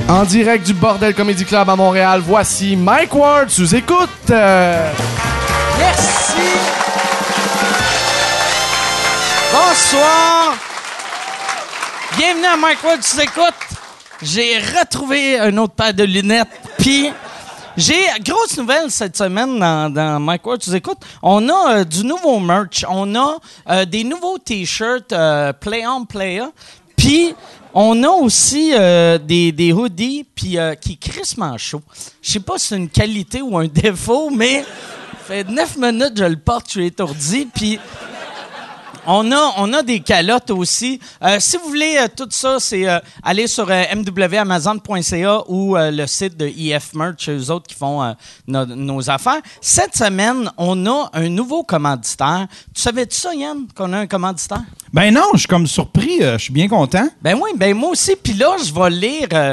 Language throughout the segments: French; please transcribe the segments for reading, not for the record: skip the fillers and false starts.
En direct du Bordel Comedy Club à Montréal, voici Mike Ward sous écoute. Merci. Bonsoir. Bienvenue à Mike Ward sous écoute. J'ai retrouvé un autre paire de lunettes, puis j'ai grosse nouvelle cette semaine dans Mike Ward sous écoute. On a du nouveau merch, on a des nouveaux t-shirts Play On Play On, puis on a aussi des hoodies puis qui crissement chaud. Je sais pas si c'est une qualité ou un défaut, mais ça fait 9 minutes que je le porte, je suis étourdi, puis on a des calottes aussi. Si vous voulez tout ça, c'est aller sur mwamazon.ca ou le site de EF Merch, eux autres qui font nos affaires. Cette semaine, on a un nouveau commanditaire. Tu savais-tu ça, Yann, qu'on a un commanditaire? Ben non, je suis comme surpris. Je suis bien content. Ben oui, ben moi aussi. Puis là, je vais lire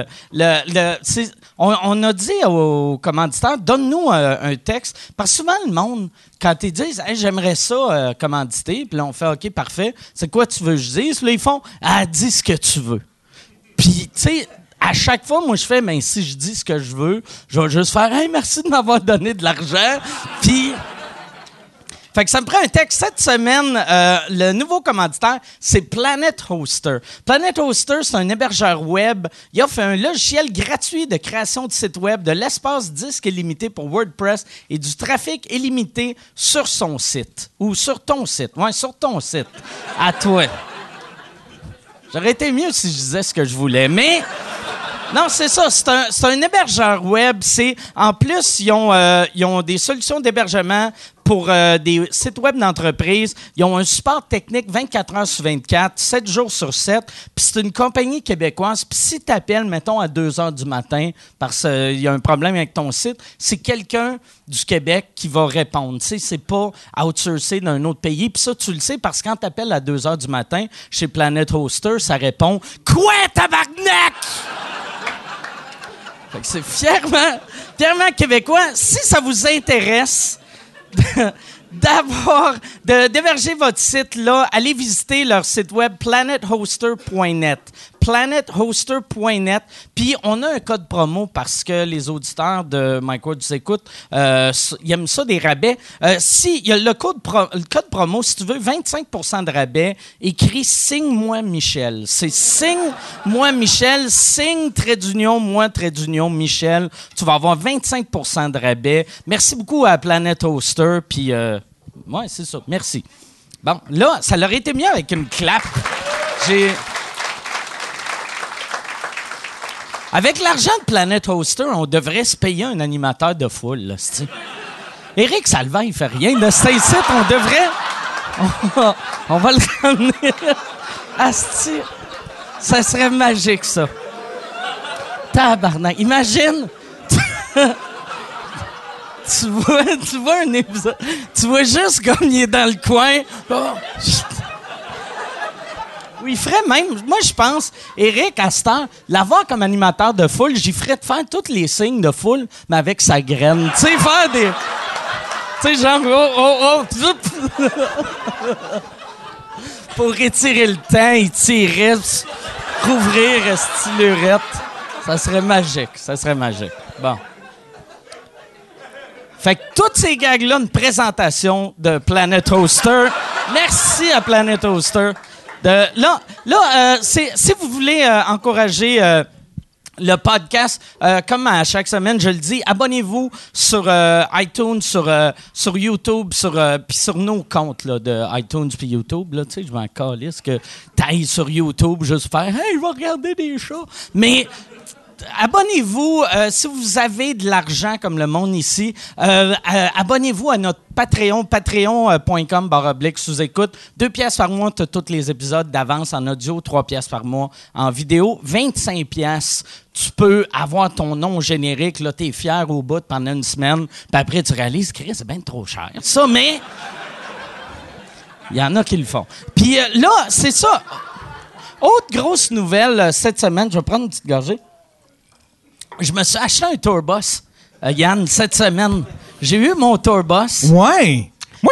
on a dit au commanditaire, donne-nous un texte. Parce que souvent, le monde, quand ils disent hey, « j'aimerais ça commanditer », puis là, on fait « OK, parfait. C'est quoi tu veux que je dise? » Puis là, ils font « Ah, dis ce que tu veux. » Puis, tu sais, à chaque fois, moi, je fais « Ben, si je dis ce que je veux, je vais juste faire « Hey, merci de m'avoir donné de l'argent. » Puis... Fait que ça me prend un texte. Cette semaine, le nouveau commanditaire, c'est Planet Hoster. Planet Hoster, c'est un hébergeur web. Il offre un logiciel gratuit de création de site web, de l'espace disque illimité pour WordPress et du trafic illimité sur son site. Ou sur ton site. Ouais, sur ton site. À toi. J'aurais été mieux si je disais ce que je voulais, mais... Non, c'est ça. C'est un hébergeur web. En plus, ils ont des solutions d'hébergement pour des sites web d'entreprise. Ils ont un support technique 24 heures sur 24, 7 jours sur 7. Puis c'est une compagnie québécoise. Puis si tu appelles, mettons, à 2 heures du matin parce qu'il y a un problème avec ton site, c'est quelqu'un du Québec qui va répondre. Tu sais, c'est pas outsourcé d'un autre pays. Puis ça, tu le sais parce que quand tu appelles à 2 heures du matin chez Planet Hoster, ça répond « Quoi, tabarnak? » Fait que c'est fièrement québécois. Si ça vous intéresse d'héberger votre site là, allez visiter leur site web planethoster.net. planethoster.net. Puis on a un code promo parce que les auditeurs de Mike Ward nous écoutent, ils aiment ça des rabais. Si il y a le code promo, si tu veux 25% de rabais, écris signe-moi Michel. C'est signe-moi Michel, signe trait d'union, moi trait d'union Michel. Tu vas avoir 25% de rabais. Merci beaucoup à Planet Hoster. Puis ouais, c'est ça. Merci. Bon, là, ça leur été mieux avec une clap. Avec l'argent de Planet Hoster, on devrait se payer un animateur de foule, là, c'ti. Éric Salvain, il fait rien. Là, c'est ici, on devrait... On va le ramener. Asti, ça serait magique, ça. Tabarnak. Imagine... Tu vois un épisode... Tu vois juste comme il est dans le coin... Il ferait même... Moi, je pense, Éric, à cette heure, l'avoir comme animateur de foule, j'y ferais de faire tous les signes de foule, mais avec sa graine. Tu sais, faire des... Tu sais, genre... Oh... Pour étirer le temps, étirer, rouvrir, stylurette. Ça serait magique. Bon. Fait que toutes ces gags-là, une présentation de Planet Hoster. Merci à Planet Hoster. Si vous voulez encourager le podcast, comme à chaque semaine, je le dis, abonnez-vous sur iTunes, sur YouTube, puis sur nos comptes là, de iTunes puis YouTube. Là, tu sais, je m'en calisse que t'ailles sur YouTube juste faire « Hey, je vais regarder des chats! » Mais... Abonnez-vous, si vous avez de l'argent comme le monde ici, abonnez-vous à notre Patreon, patreon.com/sous-écoute. 2 piastres par mois, tu as tous les épisodes d'avance en audio, 3 piastres par mois en vidéo, 25 piastres. Tu peux avoir ton nom générique, là, t'es fier au bout pendant une semaine, puis après tu réalises, Chris, c'est bien trop cher. Ça, mais il y en a qui le font. Puis là, c'est ça. Autre grosse nouvelle cette semaine, je vais prendre une petite gorgée. Je me suis acheté un tourbus, Yann, cette semaine. J'ai eu mon tourbus. Ouais. Moi,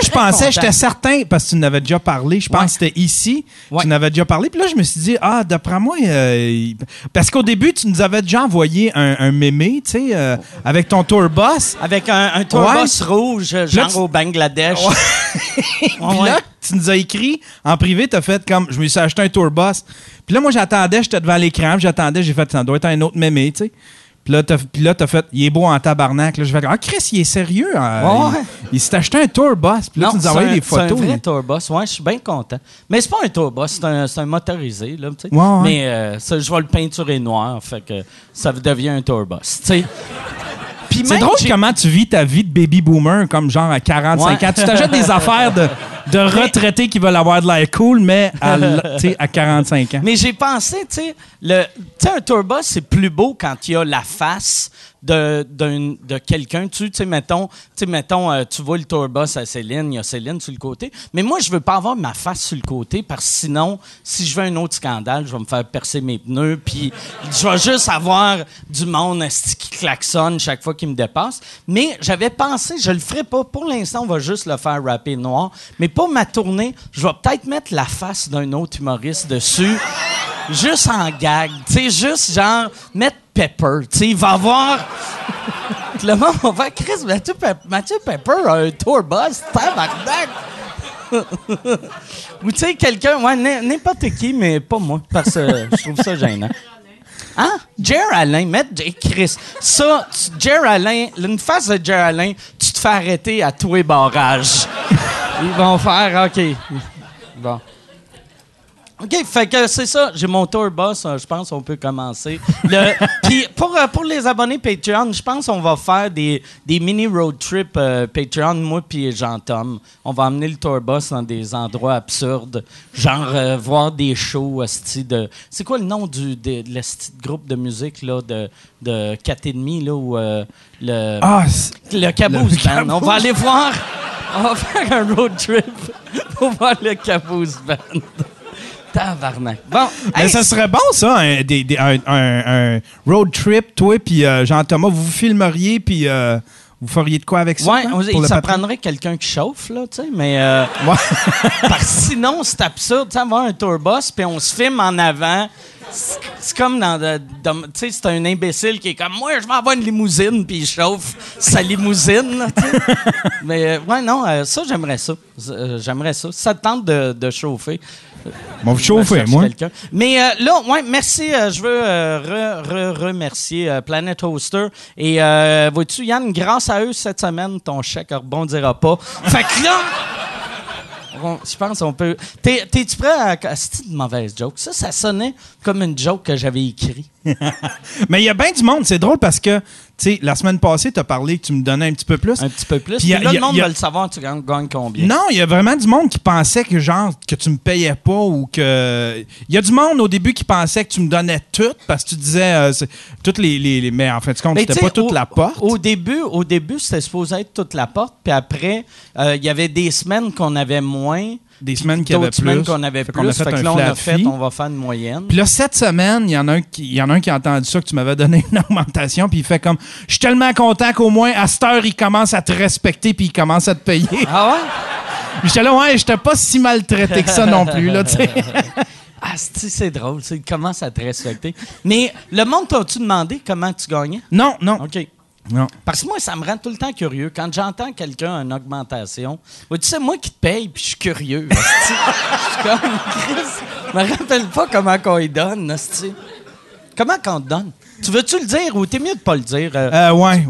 je pensais, j'étais certain, parce que tu n'avais déjà parlé, je pense que c'était ici, tu n'avais déjà parlé, puis là, je me suis dit, d'après moi, parce qu'au début, tu nous avais déjà envoyé un mémé, tu sais, avec ton tour bus. Avec un tour bus rouge, genre au Bangladesh. Puis là, tu nous as écrit en privé, t'as fait comme, je me suis acheté un tour bus. Puis là, moi, j'attendais, j'étais devant l'écran, puis j'attendais, j'ai fait, ça doit être un autre mémé, tu sais. Puis là, t'as fait, il est beau en tabarnak. Là, je vais Chris, il est sérieux. Il s'est acheté un tour bus. Puis là, tu nous as envoyé des photos. C'est un vrai tour bus. Ouais, je suis bien content. Mais c'est pas un tour bus, c'est un motorisé, là, tu sais. Mais ça, je vais le peinturer noir, fait que ça devient un tour bus, tu sais. C'est drôle comment tu vis ta vie de baby boomer, comme genre à 45 ans. Tu t'achètes des affaires de retraités qui veulent avoir de l'air cool, mais à 45 ans. Mais j'ai pensé, tu sais, un tour bus, c'est plus beau quand il y a la face de quelqu'un. Tu sais, mettons, tu vois le tour bus à Céline, il y a Céline sur le côté. Mais moi, je veux pas avoir ma face sur le côté parce que sinon, si je veux un autre scandale, je vais me faire percer mes pneus puis je vais juste avoir du monde qui klaxonne chaque fois qu'il me dépasse. Mais j'avais pensé, je le ferai pas. Pour l'instant, on va juste le faire rapper noir. Mais pour ma tournée, je vais peut-être mettre la face d'un autre humoriste dessus. Juste en gag. Tu sais, juste genre, mettre Pepper. Tu sais, il va avoir. Le monde va faire Chris, Mathieu Pepper a un tour bus, tabarnak. Ou tu sais, quelqu'un, n'importe qui, mais pas moi, parce que je trouve ça gênant. Hein? Jer Alain, Chris. Ça, Jer Alain, une face de Jer Alain, tu te fais arrêter à tous les barrages. Ils vont faire, OK. Bon. OK, fait que c'est ça. J'ai mon tour bus. Je pense qu'on peut commencer. Puis pour les abonnés Patreon, je pense qu'on va faire des mini road trip Patreon, moi puis Jean-Tom. On va emmener le tour bus dans des endroits absurdes, genre voir des shows de... C'est quoi le nom de groupe de musique là, de 4,5 là, où le Caboose Band. On va aller voir... On va faire un road trip pour voir le Caboose Band. Tabarnak. Bon. Mais ça serait bon, ça, un road trip, toi puis Jean-Thomas. Vous filmeriez, puis vous feriez de quoi avec ça? Oui, ça prendrait quelqu'un qui chauffe, là, tu sais, mais... parce que sinon, c'est absurde, tu sais, avoir un tour bus, puis on se filme en avant... C'est comme tu sais, c'est un imbécile qui est comme moi, je vais avoir une limousine puis il chauffe sa limousine. Là, mais ça j'aimerais ça. J'aimerais ça. Ça te tente de chauffer. On va vous chauffer, moi. Quelqu'un. Mais là, merci. Je veux remercier Planet Hoster. Et vois-tu, Yann, grâce à eux cette semaine, ton chèque ne rebondira pas. Fait que là. Je pense qu'on peut... T'es-tu prêt à... C'est une mauvaise joke. Ça sonnait comme une joke que j'avais écrite. Mais il y a bien du monde. C'est drôle parce que, tu sais, la semaine passée, tu as parlé que tu me donnais un petit peu plus. Un petit peu plus. Puis là, le monde veut le savoir, tu gagnes combien. Non, il y a vraiment du monde qui pensait que, genre, que tu me payais pas ou que... Il y a du monde, au début, qui pensait que tu me donnais tout parce que tu disais toutes les... Mais en fait, c'était pas toute la porte. Au début, c'était supposé être toute la porte. Puis après, il y avait des semaines qu'on avait moins. Des semaines qu'il y avait plus. Semaines qu'on avait plus. Fait que là, on va faire une moyenne. Puis là, cette semaine, il y en a un qui a entendu ça, que tu m'avais donné une augmentation, puis il fait comme, je suis tellement content qu'au moins, à cette heure, il commence à te respecter, puis il commence à te payer. Ah ouais? Puis j'étais là, j'étais pas si maltraité que ça non plus, là, tu sais. Ah, c'est drôle, il commence à te respecter. Mais le monde t'a-tu demandé comment tu gagnais? Non. OK. Non. Parce que moi, ça me rend tout le temps curieux. Quand j'entends quelqu'un une augmentation, tu sais, moi qui te paye, puis je suis curieux. Je suis comme, Chris, je me rappelle pas comment qu'on y donne. Comment qu'on te donne? Tu veux-tu le dire ou t'es mieux de pas le dire? Ouais.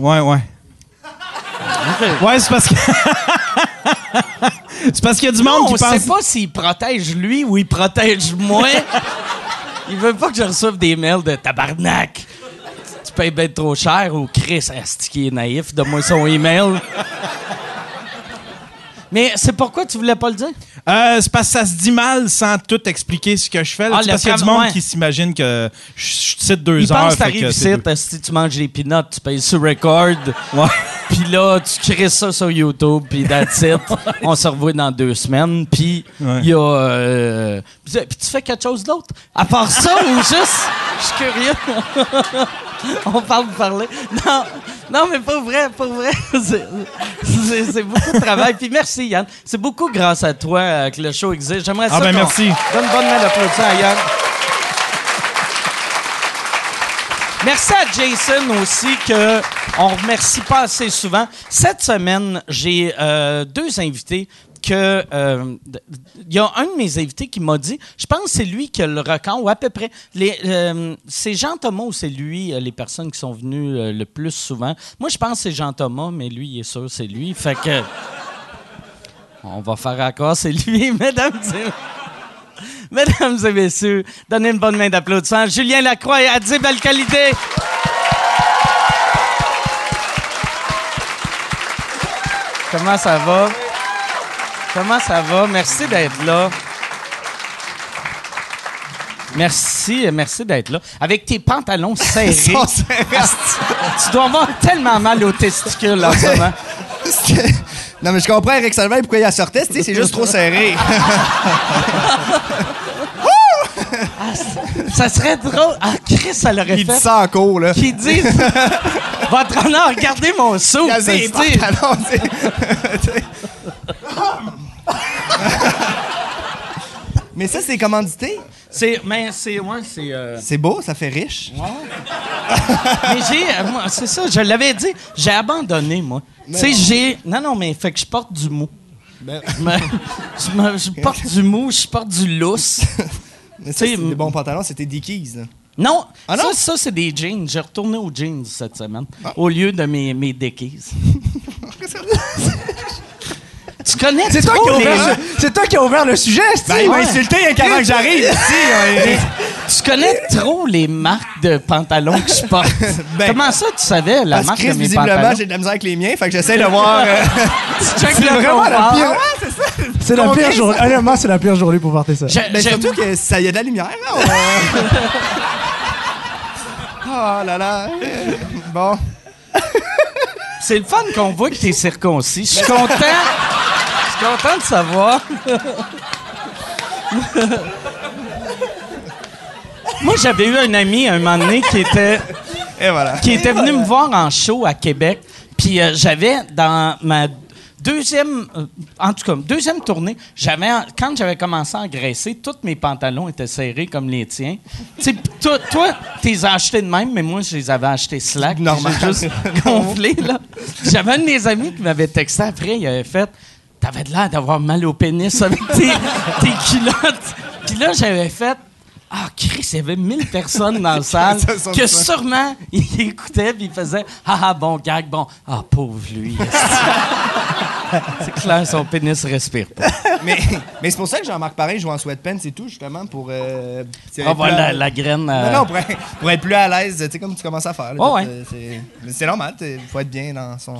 Okay. Ouais, c'est parce que... c'est parce qu'il y a du monde qui pense... On sait pas s'il protège lui ou il protège moi. Il veut pas que je reçoive des mails de tabarnak. Tu payes bien trop cher ou Chris, qui est naïf, donne-moi son email. Mais c'est pourquoi tu voulais pas le dire? C'est parce que ça se dit mal sans tout expliquer ce que je fais. Là. C'est parce qu'il y a du monde qui s'imagine que je cite 2 heures. Il pense que t'arrives ici, si tu manges des peanuts, tu payes sur record. Ouais. Puis là, tu crées ça sur YouTube, puis that's it. On se revoit dans 2 semaines, puis il y a... puis tu fais quelque chose d'autre? À part ça, ou juste... Je suis curieux. On parle de parler. Non, Non, mais pas vrai, pas vrai. C'est beaucoup de travail. Puis merci, Yann. C'est beaucoup grâce à toi que le show existe. J'aimerais ça qu'on merci. donne une bonne main d'applaudissement à Yann. Merci à Jason aussi, qu'on remercie pas assez souvent. Cette semaine, j'ai 2 invités que... Il y a un de mes invités qui m'a dit, je pense que c'est lui qui a le record, ou à peu près. C'est Jean-Thomas ou c'est lui, les personnes qui sont venues le plus souvent. Moi, je pense que c'est Jean-Thomas, mais lui, il est sûr c'est lui. Fait que... On va faire accord, c'est lui, mesdames et messieurs, donnez une bonne main d'applaudissement. Julien Lacroix et Adib Al-Khalidé. Comment ça va? Comment ça va? Merci d'être là. Merci d'être là. Avec tes pantalons serrés. Tu dois avoir tellement mal aux testicules en ce moment. Non, mais je comprends Eric Salvaire pourquoi il la sortait, c'est juste trop serré. Ça serait drôle. Ah, Chris, ça l'aurait Il fait. dit ça en cours, là. Qui dit votre honneur, regardez mon saut. Regardez les pantalons, Mais ça, c'est commandité? C'est beau, ça fait riche. Mais moi, c'est ça, je l'avais dit, j'ai abandonné, moi. Tu sais, Non, mais fait que je porte du mou. Je porte du mou, je porte du lousse. Mais ça, c'est des bons pantalons, c'était Dickies, là. Non, ah non? Ça c'est des jeans. J'ai retourné aux jeans cette semaine, au lieu de mes Dickies. Tu connais c'est toi qui as ouvert le sujet, Steve. Ben, il m'a insulté avant que j'arrive ici. Tu connais trop les marques de pantalons que je porte. Comment ça, tu savais la marque de mes visiblement, pantalons? j'ai de la misère avec les miens, fait que j'essaie de voir... C'est vraiment la pire... c'est la pire journée. Honnêtement, c'est la pire journée pour porter ça. Surtout que ça y a de la lumière, là. Oh là là. Bon. C'est le fun qu'on voit que t'es circoncis. Je suis content de savoir. Moi, j'avais eu un ami un moment donné qui était venu me voir en show à Québec. Puis j'avais dans ma deuxième tournée, quand j'avais commencé à engraisser, tous mes pantalons étaient serrés comme les tiens. Tu sais, toi, tu les as achetés de même, mais moi, je les avais achetés slack. Normal. J'ai juste gonflé, là. J'avais un de mes amis qui m'avait texté après, il avait fait « T'avais de l'air d'avoir mal au pénis avec tes culottes. » Puis là, j'avais fait « Ah, Chris, il y avait 1000 personnes dans la salle que sûrement, ils écoutaient puis ils faisaient « Ah, bon gag, bon. Ah, pauvre lui. » C'est clair, son pénis respire pas. mais c'est pour ça que Jean-Marc Parrain joue en sweatpants et tout, justement, pour... la graine... Non, pour être plus à l'aise, tu sais, comme tu commences à faire. Là, ouais. c'est normal, il faut être bien dans son...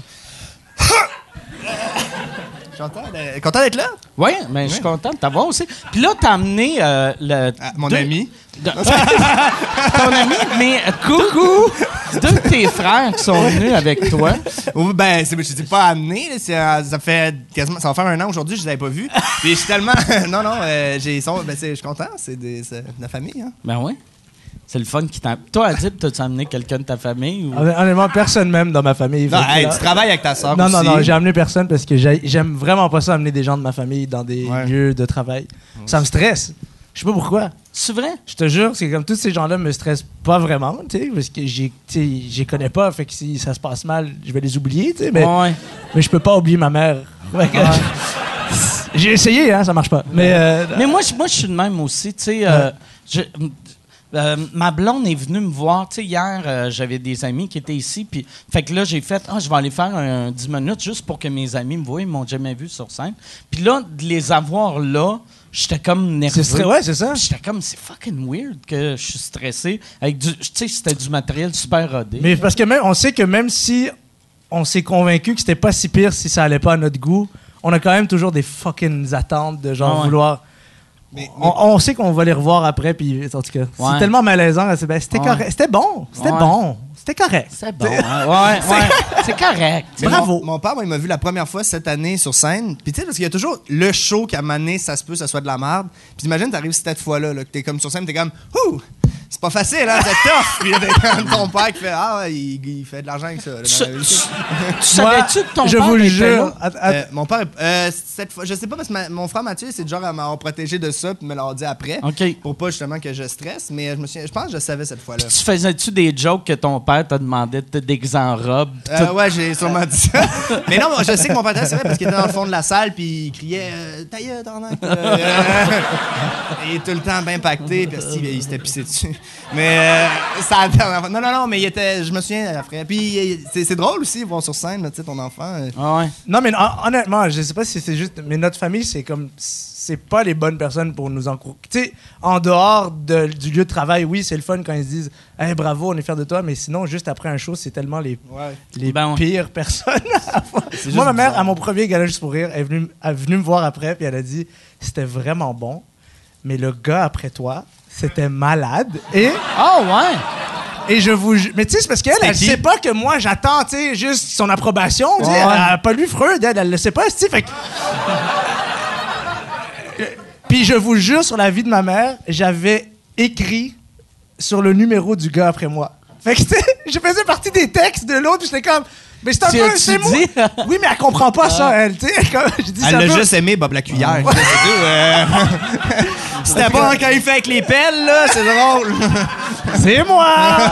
Content d'être là? Oui, mais je suis content de t'avoir aussi. Puis là, t'as amené mon ami. Ton ami, mais coucou! 2 de tes frères qui sont venus avec toi. Ben, je ne t'ai pas amené. Là, ça fait quasiment... Ça va faire 1 an aujourd'hui, je ne les avais pas vus. Puis je suis tellement... non, je suis content. C'est de la famille. Hein? Ben oui. C'est le fun qui t'a... Toi, Adib, t'as-tu amené quelqu'un de ta famille? Ou... Honnêtement, personne même dans ma famille. Non, tu travailles avec ta soeur aussi. Non, j'ai amené personne parce que j'aime vraiment pas ça amener des gens de ma famille dans des lieux de travail. Ça me stresse. Je sais pas pourquoi. C'est vrai? Je te jure, c'est comme tous ces gens-là me stressent pas vraiment, tu sais, parce que j'y connais pas, fait que si ça se passe mal, je vais les oublier, tu sais, mais je peux pas oublier ma mère. J'ai essayé, hein, ça marche pas. Mais moi, je suis de même aussi, tu sais. Ma blonde est venue me voir. Tu sais, hier, j'avais des amis qui étaient ici. Puis, fait que là, j'ai fait, je vais aller faire 10 minutes juste pour que mes amis me voient. Ils m'ont jamais vu sur scène. Puis là, de les avoir là, j'étais comme nerveux. C'est ça. J'étais comme, c'est fucking weird que je suis stressé. Avec tu sais, c'était du matériel super rodé. Mais parce que on sait que même si on s'est convaincu que c'était pas si pire si ça allait pas à notre goût, on a quand même toujours des fucking attentes de genre vouloir... On sait qu'on va les revoir après, puis en tout cas, c'est tellement malaisant. C'était correct. C'était bon. C'était bon. C'était correct. C'est bon. Ouais. C'est correct. Bravo. Mon père, moi, il m'a vu la première fois cette année sur scène. Puis tu sais, parce qu'il y a toujours le show qui a mané, ça se peut, ça soit de la merde. Puis imagine, t'arrives cette fois-là, que t'es comme sur scène, t'es comme, ouh! c'est pas facile, hein, c'est tough. Puis ton père qui fait, ah ouais, il fait de l'argent avec ça. Là, Tu savais-tu que ton je père vous était jure. là? mon père, cette fois, je sais pas parce que mon frère Mathieu, c'est du genre à m'avoir protégé de ça puis me l'avoir dit après. OK. Pour pas justement que je stresse, mais je pense que je savais cette fois-là. Tu faisais-tu des jokes que ton père t'a demandé de te déguiser en robe? Ouais, j'ai sûrement dit ça. Mais non, je sais que mon père, c'est vrai, parce qu'il était dans le fond de la salle puis il criait ta gueule, tabarnak. Il est tout le temps bien pacté, puis il s'était pissé dessus. Mais ça non, mais il était, je me souviens après. Puis c'est drôle aussi voir sur scène, tu sais, ton enfant. Ah ouais. Non, mais honnêtement, je sais pas si c'est juste. Mais notre famille, c'est comme. C'est pas les bonnes personnes pour nous encourager. Tu sais, en dehors du lieu de travail, oui, c'est le fun quand ils se disent hey, bravo, on est fiers de toi, mais sinon, juste après un show, c'est tellement les pires personnes. Moi, ma mère, bizarre. À mon premier gala juste pour rire, elle est venue me voir après, puis elle a dit c'était vraiment bon, mais le gars après toi, c'était malade. Et. Oh, ouais! Et je vous. Mais tu sais, c'est parce qu'elle, elle sait pas que moi, j'attends, tu sais, juste son approbation. Ouais. Elle a pas lu Freud, elle le sait pas, tu sais, fait que. Puis je vous jure, sur la vie de ma mère, j'avais écrit sur le numéro du gars après moi. Fait que je faisais partie des textes de l'autre, puis j'étais comme... Mais c'est un peu... C'est moi. Oui, mais elle comprend pas ça, elle, tu sais. Elle l'a juste aimé, Bob la cuillère. C'était bon quand il fait avec les pelles, là, c'est drôle. C'est moi!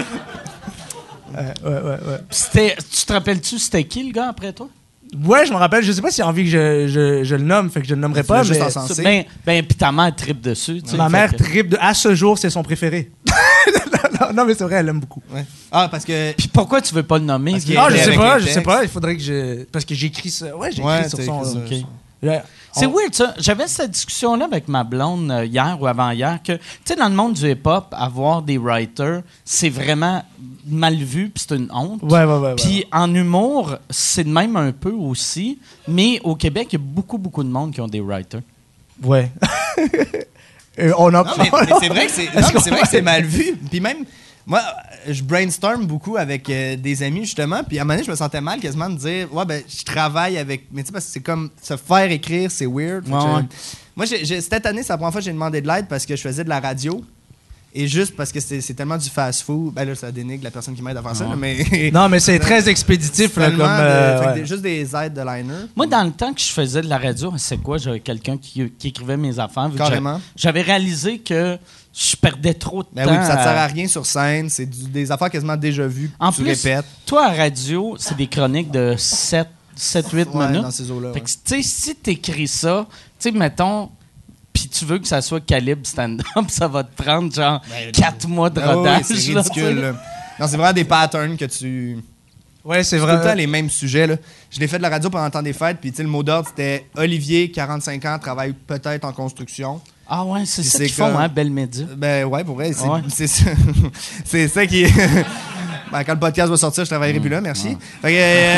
Ouais. Tu te rappelles-tu, c'était qui le gars après toi? Ouais, je me rappelle. Je sais pas s'il a envie que je le nomme, fait que je le nommerai pas. Juste mais... encensé. Ben, puis ta mère tripe dessus. Ma mère tripe à ce jour, c'est son préféré. non, mais c'est vrai, elle l'aime beaucoup. Ouais. Ah, parce que. Puis pourquoi tu veux pas le nommer? Je sais pas. Il faudrait que je. Parce que j'écris ça. Ouais, j'écris sur son. Okay. C'est weird, ça. J'avais cette discussion-là avec ma blonde hier ou avant-hier que, tu sais, dans le monde du hip-hop, avoir des writers, c'est vraiment mal vu, puis c'est une honte. Ouais. Puis en humour, c'est de même un peu aussi, mais au Québec, il y a beaucoup, beaucoup de monde qui ont des writers. Ouais. Mais c'est vrai que c'est mal vu. Puis même, moi, je brainstorm beaucoup avec des amis, justement. Puis à un moment donné, je me sentais mal quasiment de dire, ouais, ben, je travaille avec. Mais tu sais, parce que c'est comme se faire écrire, c'est weird. Ouais. Moi, cette année, c'est la première fois que j'ai demandé de l'aide parce que je faisais de la radio. Et juste parce que c'est tellement du fast-food, ben là, ça dénigre la personne qui m'aide à faire ça. Là, mais non, mais c'est très expéditif. Là, juste des aides de liner. Moi, dans le temps que je faisais de la radio, c'est quoi? J'avais quelqu'un qui écrivait mes affaires. Carrément. J'avais réalisé que je perdais trop de temps. Oui, puis ça te sert à rien sur scène. C'est des affaires quasiment déjà vues que tu répètes. Toi, à radio, c'est des chroniques de 7-8 minutes. Dans ces eaux-là. Fait que, tu sais, si t'écris ça, tu sais, mettons, puis tu veux que ça soit calibre stand-up, ça va te prendre genre 4 mois de rodage. Oui, c'est ridicule. Là. Non, c'est vraiment des patterns que tu... Ouais, c'est vrai. vrai. Tout le temps les mêmes sujets. Là. Je l'ai fait de la radio pendant le temps des fêtes, puis le mot d'ordre, c'était Olivier, 45 ans, travaille peut-être en construction. Ah ouais, c'est ça qu'ils font, hein, Belle Média. Ben ouais, pour vrai, c'est ça. C'est ça qui... Ben, quand le podcast va sortir, je travaillerai plus là, merci. Fait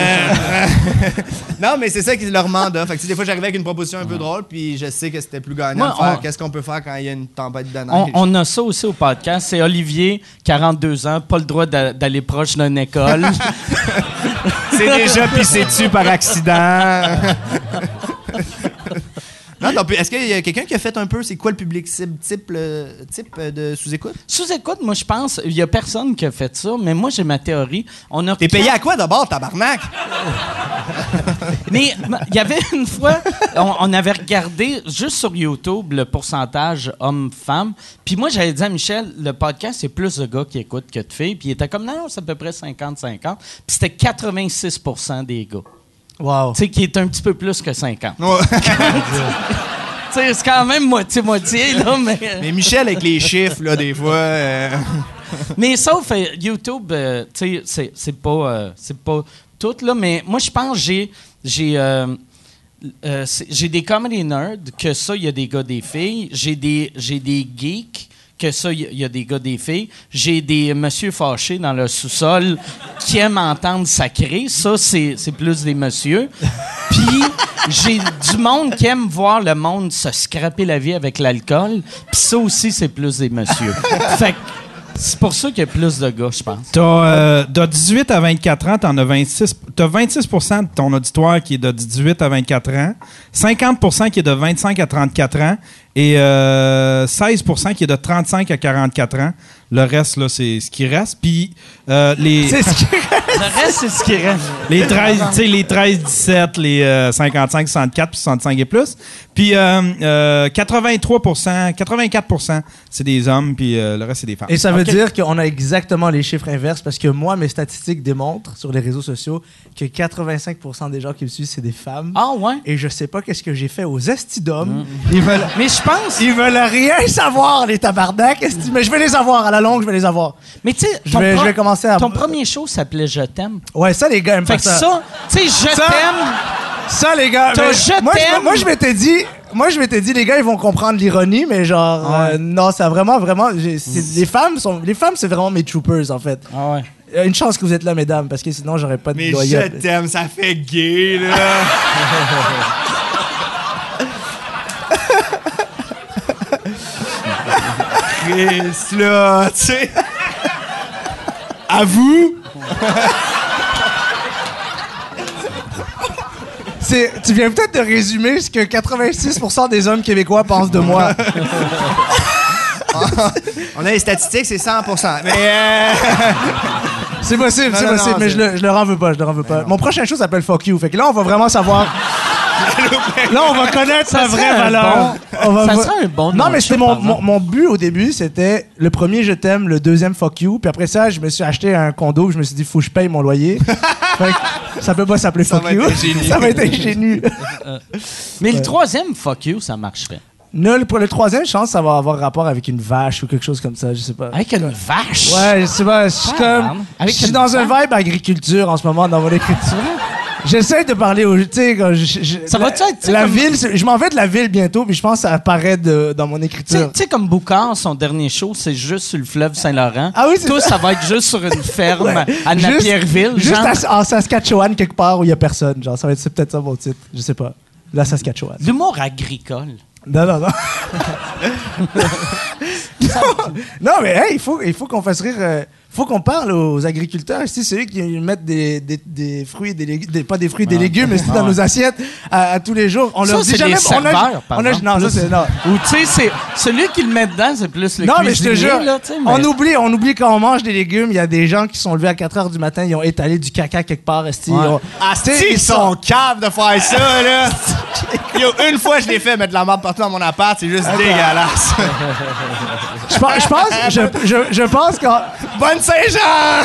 que, non, mais c'est ça qui est leur mandat. Fait que, des fois, j'arrivais avec une proposition un peu drôle, puis je sais que c'était plus gagnant de faire qu'est-ce qu'on peut faire quand il y a une tempête de neige. On a ça aussi au podcast. C'est Olivier, 42 ans, pas le droit d'aller proche d'une école. C'est déjà pissé dessus par accident. Non, donc, est-ce qu'il y a quelqu'un qui a fait un peu, c'est quoi le public cible type de sous-écoute? Sous-écoute, moi, je pense, il y a personne qui a fait ça, mais moi, j'ai ma théorie. T'es payé à quoi d'abord, tabarnak? Mais il y avait une fois, on avait regardé juste sur YouTube le pourcentage homme-femme, puis moi, j'avais dit à Michel, le podcast, c'est plus de gars qui écoutent que de filles, puis il était comme, non, c'est à peu près 50-50, puis c'était 86% des gars. Wow. Tu sais, qui est un petit peu plus que 50. Ouais. C'est quand même moitié-moitié, là, mais... Mais Michel, avec les chiffres, là, des fois... Mais sauf YouTube, tu sais, c'est pas tout, là, mais moi, je pense que j'ai des comedy nerds, que ça, il y a des gars, des filles. J'ai des geeks, que ça, il y a des gars, des filles. J'ai des messieurs fâchés dans le sous-sol qui aiment entendre sacrer. Ça, c'est plus des messieurs. Puis, j'ai du monde qui aime voir le monde se scraper la vie avec l'alcool. Puis ça aussi, c'est plus des messieurs. Fait que C'est pour ça qu'il y a plus de gars, je pense. De 18 à 24 ans, t'en as 26. T'as 26 de ton auditoire qui est de 18 à 24 ans, 50 qui est de 25 à 34 ans et 16 qui est de 35 à 44 ans. Le reste, là, c'est ce qui reste. Puis les... C'est ce qui reste. Le reste, c'est ce qui reste. Les 13, tu sais, les 13-17, les 55, 64, puis 65 et plus. Puis 84 c'est des hommes, puis le reste, c'est des femmes. Et ça veut dire qu'on a exactement les chiffres inverses parce que moi, mes statistiques démontrent sur les réseaux sociaux que 85% des gens qui me suivent, c'est des femmes. Ah ouais? Et je sais pas qu'est-ce que j'ai fait aux estis d'hommes. Ils veulent... Mais je pense... Ils veulent rien savoir, les tabarnak. Mais je vais les avoir. À la longue, je vais les avoir. Mais tu sais, Je vais commencer à... ton premier show s'appelait Je t'aime. Ouais, ça, les gars aiment Fait pas que ça. ça, tu sais, Je t'aime... Ça, les gars... T'as mais Je moi, t'aime. Moi, je m'étais dit... les gars, ils vont comprendre l'ironie, mais genre... non, ça vraiment... Les femmes, c'est vraiment mes troopers, en fait. Ah ouais. Une chance que vous êtes là, mesdames, parce que sinon, j'aurais pas de Mais doyen. je t'aime, ça fait gay, là. Chris, là, tu sais. À vous. Tu viens peut-être de résumer ce que 86% des hommes québécois pensent de moi. On a les statistiques, c'est 100%. Mais C'est possible, Non, mais c'est- je leur en veux pas. Mon prochain show s'appelle Fuck You. Fait que là, on va vraiment savoir. Là, on va connaître sa vraie serait un valeur. Ça serait un bon Non, nom mais de c'était show, par exemple. mon but au début, c'était le premier je t'aime, le deuxième fuck you. Puis après ça, je me suis acheté un condo, puis je me suis dit, faut que je paye mon loyer. Fait que ça peut pas s'appeler Ça fuck va you. être ingénieux. Ça va être ingénieux. Mais le troisième, fuck you, ça marcherait. Pour le troisième, je pense que ça va avoir rapport avec une vache ou quelque chose comme ça, je sais pas. Avec une vache. Ouais, je sais pas, je suis comme... Avec Je suis une dans un vache. vibe agriculture en ce moment dans mon écriture. J'essaie de parler aux... Tu sais, quand Ça va-tu être, tu sais, la comme- ville, je m'en vais de la ville bientôt, puis je pense que ça apparaît dans mon Tu écriture. sais, comme Boucard, son dernier show, c'est juste sur le fleuve Saint-Laurent. Ah oui, c'est Tout, ça. ça va être juste sur une ferme Ouais. à Napierville. Juste genre. en Saskatchewan, quelque part où il y a personne. Genre, c'est peut-être ça mon titre. Je sais pas. La Saskatchewan. L'humour agricole. Non. Non, mais hey, il faut qu'on fasse rire. Faut qu'on parle aux agriculteurs. C'est ceux qui mettent des fruits, des légumes, pas des fruits, des légumes, mais c'est dans nos assiettes à tous les jours. On Ça, leur dit c'est jamais. les serveurs, par exemple, non, ça plus. c'est non. Ou tu sais, c'est celui qui le met dedans, c'est plus le Non, mais je te cuisinier, jure, là, tu sais, mais- on oublie quand on mange des légumes, il y a des gens qui sont levés à 4 h du matin, ils ont étalé du caca quelque part, esti, Ouais. Asti, ils sont caves de faire ça, là. Yo, une fois, je l'ai fait mettre de la merde partout dans mon appart, c'est juste dégueulasse. Je pense qu'en Bonne Saint-Jean!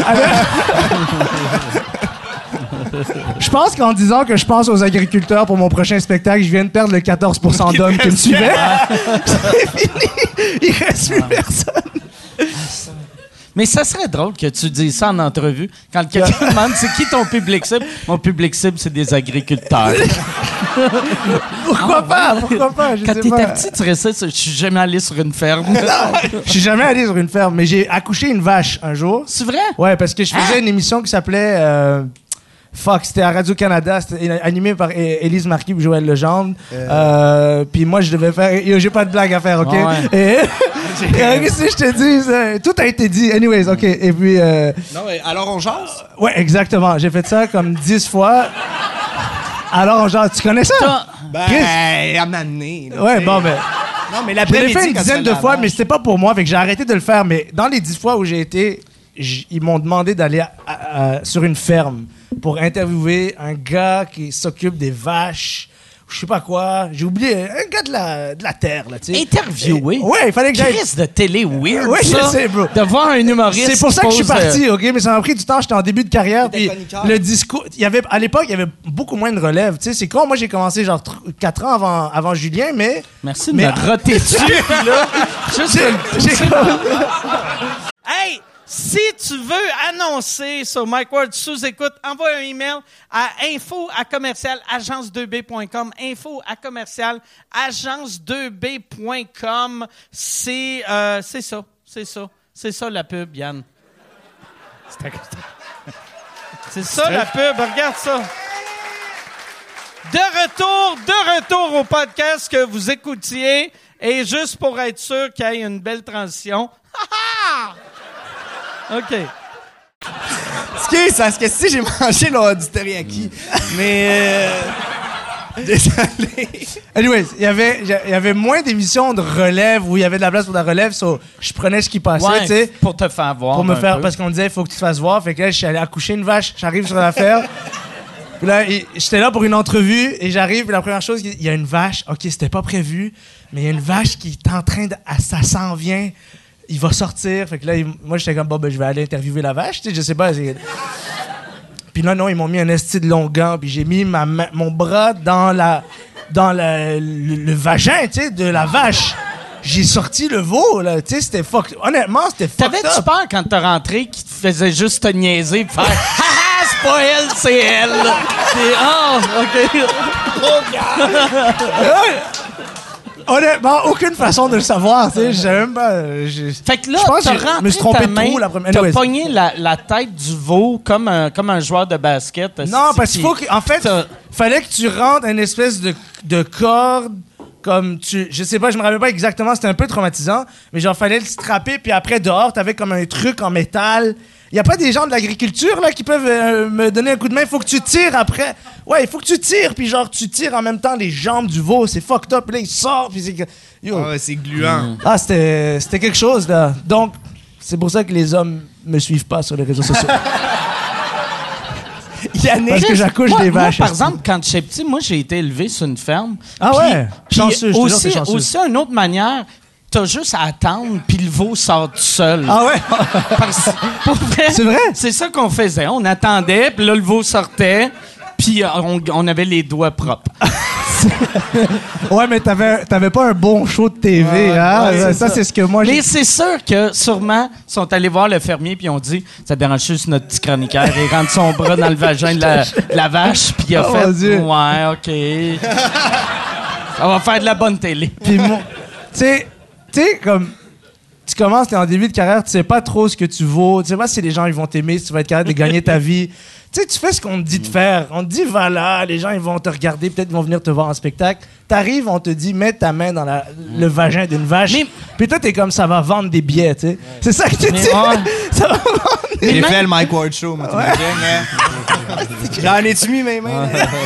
je pense qu'en disant que je pense aux agriculteurs pour mon prochain spectacle, je viens de perdre le 14% d'hommes qui me suivaient. C'est fini. Il reste plus personne. Mais ça serait drôle que tu dises ça en entrevue. Quand quelqu'un demande c'est qui ton public cible, mon public cible, c'est des agriculteurs. Pourquoi pas? Je Quand sais t'étais pas. petit, tu restais, je suis jamais allé sur une ferme. Je suis jamais allé sur une ferme, mais j'ai accouché une vache un jour. C'est vrai? Ouais, parce que je faisais une émission qui s'appelait Fuck, c'était à Radio-Canada, c'était animé par Élise Marquis et Joël Legendre. Puis moi, je devais faire... Yo, j'ai pas de blague à faire, OK? Ouais. Et... Qu'est-ce que je te dis? Ça? Tout a été dit. Anyways, OK. Et puis... Non, mais alors on jase? Ouais, exactement. J'ai fait ça comme 10 fois. Alors, genre, tu connais ça? T'as- Ben, à m'amener. là, Ouais, tu sais. bon, ben... Non, mais Je l'ai l'après-midi, fait une quand tu dizaine fais de la fois, vache. mais c'était pas pour moi, fait que j'ai arrêté de le faire. Mais dans les 10 fois où j'ai été, ils m'ont demandé d'aller sur une ferme pour interviewer un gars qui s'occupe des vaches, je sais pas quoi. J'ai oublié, un gars de la terre, là, tu sais. Interviewé? Ouais, il fallait que j'aille... Crise de télé weird, Ouais, je ça. sais, bro. De voir un humoriste C'est pour qui ça que je suis pose, parti, OK? Mais ça m'a pris du temps. J'étais en début de carrière. T'étais Puis chroniqueur. le discours... À l'époque, il y avait beaucoup moins de relève. Tu sais, c'est con. Moi, j'ai commencé genre 4 ans avant Julien, mais... Merci de Mais- me roter dessus, puis là, juste de le pousser dans- Hey, si tu veux annoncer sur Mike Ward sous-écoute, envoie un email à info@agence2b.com. info@agence2b.com. C'est ça. C'est ça la pub, Yann. C'est ça la pub. Regarde ça. De retour au podcast que vous écoutiez. Et juste pour être sûr qu'il y ait une belle transition. OK. Parce que si j'ai mangé du teriyaki. Mais désolé. Anyways, il y avait moins d'émissions de relève où il y avait de la place pour la relève, je prenais ce qui passait, tu sais. Pour te faire voir. Pour me faire, parce qu'on disait, il faut que tu te fasses voir. Fait que là, je suis allé accoucher une vache, j'arrive sur l'affaire. Puis là, j'étais là pour une entrevue et j'arrive, puis la première chose, il y a une vache. OK, c'était pas prévu, mais il y a une vache qui est en train de. Ça s'en vient. Il va sortir. Fait que là, moi, j'étais comme, je vais aller interviewer la vache. Tu sais, je sais pas. Puis là, non, ils m'ont mis un esti de long gant, puis j'ai mis mon bras dans le vagin, tu sais, de la vache. J'ai sorti le veau, là. Tu sais, c'était fuck. Honnêtement, c'était fucked up. T'avais-tu peur quand t'es rentré qu'il te faisait juste te niaiser et faire « c'est pas elle, c'est elle! » OK. Honnêtement, aucune façon de le savoir, tu sais. J'ai même pas. Fait que là, je pense t'as que je rentré me suis trompé ta de main, trou la première. t'as Anyways. pogné la tête du veau comme un joueur de basket. Non, parce qu'il faut en fait, fallait que tu rentres une espèce de corde comme je sais pas, je me rappelle pas exactement, c'était un peu traumatisant, mais genre fallait le strapper puis après dehors, t'avais comme un truc en métal. Il y a pas des gens de l'agriculture là qui peuvent me donner un coup de main, il faut que tu tires après. Ouais, il faut que tu tires puis genre tu tires en même temps les jambes du veau, c'est fucked up, puis là il sort puis c'est c'est gluant. Ah, c'était quelque chose là. Donc c'est pour ça que les hommes me suivent pas sur les réseaux sociaux. Parce que j'accouche des vaches. Moi, par exemple, quand j'étais petit, moi, j'ai été élevé sur une ferme. Ah ouais? Chanceux, je te jure, t'es chanceux. Aussi, une autre manière, t'as juste à attendre, puis le veau sort tout seul. Ah ouais? Pour vrai, c'est vrai? C'est ça qu'on faisait. On attendait, puis là, le veau sortait, puis on avait les doigts propres. Ouais, mais t'avais pas un bon show de TV, hein? Ouais, ça, c'est ce que moi j'ai. Mais c'est sûr que, sûrement, ils sont allés voir le fermier, puis ils ont dit ça dérange juste notre petit chroniqueur. Il rentre son bras dans le vagin de la vache, puis il a fait ouais, OK. Ça va faire de la bonne télé. Puis, tu sais, comme. Tu commences, t'es en début de carrière, tu sais pas trop ce que tu vaux, tu sais pas si les gens ils vont t'aimer, si tu vas être capable de gagner ta vie. Tu sais, tu fais ce qu'on te dit de faire. On te dit, va là, les gens ils vont te regarder, peut-être ils vont venir te voir en spectacle. T'arrives, on te dit, mets ta main dans le vagin d'une vache. Puis toi, t'es comme, ça va vendre des billets, tu sais. C'est ça que tu dis. Ça va vendre des billets. J'ai fait le Mike Ward Show, moi, J'en ai-tu mis mes mains?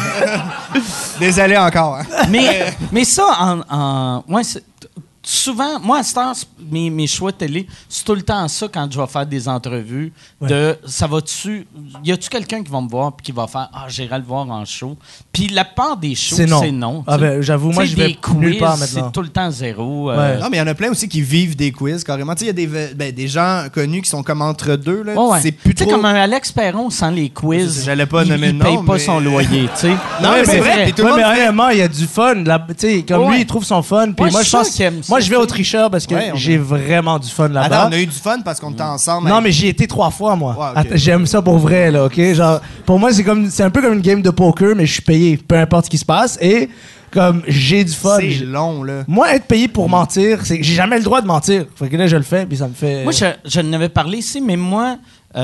Désolé encore. Hein. Mais ça, ouais, souvent, moi, à cette heure, mes choix de télé, c'est tout le temps ça quand je vais faire des entrevues. Ça va-tu. Y a-tu quelqu'un qui va me voir et qui va faire j'irai le voir en show? Puis la part des shows, c'est non. Ah ben, j'avoue, moi, je vais nulle part maintenant. C'est tout le temps zéro. Non, mais il y en a plein aussi qui vivent des quiz, carrément. Tu sais, il y a des gens connus qui sont comme entre deux. Là. Ouais. C'est plus trop. Tu sais, comme un Alex Perron sans les quiz. J'allais pas nommer le nom. Il paye pas son loyer, tu sais. Non, mais c'est vrai. Mais réellement, il y a du fun. Tu sais, comme lui, il trouve son fun. Puis moi, je pense. Moi, je vais au tricheur parce que j'ai vraiment du fun là-bas. Attends, on a eu du fun parce qu'on était ensemble. Non, mais j'y ai été 3 fois, moi. Ouais, okay. J'aime ça pour vrai, là, OK? Genre, pour moi, c'est un peu comme une game de poker, mais je suis payé, peu importe ce qui se passe. Et comme j'ai du fun. C'est long, là. Moi, être payé pour mentir, j'ai jamais le droit de mentir. Fait que là, je le fais, puis ça me fait. Moi, je n'avais parlé ici, mais moi,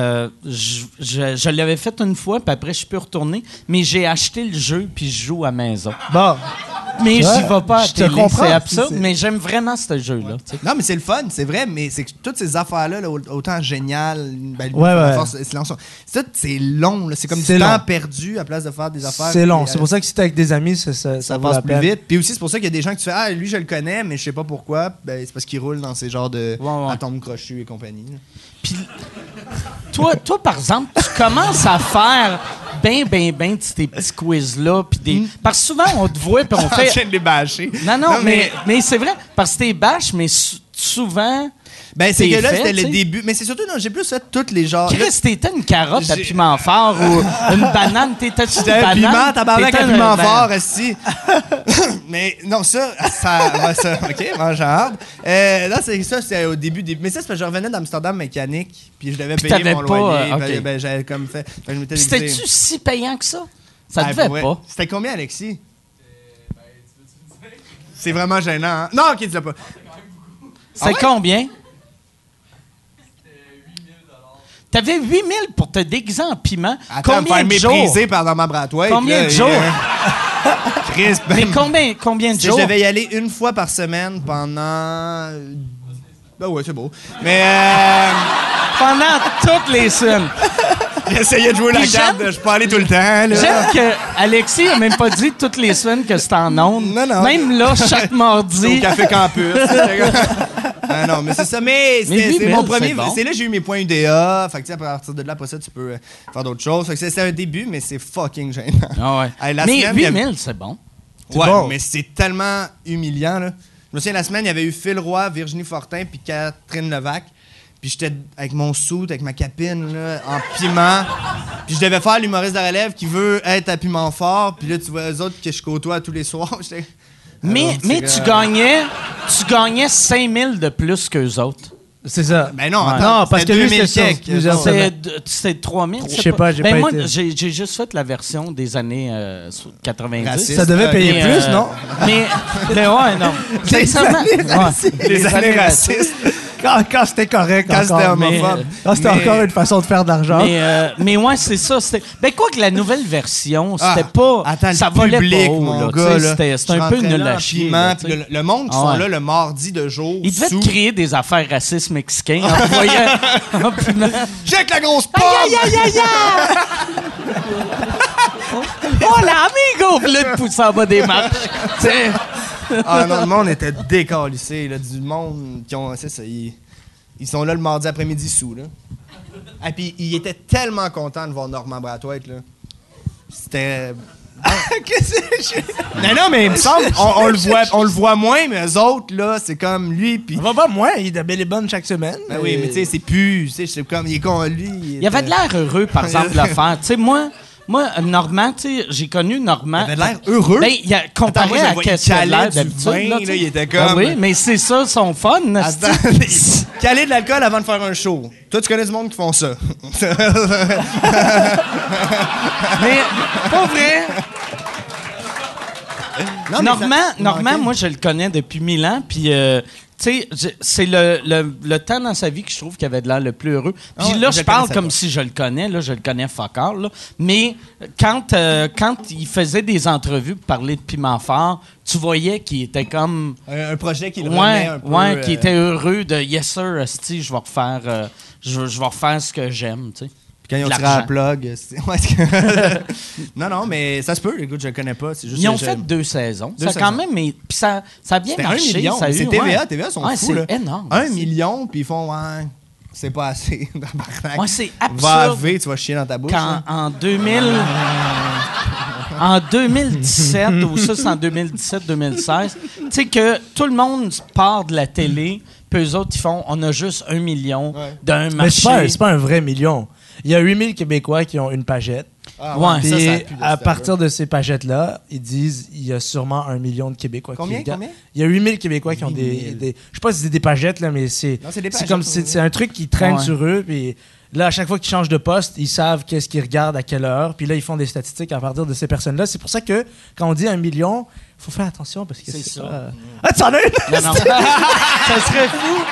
je l'avais fait une fois, puis après, je peux retourner. Mais j'ai acheté le jeu, puis je joue à la maison. Bon. Mais j'y vais pas à je te comprends. C'est absurde, mais j'aime vraiment ce jeu-là. T'sais. Non, mais c'est le fun, c'est vrai, mais c'est que toutes ces affaires-là, là, autant géniales, c'est long, là, c'est comme du temps perdu à place de faire des affaires. C'est long, c'est pour ça que si t'es avec des amis, ça passe plus vite. Puis aussi, c'est pour ça qu'il y a des gens qui te font lui, je le connais, mais je sais pas pourquoi. Ben, c'est parce qu'il roule dans ces genres de atomes crochus et compagnie. Puis, toi, par exemple, tu commences à faire ben tes petits quiz-là. Parce que souvent, on te voit puis on fait... Je viens de les bâcher. Non, mais c'est vrai. Parce que t'es bâches, mais souvent... Ben, c'est que là, c'était le début. Mais c'est surtout, non, j'ai plus fait toutes les genres. Chris, t'étais une carotte à piment fort ou une banane. T'étais une banane. Un piment, tabarnak à piment fort, aussi. Mais non, ça, OK, mange hard. Là, c'est ça, c'était au début. Mais ça, c'est parce que je revenais d'Amsterdam mécanique, puis je devais payer mon loyer. Okay. Ben, j'avais comme fait. C'était-tu si payant que ça? Ça devait pas. C'était combien, Alexis? C'est vraiment gênant, hein? Non, OK, dis-le pas. C'est combien? T'avais 8 000 pour te déguiser en piment. Attends, combien me de faire jours? mépriser par ma bratouille. Combien de jours? Chris, Mais combien de si jours? je devais y aller une fois par semaine pendant... Ben ouais, c'est beau. Mais Pendant toutes les semaines. j'essayais de jouer la Puis carte de je peux aller tout le temps. Là. J'aime que Alexis a même pas dit toutes les semaines que c'était en ondes. Non. Même là, chaque C'est mardi. au Café Campus. Non, mais c'est ça. Mais c'est 8 000, mon premier... c'est bon. C'est là que j'ai eu mes points UDA. Fait que, tu sais, à partir de là, après ça, tu peux faire d'autres choses. Fait que c'est un début, mais c'est fucking gênant. Ah ouais. Hey, la Mais semaine, 8 il y 000, c'est bon. Ouais, bon. mais c'est tellement humiliant, là. Je me souviens, la semaine, il y avait eu Phil Roy, Virginie Fortin, puis Catherine Levac. Puis j'étais avec mon suit, avec ma capine, là, en piment. Puis je devais faire l'humoriste de la relève qui veut être à piment fort. Puis là, tu vois eux autres que je côtoie tous les soirs. J'étais... Mais tu gagnais 5 000 de plus qu'eux autres. C'est ça. Ben non, Ouais. attends, Non, parce que lui, c'était sur chèques. plusieurs semaines. C'est 3 000? Je sais pas, j'ai pas moi, été. j'ai juste fait la version des années 90. Raciste. Ça devait payer Mais, plus, non? Mais ouais, non. Sincèrement, Les années racistes. Quand c'était correct, Quand encore. c'était mais, homophobe. Quand c'était encore une façon de faire de l'argent. Mais ouais, c'est ça. Ben, quoi que la nouvelle version, c'était Ah, pas. attends, ça le volait public, pas haut, mon là, gars, tu sais, là. C'était Je un peu rentrais nul là à en chier. piment, là, puis tu sais. le monde qui Ah sont ouais. là le mardi de jour. Ils devaient sous. te créer des affaires racistes mexicains en voyant. en piment. Check la grosse pomme! Aïe, aïe, aïe, aïe! Oh là, amigo! Puis là, tu pousses en bas des marches. Tu sais. Ah non, le monde était décalissé, là, du monde qui ont... C'est ça, ils sont là le mardi après-midi sous, là. Et puis, ils étaient tellement contents de voir Normand Brathwaite, là. C'était... Qu'est-ce que c'est? Non, mais il me semble, on le voit moins, mais eux autres, là, c'est comme lui, puis... Ça va pas moins, il est de belle et bonne chaque semaine. Ben oui, mais tu sais, c'est plus... Tu sais, c'est comme, il est con, lui... Il avait de l'air heureux, par exemple, de le faire. Tu sais, moi, Normand, tu sais, j'ai connu Normand. Il avait de l'air heureux? Ben, il a comparé Attends, moi, je à le vois, qu'est-ce il qu'il a de l'air calait du d'habitude. vin, là, tu sais. là, il était Ben comme- oui, mais c'est ça, son fun. Attends, caler de l'alcool avant de faire un show. Toi, tu connais du monde qui font ça. Mais, pas vrai. Non, mais Normand, ça- moi, je le connais depuis 1000 ans, puis... tu sais, c'est le temps dans sa vie que je trouve qu'il avait de l'air le plus heureux. Puis Ah ouais, là, je je le parle connaissais comme pas. si je le connais. Là, je le connais fuck all, là. Mais quand il faisait des entrevues pour parler de Piment Fort, tu voyais qu'il était comme... Un projet qui le remet un peu... qui était heureux de « Yes, sir, esti, je vais refaire... je vais refaire ce que j'aime, tu sais. » Quand ils ont de tiré à la l'argent. plug. Ouais, non, mais ça se peut. Écoute, je le connais pas. C'est juste Ils ont que fait 2 saisons. Deux ça, quand saisons. même, mais puis ça a bien C'était 1 marché. million. Ça a C'est eu, TVA. ouais. TVA sont Ouais, fous, là. c'est énorme. 1 million, puis ils font... Ouais, c'est pas assez. Ouais, c'est Va absurde. laver, tu vas chier dans ta bouche. Quand là. en 2000... En 2017, ou ça, c'est en 2017-2016, tu sais que tout le monde part de la télé, puis eux autres, ils font, on a juste 1 million Ouais. d'un Mais marché. c'est pas un vrai million. Il y a 8000 Québécois qui ont une pagette. Ah, Ouais. Puis ça pue, là, à cette partir de ces pagettes-là, ils disent il y a sûrement 1 million de Québécois Combien, qui regardent. combien? Il y a 8000 Québécois qui ont 8000. des. Je sais pas si c'est des pagettes, là, mais c'est. Non, c'est des pagettes, comme ouais. c'est un truc qui traîne Ouais. sur eux. Puis là, à chaque fois qu'ils changent de poste, ils savent qu'est-ce qu'ils regardent à quelle heure. Puis là, ils font des statistiques à partir de ces personnes-là. C'est pour ça que quand on dit 1 million, il faut faire attention parce que C'est c'est ça. pas. Ah, tu en as une? Non, non. Ça serait fou.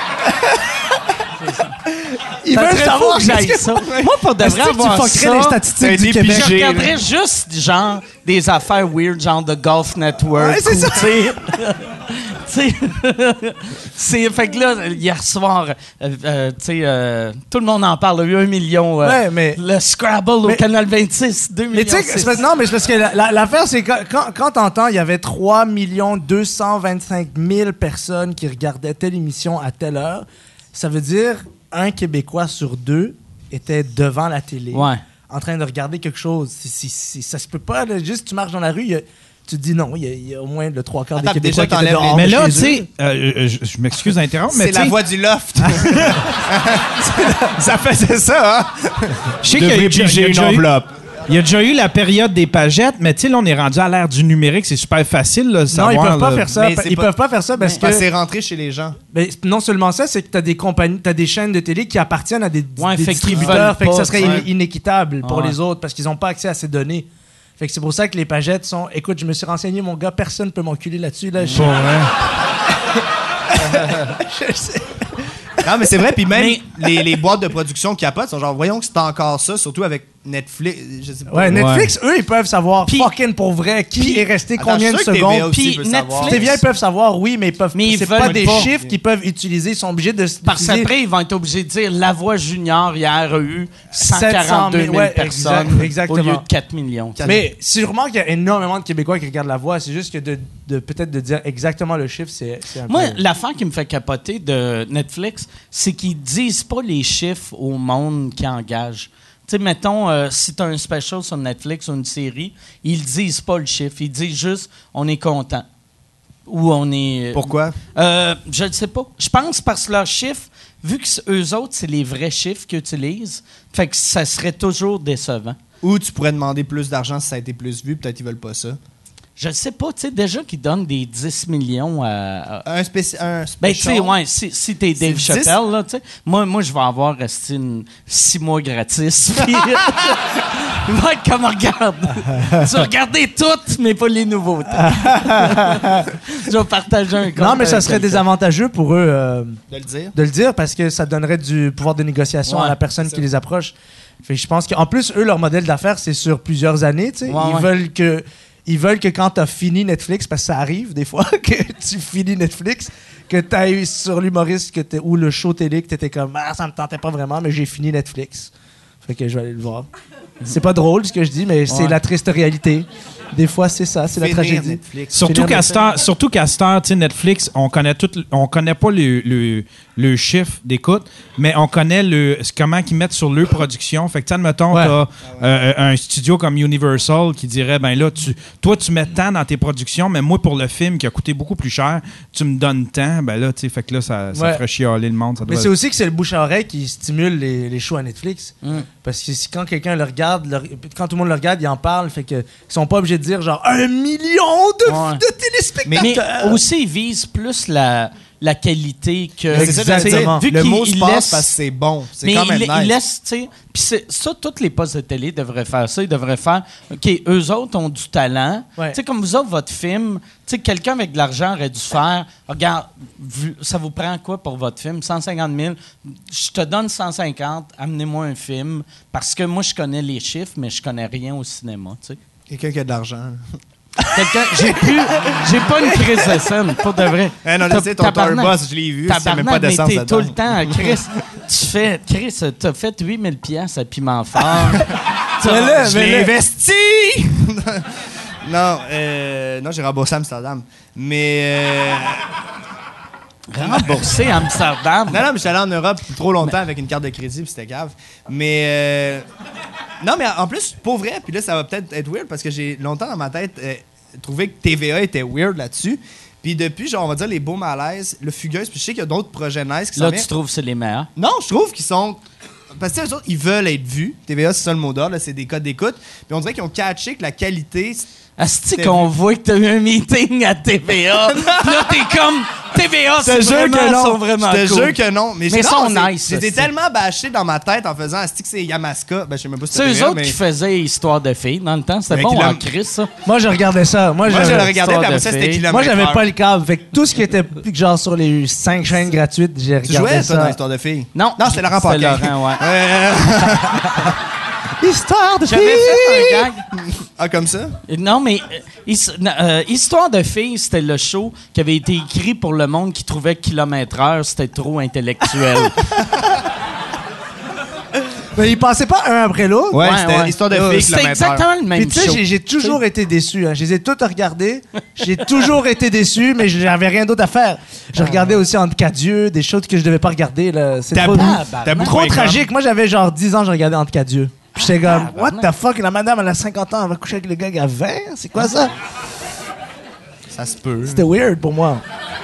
Ils Ça veulent serait savoir fou que j'aille qu'est-ce ça. Moi, pour de Est-ce vrai que tu avoir fuckerais ça... les statistiques t'as du été Québec? Je pigé, regarderais juste, genre, des affaires weird, genre de Golf Network. Ouais, c'est ou, ça. tu sais, c'est fait que là, hier soir, tu sais, tout le monde en parle. Il y a eu 1 million. Ouais, mais- Le Scrabble au Mais- Canal 26, 2 millions. Mais tu sais, c'est parce- non, mais c'est parce que l'affaire, c'est que quand t'entends, il y avait 3 225 000 personnes qui regardaient telle émission à telle heure, ça veut dire un Québécois sur 2 était devant la télé, Ouais. en train de regarder quelque chose. Ça se peut pas, là, juste tu marches dans la rue, tu te dis non, il y a au moins le 3/4 des Attends, Québécois déjà, qui étaient t'enlèves dehors Mais de là, chez tu sais, eux. je m'excuse d'interrompre, mais C'est tu la sais, voix du loft. Ça faisait ça, hein? je sais qu'il y a il y a déjà eu la période des pagettes, mais tu sais, là, on est rendu à l'ère du numérique, c'est super facile là, de Non, savoir. ils peuvent pas là. faire ça. Mais c'est Ils pas- peuvent pas faire ça parce que C'est rentré chez les gens. ben, non seulement ça, c'est que t'as des compagnies, t'as des chaînes de télé qui appartiennent à des Ouais, des fait qu'ils distributeurs, veulent fait que pas, ça serait ouais. inéquitable pour Ouais. les autres parce qu'ils n'ont pas accès à ces données. Fait que c'est pour ça que les pagettes sont. Écoute, je me suis renseigné, mon gars, personne peut m'enculer là-dessus. Là, Pour vrai. je sais. Non, mais c'est vrai, puis même... les boîtes de production qui capotent sont genre, voyons que c'est encore ça, surtout avec Netflix. Je sais pas. Ouais, Netflix, eux, ils peuvent savoir fucking pour vrai qui est resté combien de secondes. Puis Netflix, TVA, ils peuvent savoir, oui, mais c'est ils pas veulent des pas. chiffres qu'ils peuvent utiliser. Ils sont obligés de... Parce qu'après, ils vont être obligés de dire La Voix Junior, hier, a eu 142 000 personnes exactement. au lieu de 4 millions. Mais sûrement qu'il y a énormément de Québécois qui regardent La Voix. C'est juste que de peut-être de dire exactement le chiffre, c'est un Moi, peu... l'affaire qui me fait capoter de Netflix, c'est qu'ils disent pas les chiffres au monde qui engage. Tu sais, mettons, si tu as un special sur Netflix ou une série, ils disent pas le chiffre. Ils disent juste on est content. Ou on est. Pourquoi? Je ne sais pas. Je pense parce que leurs chiffres, vu que eux autres, c'est les vrais chiffres qu'ils utilisent, fait que ça serait toujours décevant. Ou tu pourrais demander plus d'argent si ça a été plus vu, peut-être qu'ils veulent pas ça. Je sais pas, tu sais, déjà qu'ils donnent des 10 millions à Un spécial. ben, tu sais, ouais, si t'es Dave C'est Chappelle, là, tu sais, moi, je vais avoir resté 6 mois gratis. Puis, il va être comme, regarde, tu vas regarder toutes, mais pas les nouveautés. Je vais partager un compte. Non, mais ça avec serait quelqu'un. désavantageux pour eux De le dire. de le dire parce que ça donnerait du pouvoir de négociation Ouais, à la personne qui les approche. Fait que je pense qu'en plus, eux, leur modèle d'affaires, c'est sur plusieurs années. Tu sais. Ouais, Ils veulent que quand tu as fini Netflix, parce que ça arrive des fois que tu finis Netflix, que tu ailles sur l'humoriste ou le show télé, que tu étais comme ça me tentait pas vraiment, mais j'ai fini Netflix. Fait que je vais aller le voir. C'est pas drôle ce que je dis, mais c'est la triste réalité. Des fois, c'est ça, c'est la Finir tragédie. Netflix. Surtout qu'à cette heure, tu sais, Netflix, on connaît pas le chiffre d'écoute, mais on connaît comment ils mettent sur leur production. Fait que, tu sais, admettons, t'as un studio comme Universal qui dirait, ben là, toi, tu mets tant dans tes productions, mais moi, pour le film qui a coûté beaucoup plus cher, tu me donnes tant. Ben là, tu sais, fait que là, ça ferait chialer le monde. Ça Mais doit- c'est aussi que c'est le bouche à oreille qui stimule les shows à Netflix. Parce que quand quelqu'un le regarde, quand tout le monde le regarde, il en parle. Fait que ils sont pas obligés de dire genre 1 million de téléspectateurs. Mais aussi, ils visent plus la qualité que. Mais c'est ça, Exactement. Vu le qu'ils- mot se ils passe laissent- parce que c'est bon. C'est Mais quand même ils nice. laissent, tu sais. Puis ça, tous les postes de télé devraient faire ça. Ils devraient faire, OK, eux autres ont du talent. Ouais. Tu sais, comme vous autres, votre film, tu sais, quelqu'un avec de l'argent aurait dû faire, regarde, ça vous prend quoi pour votre film? 150 000. Je te donne 150, amenez-moi un film. Parce que moi, je connais les chiffres, mais je connais rien au cinéma, tu sais. Quelqu'un qui a de l'argent. J'ai pas une crise de scène, pour de vrai. Eh non, là, tu sais, ton Tourbus, je l'ai vu, c'est même pas mais d'essence t'es dedans. tout le temps, Chris, t'as fait 8000 piastres à Piment Fort. Je l'ai investi! Non, j'ai remboursé Amsterdam. Mais... Remboursé à Amsterdam. Non, mais je suis allé en Europe trop longtemps avec une carte de crédit, puis c'était grave. Mais... Non, mais en plus, pour vrai, puis là, ça va peut-être être weird, parce que j'ai longtemps dans ma tête trouvé que TVA était weird là-dessus. Puis depuis, genre, on va dire les beaux malaises, le Fugueuse, puis je sais qu'il y a d'autres projets nice qui Là, s'en tu viennent. trouves que c'est les meilleurs? Non, je trouve qu'ils sont... Parce que eux autres, ils veulent être vus. TVA, c'est ça le mot d'ordre, là, c'est des codes d'écoute. Puis on dirait qu'ils ont catché que la qualité... Asti qu'on voit que t'as eu un meeting à TVA. Puis là, t'es comme... TVA, c'est vraiment, sont vraiment Je te cool. jure que non. Mais Mais non, sont c'est- nice, J'étais ça, tellement bâché dans ma tête en faisant Asti que c'est Yamaska. Ben, je sais même pas si C'est c'était eux vrai, autres mais... qui faisaient Histoire de filles dans le temps. C'était Mais bon en kilomètre- Chris, ça. Moi, je regardais ça. Moi, Moi, je le regardais, puis Histoire après de ça, c'était filles. kilomètre. Moi, j'avais heure. pas le câble. Fait que tout ce qui était genre sur les 5 chaînes gratuites, j'ai Tu regardé jouais, toi, dans ça. l'histoire de filles? Non. Non, c'était Laurent C'était Paquin. Laurent, ouais. Histoire de J'avais fait un gag. Ah, comme ça? Non, mais Histoire de filles, c'était le show qui avait été écrit pour le monde qui trouvait que kilomètre-heure, c'était trop intellectuel. Mais ils passaient pas un après l'autre. Ouais, c'était Histoire de filles, C'était kilomètre heure. exactement le même Puis tu show. sais, j'ai toujours été déçu. Hein. Je les ai toutes regardées. J'ai toujours été déçu, mais j'avais rien d'autre à faire. Je regardais aussi Entre quatre dieux, des choses que je devais pas regarder. Là. C'est trop, Tabou. trop tragique. Moi, j'avais genre 10 ans, je regardais Entre quatre dieux. Puis j'étais comme, what the fuck, la madame, elle a 50 ans, elle va coucher avec le gars qui a 20? C'est quoi ça? Ça se peut. C'était weird pour moi.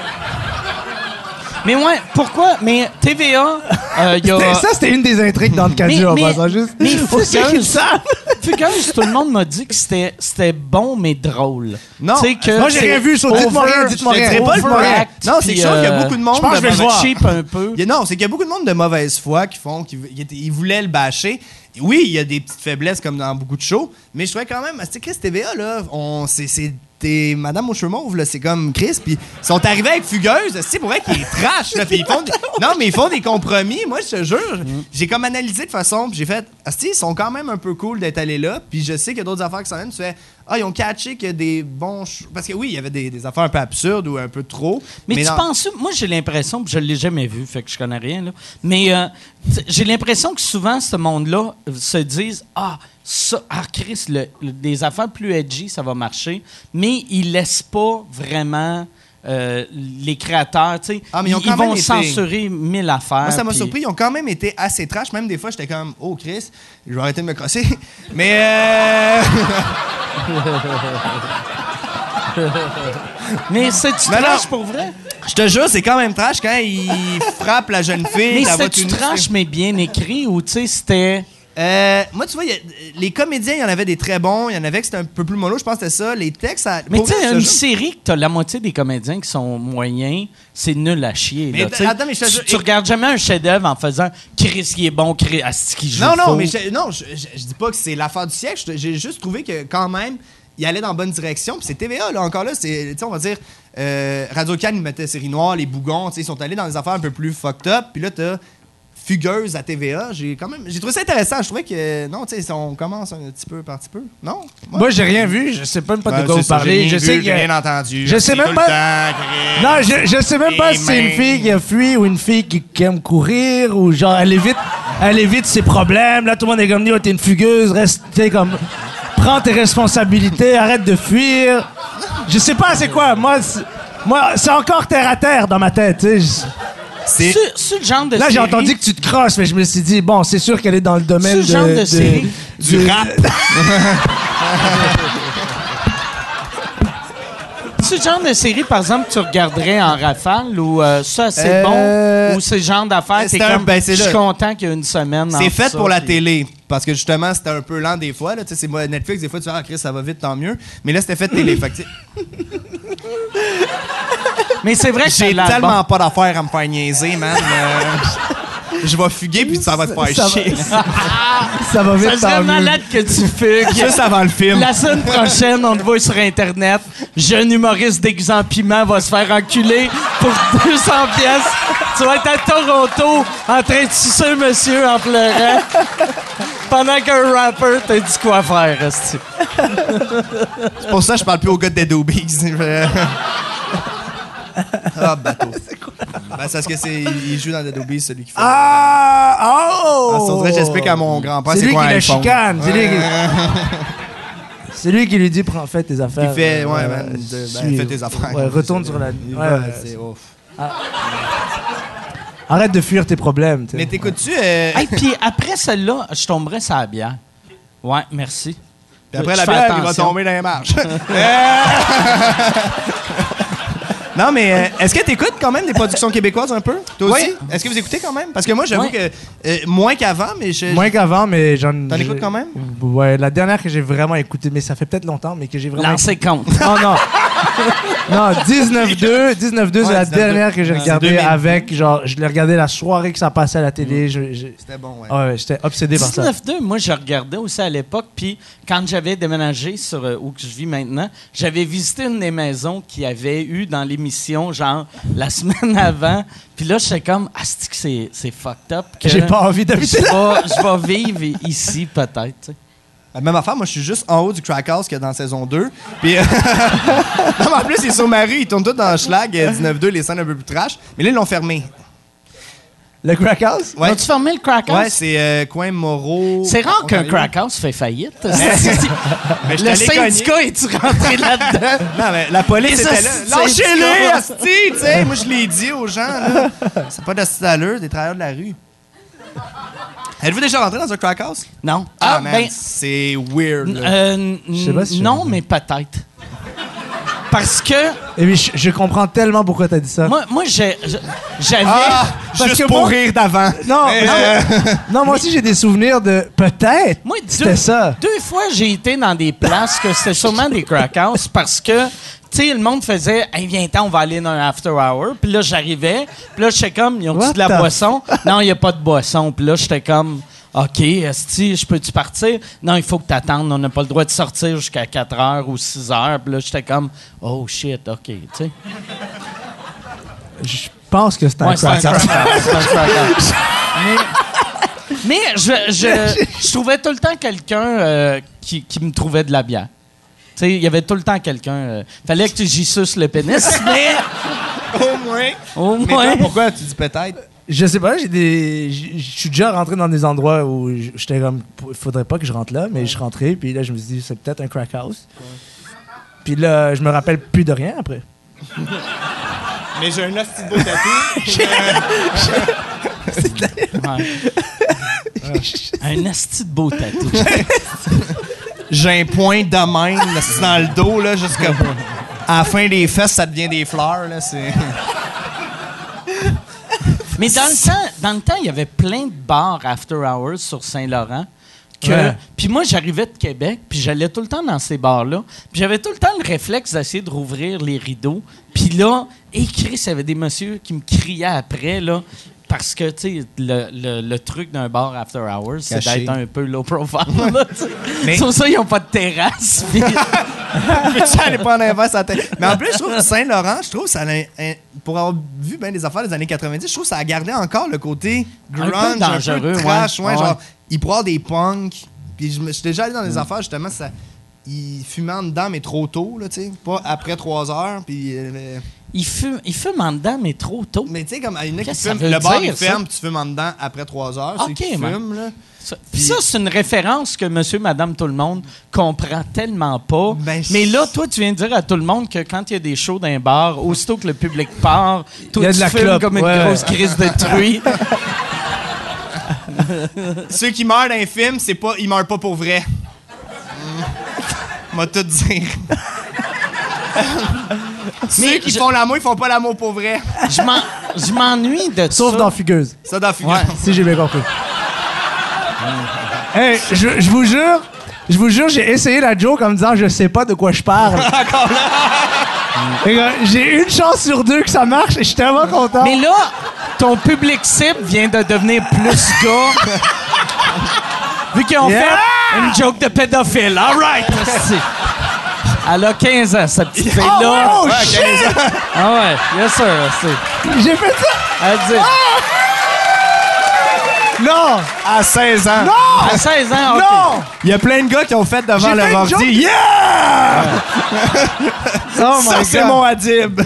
Mais ouais, pourquoi? Mais TVA, il y a... Ça, c'était une des intrigues dans le quatre dieux, en passant juste. mais Faut ceux qui le savent. Fugueuse, tout le monde m'a dit que c'était bon, mais drôle. Non. Tu sais que Moi, j'ai c'est rien vu, so dites-moi rien, dites-moi Je te rien. dirais pas le overact, moyen. Non, c'est puis, sûr qu'il y a beaucoup de monde. je pense que je vais le voir. cheap un peu. Non, c'est qu'il y a beaucoup de monde de mauvaise foi ils voulaient le bâcher. Oui, il y a des petites faiblesses comme dans beaucoup de shows, mais je trouvais quand même, tu sais, Chris TVA, là, c'est t'es Madame aux cheveux mauves, là, c'est comme Chris, puis ils sont arrivés avec Fugueuse, c'est pour vrai qu'il est trash, là, puis ils font des compromis, moi, je te jure, j'ai comme analysé de façon, puis j'ai fait, asti, ils sont quand même un peu cool d'être allés là, puis je sais qu'il y a d'autres affaires qui s'en viennent, tu fais, ils ont catché qu'il y a des bons... Parce que oui, il y avait des affaires un peu absurdes ou un peu trop, mais tu penses... Moi, j'ai l'impression, puis je l'ai jamais vu, fait que je connais rien, là, mais j'ai l'impression que souvent, ce monde-là se disent, Chris, des affaires plus edgy, ça va marcher, mais ils laissent pas vraiment les créateurs, tu sais. Ils vont censurer 1000 affaires. Moi, ça m'a surpris. Ils ont quand même été assez trash. Même des fois, j'étais comme, oh, Chris, je vais arrêter de me crosser. Mais. Mais c'est-tu trash pour vrai? Je te jure, c'est quand même trash quand ils frappent la jeune fille. Mais c'est-tu trash, mais bien écrit, ou tu sais, c'était... Moi, tu vois, les comédiens, il y en avait des très bons. Il y en avait que c'était un peu plus mollo. Je pense que c'était ça. Les textes... Mais tu sais, une série que t'as la moitié des comédiens qui sont moyens, c'est nul à chier. Mais là, attends, mais tu regardes jamais un chef-d'œuvre en faisant « Chris, il est bon, Chris, asti qui joue Non, faux. mais je dis pas que c'est l'affaire du siècle. J'ai juste trouvé que, quand même, il allait dans la bonne direction. Puis c'est TVA, là, encore là. C'est, on va dire... Radio-Can, ils mettaient Série Noire, les Bougons. Ils sont allés dans des affaires un peu plus fucked up. Puis là, t'as... Fugueuse à TVA, j'ai trouvé ça intéressant. Je trouvais que, non, tu sais, on commence un petit peu par petit peu. Non? Moi, j'ai rien vu. Je sais même pas de quoi vous parlez. J'ai rien entendu. Je sais même pas. Non, je sais même pas si c'est une fille qui a fui ou une fille qui aime courir ou genre, elle évite ses problèmes. Là, tout le monde est comme, t'es une fugueuse, reste, comme, prends tes responsabilités, arrête de fuir. Je sais pas c'est quoi. Moi, c'est encore terre à terre dans ma tête, tu sais. C'est le genre de Là, j'ai entendu que tu te crosses, mais je me suis dit, bon, c'est sûr qu'elle est dans le domaine du série. Du rap. C'est le genre de série, par exemple, que tu regarderais en rafale ou ça, c'est bon? Ou c'est le genre d'affaires, t'es comme, je suis content qu'il y a une semaine. C'est fait pour la télé. Parce que justement, c'était un peu lent des fois. Là. C'est Netflix, des fois, tu dis, Chris, ça va vite, tant mieux. Mais là, c'était fait télé. Fait que, mais c'est vrai que j'ai tellement pas d'affaires à me faire niaiser, man. Je vais fuguer, puis ça va te faire chier. Ça va vite, ça serait malade que tu fugues. Juste avant le film. La semaine prochaine, on te voit sur Internet. Jeune humoriste déguisé en piment va se faire enculer pour 200 pièces. Tu vas être à Toronto en train de sucer un monsieur en pleurant. Pendant qu'un rapper t'a dit quoi faire, esti. C'est pour ça que je parle plus au gars de Dead Obies. Ah, bateau. C'est quoi? Ben, c'est parce que il joue dans Dead Obies, celui qui fait. Oh! J'explique à mon grand-père c'est quoi lui qui un la iPhone. chicane. C'est lui qui lui dit prends, fais tes affaires. Il fait, fais tes affaires. Ouais, retourne sur la. C'est ouf. Arrête de fuir tes problèmes. T'sais. Mais t'écoutes-tu. Hey, puis après celle-là, je tomberais sur la bière. Ouais, merci. Puis après la bière, il va tomber dans les marches. Non, mais est-ce que tu écoutes quand même des productions québécoises un peu? Toi aussi? Oui. Est-ce que vous écoutez quand même? Parce que moi, j'avoue que moins qu'avant, mais Moins qu'avant, mais T'en écoutes quand même? Ouais, la dernière que j'ai vraiment écoutée, mais ça fait peut-être longtemps, mais que j'ai vraiment. Lancé compte. Non. Non, 19-2, c'est la dernière que j'ai regardée avec. Genre, je l'ai regardée la soirée que ça passait à la télé. C'était bon, ouais. Ouais, j'étais obsédé par ça. 19-2, moi, je regardais aussi à l'époque. Puis quand j'avais déménagé sur où que je vis maintenant, j'avais visité une des maisons qu'il y avait eu dans l'émission, genre, la semaine avant. Puis là, j'étais comme, c'est que c'est fucked up. J'ai pas envie d'habiter là. Je vais vivre ici, peut-être, tu sais. La même affaire, moi je suis juste en haut du Crack House qu'il y a dans saison 2. Puis non, mais en plus, c'est sur ma rue, ils tournent tous dans le schlag 19-2, les scènes un peu plus trash. Mais là, ils l'ont fermé. Le Crack House? Ouais. As-tu fermé le Crack House? Ouais, c'est coin Moreau. C'est rare qu'un Crack House fait faillite. Mais le syndicat, es-tu rentré là-dedans? Non, mais la police était là. Lâchez-les, syndicats. asti! Tu sais, moi je l'ai dit aux gens, là. C'est pas d'asti d'allure, des travailleurs de la rue. Êtes-vous déjà rentré dans un Crack House? Non. Ah, man, c'est weird. Je sais pas si non, mais peut-être. Parce que... Eh bien, je comprends tellement pourquoi t'as dit ça. Moi j'avais... Juste que pour moi- rire d'avant. Non, non, moi aussi j'ai des souvenirs de peut-être. Moi, C'était ça. 2 fois, j'ai été dans des places que c'était sûrement des crack house parce que, tu sais, le monde faisait « Hey, viens-t'en, on va aller dans un after hour. » Puis là, j'arrivais. Puis là, j'étais comme « Ils ont-tu de la What the boisson? » Non, il n'y a pas de boisson. Puis là, j'étais comme... OK, esti, je peux-tu partir? Non, il faut que t'attendes. On n'a pas le droit de sortir jusqu'à 4 heures ou 6 heures. Puis là, j'étais comme, oh shit, OK, tu sais. Je pense que c'est un Ouais, c'est un crack-house. crack-house. Mais je trouvais tout le temps quelqu'un qui me trouvait de la bière. Tu sais, il y avait tout le temps quelqu'un. Fallait que j'y suce le pénis, mais. Au Mais moins. toi, pourquoi tu dis peut-être? Je sais pas, je suis déjà rentré dans des endroits où j'étais comme, il faudrait pas que je rentre là, mais je suis rentré, puis là, je me suis dit, c'est peut-être un crack house. Puis là, je me rappelle plus de rien après. Mais j'ai un hostie de beau tatou. Ouais. Un asti de beau tatou. J'ai un point de même, là, c'est dans le dos, là, jusqu'à à la fin des fesses, ça devient des fleurs, là, c'est... Mais dans le temps, il y avait plein de bars after hours sur Saint-Laurent. Ouais. Puis moi, j'arrivais de Québec, puis j'allais tout le temps dans ces bars-là. Puis j'avais tout le temps le réflexe d'essayer de rouvrir les rideaux. Puis là, Chris, il y avait des messieurs qui me criaient après, là. Parce que, tu sais, le truc d'un bar after hours, c'est Caché. d'être un peu low profile. Là, Mais- sur ça, ils n'ont pas de terrasse. Puis- Peux-tu aller prendre un verre sur la tête? Mais en plus, je trouve que Saint-Laurent, je trouve ça pour avoir vu bien des affaires des années 90, je trouve que ça a gardé encore le côté grunge, Un peu dangereux, trash, ouais. genre, il pourrait avoir des punks. Puis je suis déjà allé dans des affaires, justement, ça, il fumait en dedans, mais trop tôt, là, tu sais, pas après 3 heures, puis... il fume en dedans, mais trop tôt. mais tu sais, comme il y en a qui Qu'est-ce que ça fument, veut le bar, dire, il ça? ferme, puis tu fumes en dedans après 3 heures, c'est Ok, qu'il man. fume, là. Ça, c'est une référence que monsieur, madame, tout le monde comprend tellement pas. Ben, mais là, toi, tu viens de dire à tout le monde que quand il y a des shows dans un bar, aussitôt que le public part, toi, Il y a tu de la filmes clope, comme une ouais. grosse crise de truie. Ceux qui meurent dans les films, c'est pas, ils meurent pas pour vrai. M'a tout dire. Ceux Mais qui je- font l'amour, ils font pas l'amour pour vrai. Je m'ennuie de Sauf ça. dans Fugueuse, Ça dans la figure. Ouais. si j'ai bien compris. Hey, je vous jure, j'ai essayé la joke en me disant je sais pas de quoi je parle. Et, j'ai une chance sur 2 que ça marche et je suis tellement content. Mais là, ton public cible vient de devenir plus gars. Vu qu'ils ont Yeah! fait une joke de pédophile. All right. esti. Elle a 15 ans, cette petite fille-là. Oh, shit! Ah ouais, yes sir. esti. J'ai fait ça! Elle dit, Non! À 16 ans. Non! à 16 ans, OK. Non! Il y a plein de gars qui ont fait devant J'ai fait leur une ordi. joke. Yeah! Oh Ça, my c'est God. mon adib.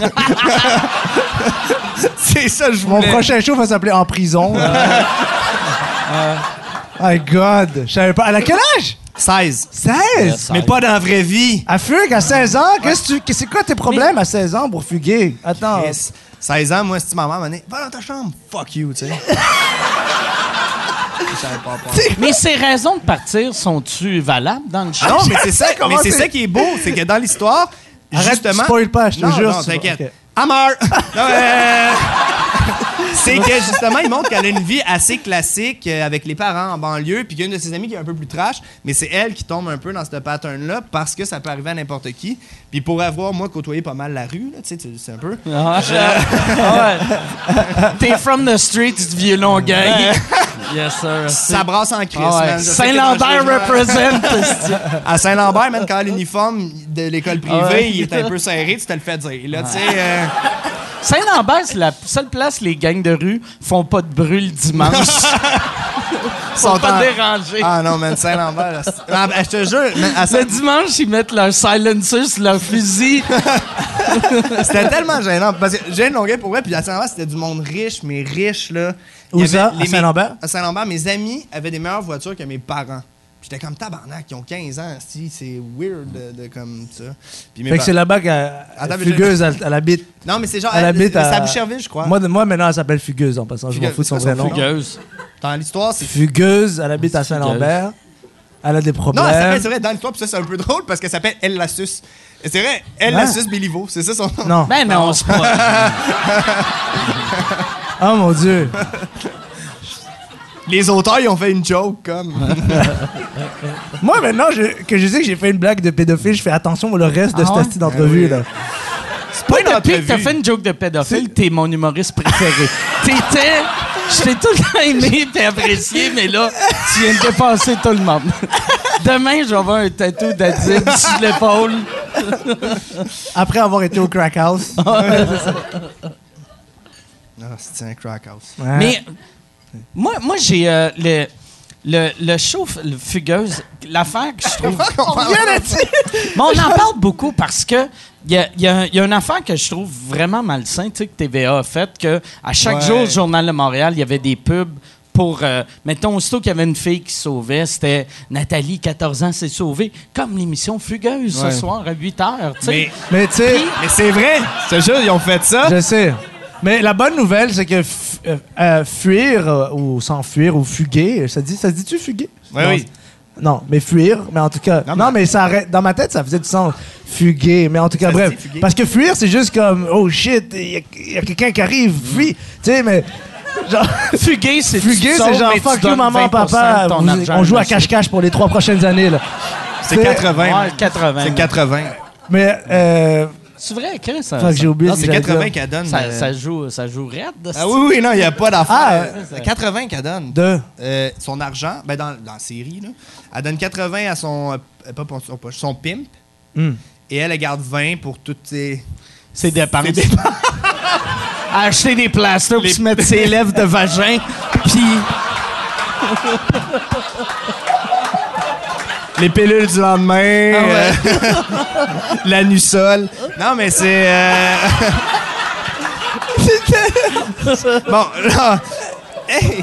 C'est ça que je Mon voulais. prochain show va s'appeler En prison. My God! Je savais pas. Elle a quel âge? 16. 16! Yes. Mais pas dans la vraie vie. À fugue à 16 ans? C'est quoi tes problèmes à 16 ans pour fuguer? Attends. Yes. 16 ans, moi, si ma mère m'a dit, va dans ta chambre. Fuck you, tu sais. Je savais pas. Mais ces raisons de partir sont-tu valables dans le show? Non, mais c'est ça, comment mais c'est c'est- ça qui est beau, c'est que dans l'histoire, Arrête, justement. spoil pas, je te non, jure. Non, tu vas- t'inquiète. ok. Amar! Non, c'est que justement, il montre qu'elle a une vie assez classique avec les parents en banlieue, puis qu'il y a une de ses amies qui est un peu plus trash, mais c'est elle qui tombe un peu dans ce pattern-là parce que ça peut arriver à n'importe qui. Puis pour avoir, moi, côtoyé pas mal la rue, là, tu sais, c'est un peu. Ah ouais. T'es from the streets du vieux Longueuil. Yes, sir. Ça brasse en crise, Ah ouais. man. Je sais que Saint-Lambert dans le jugement- represent. esti. À Saint-Lambert, même quand l'uniforme de l'école privée, Ah ouais. il est un peu serré, tu te le fais dire. Là, tu sais, Saint-Lambert, c'est la seule place où les gangs de rue font pas de bruit le dimanche. Sont pas en- dérangés. Ah non, man, Saint-Lambert. Ah, ben, je te jure, man, à Le Saint- dimanche, ils mettent leur silencer sur leur fusil. c'était tellement gênant. Parce que j'ai une Longueuil pour vrai, puis à Saint-Lambert, c'était du monde riche, mais riche, là. Où Il y ça? avait À Saint-Lambert? À Saint-Lambert, mes amis avaient des meilleures voitures que mes parents. J'étais comme tabarnak, ils ont 15 ans, si, c'est weird de comme ça. Puis mes Fait que c'est pa- là-bas Attends, mais Fugueuse, elle habite. Non, mais c'est genre, Elle habite c'est à à Boucherville, je crois. Moi, maintenant, elle s'appelle Fugueuse en passant. Je m'en Fugueuse, fous de son c'est quoi vrai son nom. Fugueuse. Dans l'histoire, c'est. Fugueuse, elle habite à Saint-Lambert. Elle a des Non, problèmes. elle s'appelle, c'est vrai, dans l'histoire, puis ça, c'est un peu drôle parce qu'elle s'appelle Elle la suce. Et c'est vrai, Elle la suce Béliveau, c'est ça son nom. Non. Ben non, c'est pas. Oh mon Dieu. Les auteurs, ils ont fait une joke comme. Moi, maintenant que je sais que j'ai fait une blague de pédophile, je fais attention pour le reste de Ah cette ouais? petite d'entrevue. Là. C'est pas une Depuis que entrevue. t'as fait une joke de pédophile, t'es mon humoriste préféré. T'étais Je t'ai tout le temps aimé et apprécié, mais là, tu viens de dépasser tout le monde. Demain, je vais avoir un tatou d'Adib sur l'épaule. Après avoir été au Crack House. Ah, c'est un crack house. Ouais. Mais moi j'ai le show le Fugueuse, l'affaire que je trouve... Mais on en parle beaucoup parce que il y a une affaire que je trouve vraiment malsaine, tu sais, que TVA a fait, que à chaque jour, le Journal de Montréal, il y avait des pubs pour... mettons, aussitôt qu'il y avait une fille qui se sauvait, c'était Nathalie, 14 ans, s'est sauvée, comme l'émission Fugueuse ce soir à 8 h, tu sais. Mais tu sais, Mais c'est vrai! C'est juste, ils ont fait ça. je sais. Mais la bonne nouvelle, c'est que fuir ou s'enfuir ou fuguer, ça dit-tu fuguer? Oui, Non, oui. Non, mais fuir, mais en tout cas... Non, mais ça arrête... Dans ma tête, ça faisait du sens. Fuguer, mais en tout cas, Ça se bref. dit, fuguer. Parce que fuir, c'est juste comme... Oh shit, il y a quelqu'un qui arrive, fuis. Tu sais, mais... Genre... Fuguer, c'est Fuguer, c'est genre fuck you, maman, papa. On joue à cache-cache pour les 3 prochaines années, là. C'est 80. Ouais, 80. C'est 80. Mais... C'est vrai, Chris? fuck, j'ai oublié Non, ce c'est que j'allais 80 dire. qu'elle donne. Ça joue raide. Ah oui, oui, non, il n'y a pas d'affaire. Ah, C'est 80 qu'elle donne. De... Son argent, ben dans la série, là, elle donne 80 à son... pas pour son poche, son pimp. Hmm. Et elle garde 20 pour toutes ses... C'est dépenses. Acheter des plasters pour se mettre ses lèvres de vagin, puis... Les pilules du lendemain, la Nusol. Non, mais c'est... Bon, là... Hey!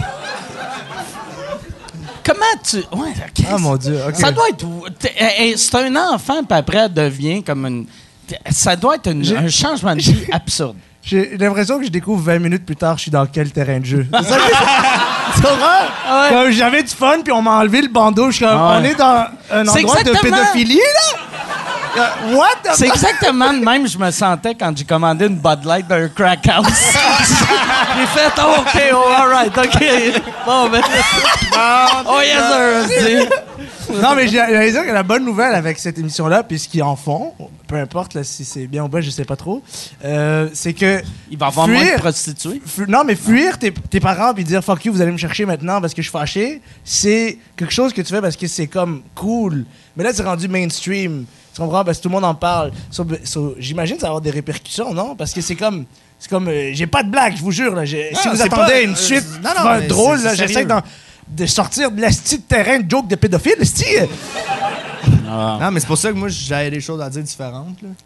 Comment tu... Ouais, ok. Ah, mon Dieu, OK. Ça doit être... C'est un enfant, puis après, elle devient comme une... Ça doit être un changement de vie absurde. J'ai l'impression que je découvre 20 minutes plus tard, je suis dans quel terrain de jeu. C'est ça que- tu comprends? Comme j'avais du fun, puis on m'a enlevé le bandeau. Je suis comme, on est dans un C'est endroit de exactement- pédophilie, là? What the C'est exactement de même que je me sentais quand j'ai commandé une Bud Light d'un crack house. J'ai fait « Oh, OK, oh, all right, OK. Bon, ben... Oh, yes, sir. Non, mais j'allais dire que la bonne nouvelle avec cette émission-là, puis ce qu'ils en font, peu importe là, si c'est bien ou pas, je sais pas trop, c'est que... Il va y avoir moins de prostituées. Non, mais fuir tes parents puis dire « Fuck you, vous allez me chercher maintenant parce que je suis fâché », c'est quelque chose que tu fais parce que c'est comme cool. Mais là, c'est rendu mainstream. Tu comprends? Parce que tout le monde en parle. J'imagine que ça va avoir des répercussions, non? Parce que c'est comme... j'ai pas de blague, je vous jure. Là. Si vous c'est attendez pas- une suite non, mais drôle, c'est là, j'essaie sérieux. de sortir de l'asti de terrain de joke de pédophile. asti. Non, mais c'est pour ça que moi, j'avais des choses à dire différentes. Là.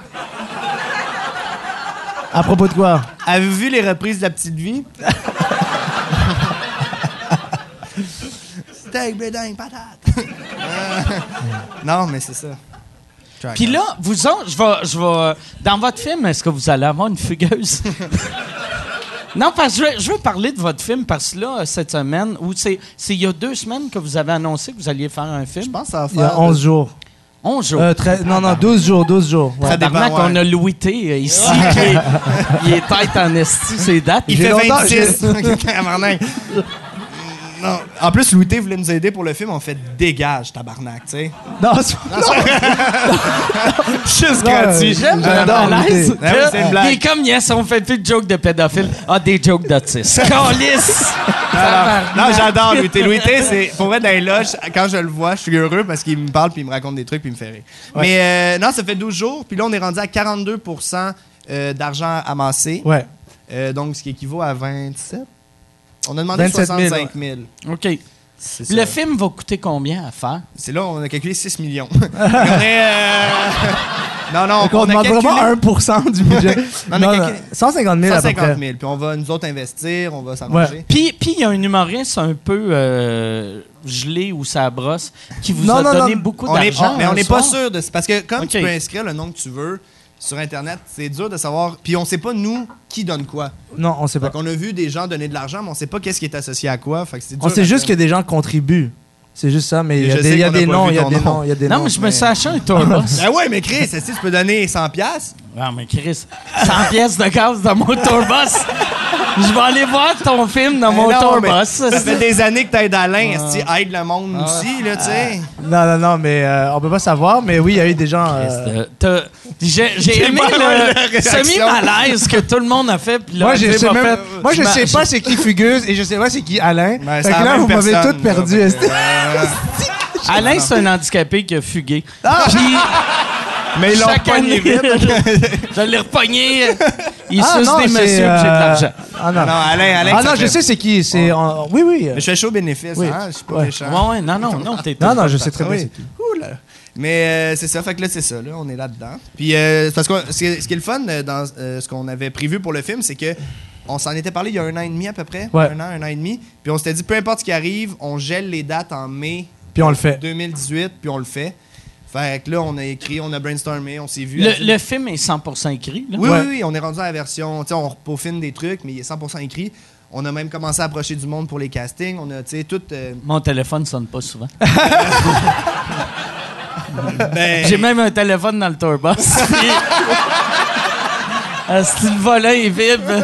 À propos de quoi? Avez-vous vu les reprises de La Petite Vie? Steak, blédin, patate. Non, mais c'est ça. Puis là, vous autres, je vais... Dans votre film, est-ce que vous allez avoir une fugueuse? Non, parce que je veux parler de votre film, parce que là, cette semaine, ou c'est il y a 2 semaines que vous avez annoncé que vous alliez faire un film? Je pense que ça va Il y a faire... 11 jours. 11 jours. Non, 12 jours. Ouais. Ça dépend, Tabarnak, ouais. on a Louis T ici, il est tête en esti, ses dates. Il J'ai fait longtemps- 26. Tabarnak. Non. En plus, Louis T voulait nous aider pour le film. On fait dégage, tabarnak, tu sais. Non, c'est Juste Non, gratuit. J'aime J'adore la malaise. Louis T. Ah oui, c'est une blague. Il est comme, yes, on fait plus de jokes de pédophiles. Ah, des jokes d'autistes. Calice! Non, j'adore Louis T. Louis T, c'est pour vrai dans les loges, quand je le vois, je suis heureux parce qu'il me parle puis il me raconte des trucs puis il me fait rire. Mais non, ça fait 12 jours, puis là on est rendu à 42% d'argent amassé. Ouais. Donc ce qui équivaut à 27. On a demandé 27 000, 65 000. OK. C'est ça. Le film va coûter combien à faire? C'est là, on a calculé 6 millions. On est, Non, Donc, on on a demande calculé vraiment 1% du budget. Non, Non, mais non, 150 000 à peu 150 près. 000. Puis on va nous autres investir, on va s'arranger. Puis il y a un humoriste un peu gelé ou ça brosse qui vous Non, a non, donné non. beaucoup Mais d'argent. on un n'est pas soir. sûr de... Parce que comme Ok. tu peux inscrire le nom que tu veux sur Internet, c'est dur de savoir... Puis on sait pas, nous, qui donne quoi. Non, on sait pas. Fait qu'on a vu des gens donner de l'argent, mais on sait pas qu'est-ce qui est associé à quoi. Fait que c'est dur On sait à juste que faire. des gens contribuent. C'est juste ça, mais il y a Je des, sais il y a qu'on a des pas noms, vu il y a ton des nom. noms, il y a des Non, noms. mais je me suis acheté un tourbus. Ah ouais, mais Chris, si tu peux donner 100$. Ah, mais Chris, 100 pièces de gaz dans mon tourbus. Je vais aller voir ton film dans mon Non, tour mais bus. Ça fait des années que t'aides Alain. Est-ce que tu aides le monde aussi, là, tu sais? Non, mais on peut pas savoir, mais oui, il y a eu des gens... J'ai aimé pas le réaction. semi-malaise que tout le monde a fait. Puis là, Moi, je André sais m'a même... fait- Moi, je sais je- pas c'est qui Fugueuse et je sais pas c'est qui Alain. Ben, Fait c'est que la là, même vous m'avez personne, toutes perdu. là. esti. Alain, c'est un handicapé qui a fugué. Puis, Mais ils l'ont chaque pogné année, vite. je l'ai repogné. Il Ah, suce non, des c'est, messieurs, puis j'ai de l'argent. Ah non, Non, Alain, ah, ça non fait- je sais c'est qui. C'est... Oui, oui. Mais je fais chaud bénéfice, Oui. hein? Je suis pas Ouais. méchant. Ouais, non, t'es Non, je sais très bien Oui. c'est qui. Ouh là. Mais c'est ça, fait que là, c'est ça, là, on est là-dedans. Puis, parce que ce qui est le fun dans ce qu'on avait prévu pour le film, c'est que on s'en était parlé il y a 1 an et demi à peu près. Ouais. 1 an et demi. Puis on s'était dit, peu importe ce qui arrive, on gèle les dates en mai Puis on le fait. 2018, puis on le fait. Fait que là, on a écrit, on a brainstormé, on s'est vu. Le film est 100% écrit. Là. Oui, Ouais. oui, on est rendu à la version, tu sais, on peaufine des trucs, mais il est 100% écrit. On a même commencé à approcher du monde pour les castings. On a, tu sais, tout... Mon téléphone sonne pas souvent. ben, J'ai même un téléphone dans le tour bus. Si le volant il vibre.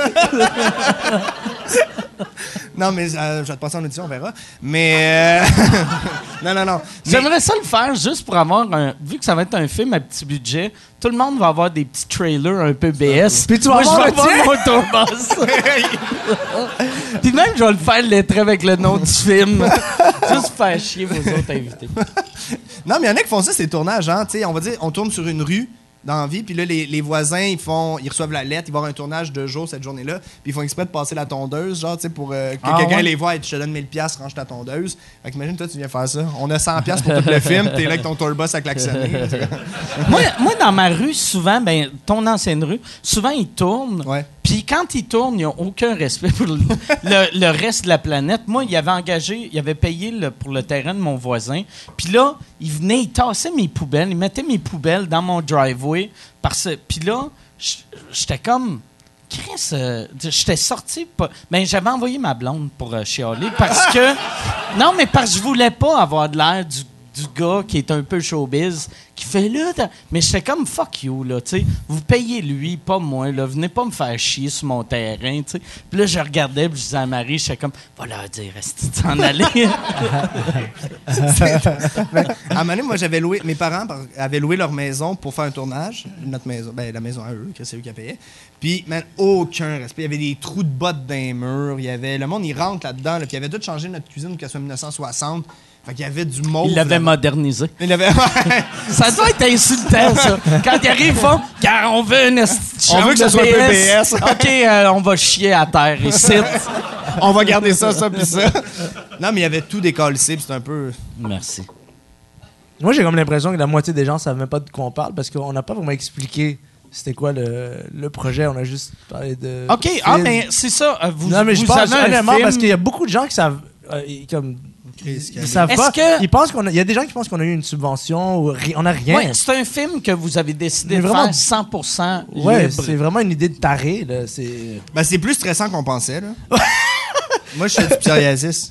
Non, mais je vais te passer en audition, on verra. Mais... non. Mais- J'aimerais ça le faire juste pour avoir un. Vu que ça va être un film à petit budget, tout le monde va avoir des petits trailers un peu BS. Puis tu vas Moi, je avoir vais le tien. avoir mon tour bus. Puis même, je vais le faire lettré avec le nom du film. Juste pour faire chier vos autres invités. Non, mais il y en a qui font ça, c'est tournage, hein. Tu sais, on va dire, on tourne sur une rue dans la vie, puis là, les voisins, ils reçoivent la lettre, ils vont avoir un tournage 2 jours cette journée-là, puis ils font exprès de passer la tondeuse, genre, tu sais, pour que Ah, quelqu'un ouais? les voit et je te donne 1000$, range ta tondeuse. Fait qu'imagine, toi, tu viens faire ça. On a 100$ pour tout le film, t'es là avec ton tour bus à klaxonner. moi, dans ma rue, souvent, ton ancienne rue, souvent, ils tournent. Ouais. Puis quand ils tournent, ils n'ont aucun respect pour le reste de la planète. Moi, il avait payé pour le terrain de mon voisin. Puis là, il venait, il tassait mes poubelles, il mettait mes poubelles dans mon driveway. Puis là, j'étais comme... Chris, j'étais sorti... j'avais envoyé ma blonde pour chialer parce que... Non, mais parce que je voulais pas avoir de l'air du gars qui est un peu showbiz, qui fait là... Mais j'étais comme, fuck you, là, tu sais. Vous payez lui, pas moi, là. Venez pas me faire chier sur mon terrain, tu sais. Puis là, je regardais, puis je disais à Marie, j'étais comme, va leur dire, reste t'en aller. À un moment donné, moi, j'avais loué... Mes parents avaient loué leur maison pour faire un tournage. Notre maison, la maison à eux, que c'est eux qui payaient. Puis, man, aucun respect. Il y avait des trous de bottes dans les murs. Il y avait... Le monde, il rentre là-dedans. Là, puis il avait tout changé notre cuisine pour qu'elle soit 1960. Fait qu'il y avait du mauve. Il l'avait là. modernisé. Il avait... Ça doit être insultant, ça. Quand ils arrivent, ils font, car on veut une On veut que ce soit un peu BS. OK, on va chier à terre ici. On va garder ça, puis ça. Non, mais il y avait tout décalissé, puis c'était un peu... Merci. Moi, j'ai comme l'impression que la moitié des gens ne savent même pas de quoi on parle parce qu'on n'a pas vraiment expliqué c'était quoi le projet. On a juste parlé de... OK, film. mais c'est ça. Non, mais je vous pense avez un honnêtement film... parce qu'il y a beaucoup de gens qui savent... Ils savent Est-ce pas. que- Ils pensent il y a des gens qui pensent qu'on a eu une subvention ou on n'a rien. Ouais, c'est un film que vous avez décidé Mais de vraiment- faire 100% Ouais, libre. c'est vraiment une idée de taré. Là. C'est... Ben, c'est plus stressant qu'on pensait, là. Moi, je fais du psoriasis.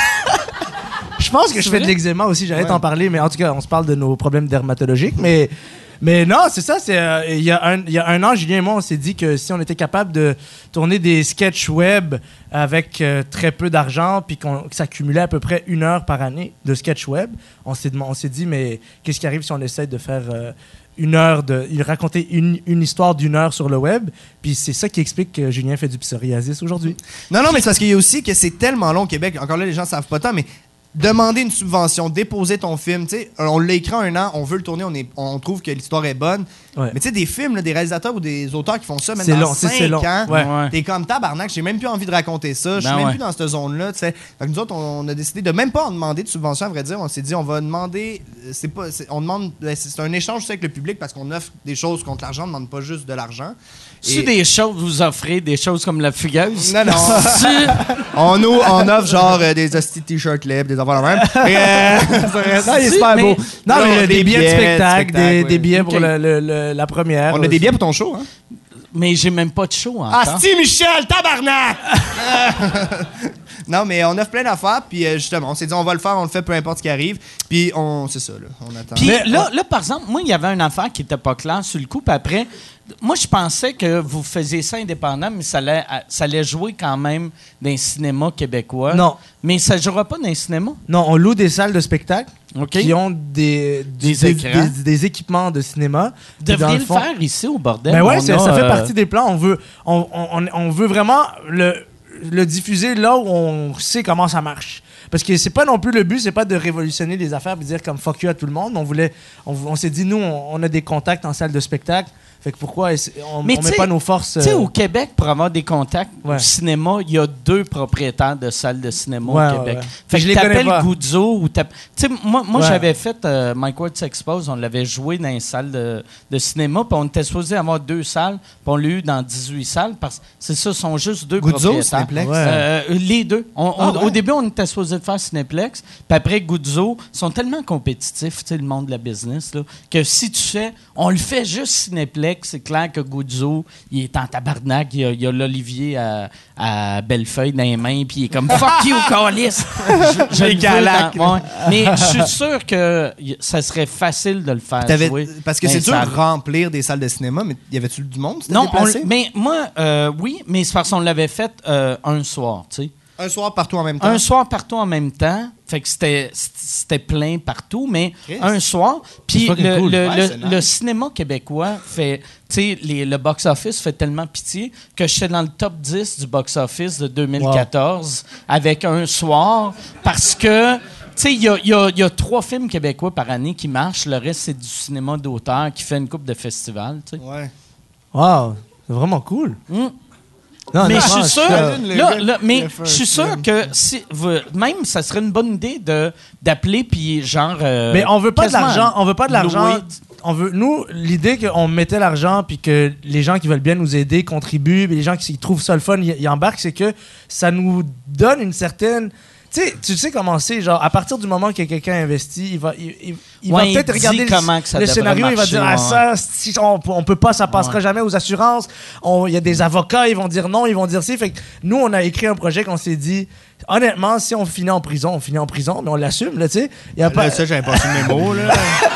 Je pense que je fais de l'eczéma aussi, j'allais t'en parler, mais en tout cas, on se parle de nos problèmes dermatologiques. Mais non, c'est ça. Il y a un an, Julien et moi, on s'est dit que si on était capable de tourner des sketchs web avec très peu d'argent, puis que ça cumulait à peu près 1 heure par année de sketch web, on s'est dit, mais qu'est-ce qui arrive si on essaie de faire 1 heure raconter une histoire d'1 heure sur le web? Puis c'est ça qui explique que Julien fait du psoriasis aujourd'hui. Non, mais c'est parce qu'il y a aussi que c'est tellement long au Québec. Encore là, les gens savent pas tant, mais demander une subvention, déposer ton film, tu sais, on l'a écrit en 1 an, on veut le tourner, on trouve que l'histoire est bonne. Ouais. Mais tu sais, des films, là, des réalisateurs ou des auteurs qui font ça, même C'est dans long, 5 c'est long. ans, Ouais. t'es comme tabarnak, j'ai même plus envie de raconter ça, je suis Ben même ouais. plus dans cette zone-là, tu sais. Fait que nous autres, on a décidé de même pas en demander de subvention, à vrai dire. On s'est dit, on va demander, c'est un échange aussi avec le public parce qu'on offre des choses contre l'argent, on ne demande pas juste de l'argent. C'est Et- des choses, vous offrez des choses comme la fugueuse. Non, non. on offre genre des hosties de t-shirts libres, des affaires de même. Et, non, il est super mais- beau. Non, mais il y a des billets de spectacle, ouais. des billets pour Ok. la première. On a des billets pour ton show, hein? Mais j'ai même pas de show encore. Asti Michel, tabarnak! Non, mais on offre plein d'affaires, puis justement, on s'est dit, on va le faire, on le fait, peu importe ce qui arrive. Puis c'est ça, là, on attend. Puis là, par exemple, moi, il y avait une affaire qui était pas claire sur le coup, puis après, moi, je pensais que vous faisiez ça indépendant, mais ça allait jouer quand même dans les cinémas québécois. Non. Mais ça ne jouera pas dans les cinémas? Non, on loue des salles de spectacle qui ont des équipements de cinéma. Vous devriez le faire ici, au bordel. Ben ouais, ça fait partie des plans. On veut vraiment le diffuser là où on sait comment ça marche. Parce que c'est pas non plus le but, c'est pas de révolutionner les affaires et dire comme fuck you à tout le monde. On s'est dit, nous, on a des contacts en salle de spectacle. Fait que pourquoi on met pas nos forces... Tu sais, au Québec, pour avoir des contacts au cinéma, il y a 2 propriétaires de salles de cinéma au Québec. Fait que je t'appelles Guzzo ou tu sais, moi j'avais fait Mike Ward s'expose, on l'avait joué dans une salle de cinéma, puis on était supposé avoir 2 salles, puis on l'a eu dans 18 salles, parce que c'est ça, sont juste 2 Guzzo, propriétaires. Cinéplex? Les 2. Au début, on était supposé de faire Cinéplex, puis après, Guzzo sont tellement compétitifs, tu sais, le monde de la business, là, que si tu fais, on le fait juste Cinéplex, c'est clair que Guzzo, il est en tabarnak. Il y a l'Olivier à Bellefeuille dans les mains, puis il est comme « Fuck you, câlisse! » Mais je suis sûr que ça serait facile de le faire jouer. Parce que c'est dur de remplir des salles de cinéma, mais y avait-tu du monde? Non, mais moi, oui, mais c'est parce qu'on l'avait fait un soir, tu sais. Un soir partout en même temps? Un soir partout en même temps. Fait que c'était plein partout, mais un soir. Puis le cinéma québécois fait... Tu sais, le box-office fait tellement pitié que j'étais dans le top 10 du box-office de 2014 avec un soir parce que... Tu sais, il y a 3 films québécois par année qui marchent. Le reste, c'est du cinéma d'auteur qui fait une coupe de festivals, tu sais. Ouais. Wow, c'est vraiment cool. Non, mais je suis sûr, je suis sûr que même ça serait une bonne idée d'appeler puis genre. Mais on veut pas de l'argent. On veut pas de l'argent. Nous, l'idée qu'on mettait l'argent puis que les gens qui veulent bien nous aider contribuent, puis les gens qui trouvent ça le fun, ils embarquent, c'est que ça nous donne une certaine. Tu sais comment c'est, genre, à partir du moment que quelqu'un investit, il va peut-être regarder le scénario, il va dire, ça, si on peut pas, ça passera jamais aux assurances. Il y a des avocats, ils vont dire non, ils vont dire si. Fait que nous, on a écrit un projet qu'on s'est dit, honnêtement, si on finit en prison, on finit en prison, mais on l'assume, là, tu sais. Ça, j'avais pas su mes mots, là.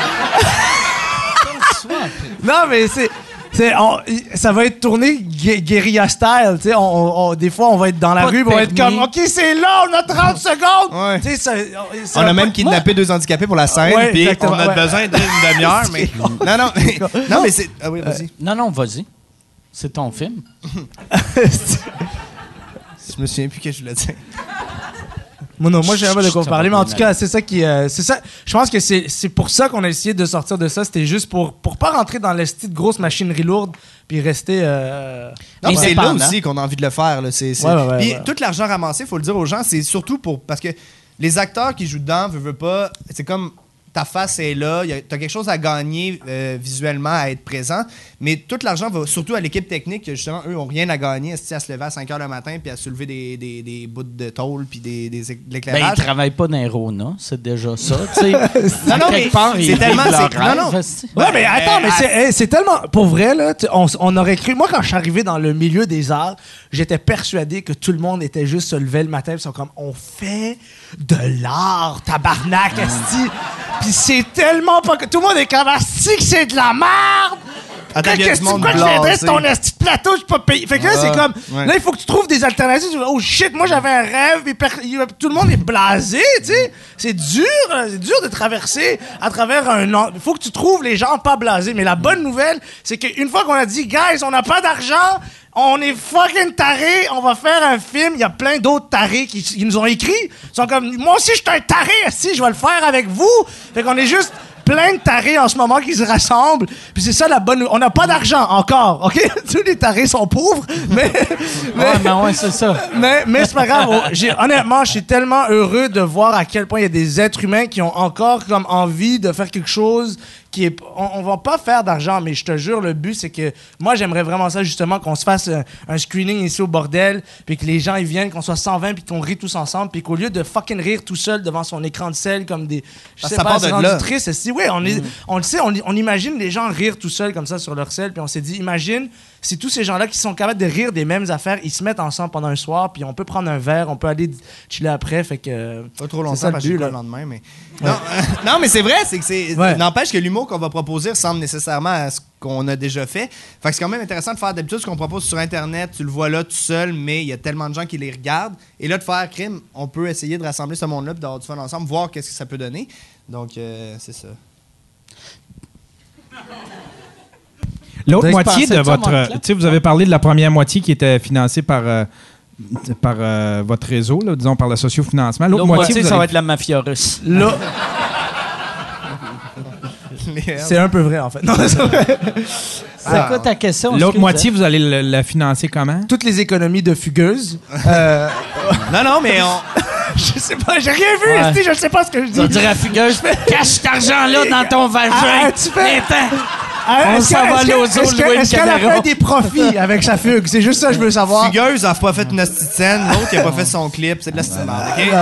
Non, mais ça va être tourné guérilla style, tu sais. Des fois, on va être dans la rue, on va être comme, OK, c'est là, on a 30 secondes. Tu sais, on a même kidnappé 2 handicapés pour la scène, puis on a besoin d'une demi-heure, mais... Non, mais c'est... Ah oui, vas-y. Non, vas-y. C'est ton film. Je me souviens plus que je voulais dire. Moi, je sais pas de quoi parler, mais en tout cas, c'est ça qui... c'est ça. Je pense que c'est pour ça qu'on a essayé de sortir de ça. C'était juste pour pas rentrer dans la petite grosse machinerie lourde puis rester... Non, mais c'est là aussi qu'on a envie de le faire. Là. Puis tout l'argent ramassé, il faut le dire aux gens, c'est surtout parce que les acteurs qui jouent dedans, veulent pas... C'est comme... Ta face est là, t'as quelque chose à gagner visuellement, à être présent, mais tout l'argent va surtout à l'équipe technique, que justement, eux, ont rien à gagner, à se lever à 5 h le matin, puis à soulever des bouts de tôle, puis de l'éclairage. Ben, ils travaillent pas dans les Rona, c'est déjà ça, tu sais. Non, mais c'est tellement... Non. Ouais, mais attends, mais c'est tellement... Pour vrai, là, on aurait cru... Moi, quand je suis arrivé dans le milieu des arts, j'étais persuadé que tout le monde était juste se lever le matin, ils sont comme, on fait de l'art, tabarnak, esti. Pis c'est tellement pas... Tout le monde est comme, asti que c'est de la merde! Attends, Qu'est-ce que je viendrais sur ton esti de plateau, je suis pas payé. Fait que là, c'est comme... Ouais. Là, il faut que tu trouves des alternatives. Oh shit, moi, j'avais un rêve, puis tout le monde est blasé, tu sais. C'est dur de traverser à travers un an. Il faut que tu trouves les gens pas blasés. Mais la bonne nouvelle, c'est qu'une fois qu'on a dit, guys, on n'a pas d'argent... On est fucking tarés, on va faire un film. Il y a plein d'autres tarés qui nous ont écrit. Ils sont comme, moi aussi, je suis un taré, si je vais le faire avec vous. Fait qu'on est juste plein de tarés en ce moment qui se rassemblent. Puis c'est ça la bonne... On n'a pas d'argent encore, OK? Tous les tarés sont pauvres, mais ouais, c'est ça. Mais c'est pas grave. Honnêtement, je suis tellement heureux de voir à quel point il y a des êtres humains qui ont encore comme envie de faire quelque chose on va pas faire d'argent, mais je te jure, le but, c'est que moi, j'aimerais vraiment ça, justement, qu'on se fasse un screening ici au bordel, puis que les gens, ils viennent, qu'on soit 120, puis qu'on rit tous ensemble, puis qu'au lieu de fucking rire tout seul devant son écran de sel, comme des... Je sais ça pas, part c'est de rendu là. triste. Oui, on le sait, on imagine les gens rire tout seuls, comme ça, sur leur sel, puis on s'est dit, imagine si tous ces gens-là qui sont capables de rire des mêmes affaires, ils se mettent ensemble pendant un soir, puis on peut prendre un verre, on peut aller chiller après, fait que... Pas trop c'est longtemps, ça le parce que but, j'ai pas là. le lendemain, mais... Non, mais c'est vrai, c'est que c'est... Ouais. N'empêche que l'humour qu'on va proposer ressemble nécessairement à ce qu'on a déjà fait. Fait que c'est quand même intéressant de faire d'habitude ce qu'on propose sur Internet, tu le vois là tout seul, mais il y a tellement de gens qui les regardent. Et là, de faire crime, on peut essayer de rassembler ce monde-là, puis d'avoir du fun ensemble, voir qu'est-ce que ça peut donner. Donc, c'est ça. L'autre Vous moitié pensez de ça, votre... Marc, Tu là? sais, vous avez parlé de la première moitié qui était financée par votre réseau, là, disons par le sociofinancement. L'autre moitié, vous ça va allez- être la mafia russe. Là, c'est un peu vrai, en fait. Non, c'est vrai. C'est quoi ta question? L'autre Excuse, moitié, vous allez la financer comment? Toutes les économies de Fugueuse. Non, mais on... Je sais pas, j'ai rien vu, Ouais. esti, je sais pas ce que je dis. On dirait à Fugueuse, cache cet argent-là dans ton vagin. Tu fais... Viens-t'en. Ah, On est-ce s'en que- va est-ce aller que- aux zoo est-ce que- louer une Est-ce qu'elle a caméra? fait des profits avec sa fugue? C'est juste ça que je veux savoir. Fugueuse n'a pas fait une hostie de scène, l'autre qui a pas fait son clip, c'est de la style merde, OK?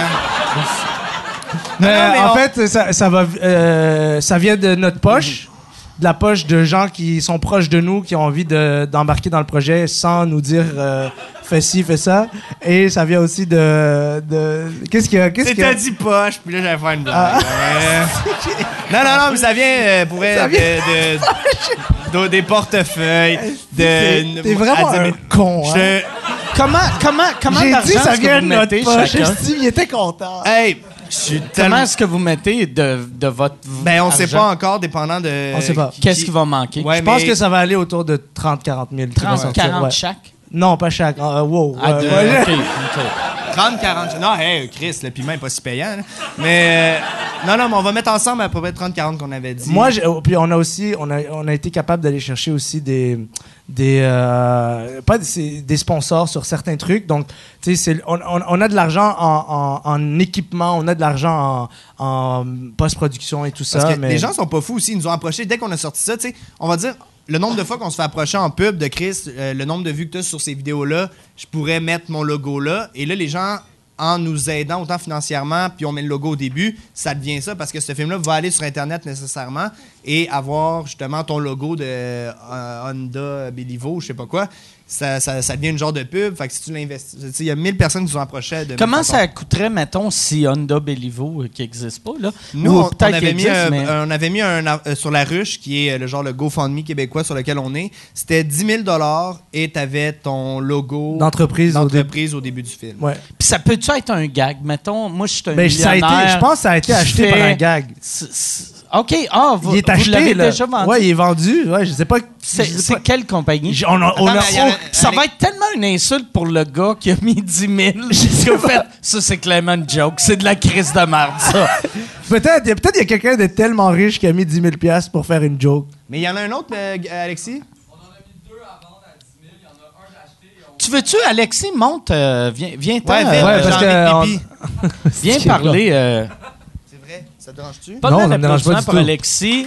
Mais, mais en on- fait, ça vient de notre poche, de la poche de gens qui sont proches de nous, qui ont envie d'embarquer dans le projet sans nous dire fais ci, fais ça. Et ça vient aussi de qu'est-ce qu'il y a? T'as dit poche, puis là, j'allais faire une blague. Non, mais ça vient pour Ça être des portefeuilles. T'es vraiment un con, hein? Comment J'ai d'argent dit ça est-ce que vient vous de notre mettez poche. chacun? Esti, il était content. Hey, je suis Comment tellement... est-ce que vous mettez de votre Ben, on sait argent? pas encore, dépendant de... On sait pas. Qu'est-ce qui va manquer? Ouais, Je pense mais- que ça va aller autour de 30-40 000. qui va 30, sortir, 40 ouais. chaque? Non, pas chaque. Wow. À deux, Ouais. OK. 30, 40... Non, hey, Chris, le piment est pas si payant. Là. Mais... non, mais on va mettre ensemble à peu près 30, 40 qu'on avait dit. Moi, puis on a été capable d'aller chercher aussi des sponsors sur certains trucs. Donc, tu sais, on a de l'argent en équipement, on a de l'argent en post-production et tout ça. Parce que mais les gens sont pas fous aussi. Ils nous ont approchés dès qu'on a sorti ça. Tu sais, on va dire, le nombre de fois qu'on se fait approcher en pub de Chris, le nombre de vues que tu as sur ces vidéos-là, je pourrais mettre mon logo là. Et là, les gens, en nous aidant autant financièrement, puis on met le logo au début, ça devient ça parce que ce film-là va aller sur Internet nécessairement et avoir justement ton logo de Honda Béliveau, je sais pas quoi. Ça devient une genre de pub. Fait que si tu l'investis, tu sais, il y a 1000 personnes qui nous approchaient de Comment mettre ça coûterait, mettons, si Honda Béliveau, qui n'existe pas, là? Nous, Ou on peut-être avait qu'il mis, existe, mais- on avait mis sur la ruche, qui est le genre le GoFundMe québécois sur lequel on est. C'était 10 000 et tu avais ton logo d'entreprise au début. au début du film. Ouais. Puis ça peut-tu être un gag? Mettons, moi, je suis un Ben, ça a été, millionnaire je pense que ça a été qui acheté par un gag. OK. Vous, Il est vous acheté, l'avez là. déjà vendu? Ouais, il est vendu. Ouais, je sais pas. C'est je sais c'est pas. quelle compagnie? On a Attends, mais il y avait- Ça va être tellement une insulte pour le gars qui a mis 10 000. Qu'en fait, ça, c'est clairement une joke. C'est de la crise de merde, ça. Peut-être il y a quelqu'un de tellement riche qui a mis 10 000 $ pour faire une joke. Mais il y en a un autre, Alexis? Tu veux-tu, Alexis, monte, viens Ouais, parce que pipi. viens parler. C'est vrai, ça te dérange-tu? Pas Non, mal ça me dérange pas d'applaudissements du pour tout. Alexis.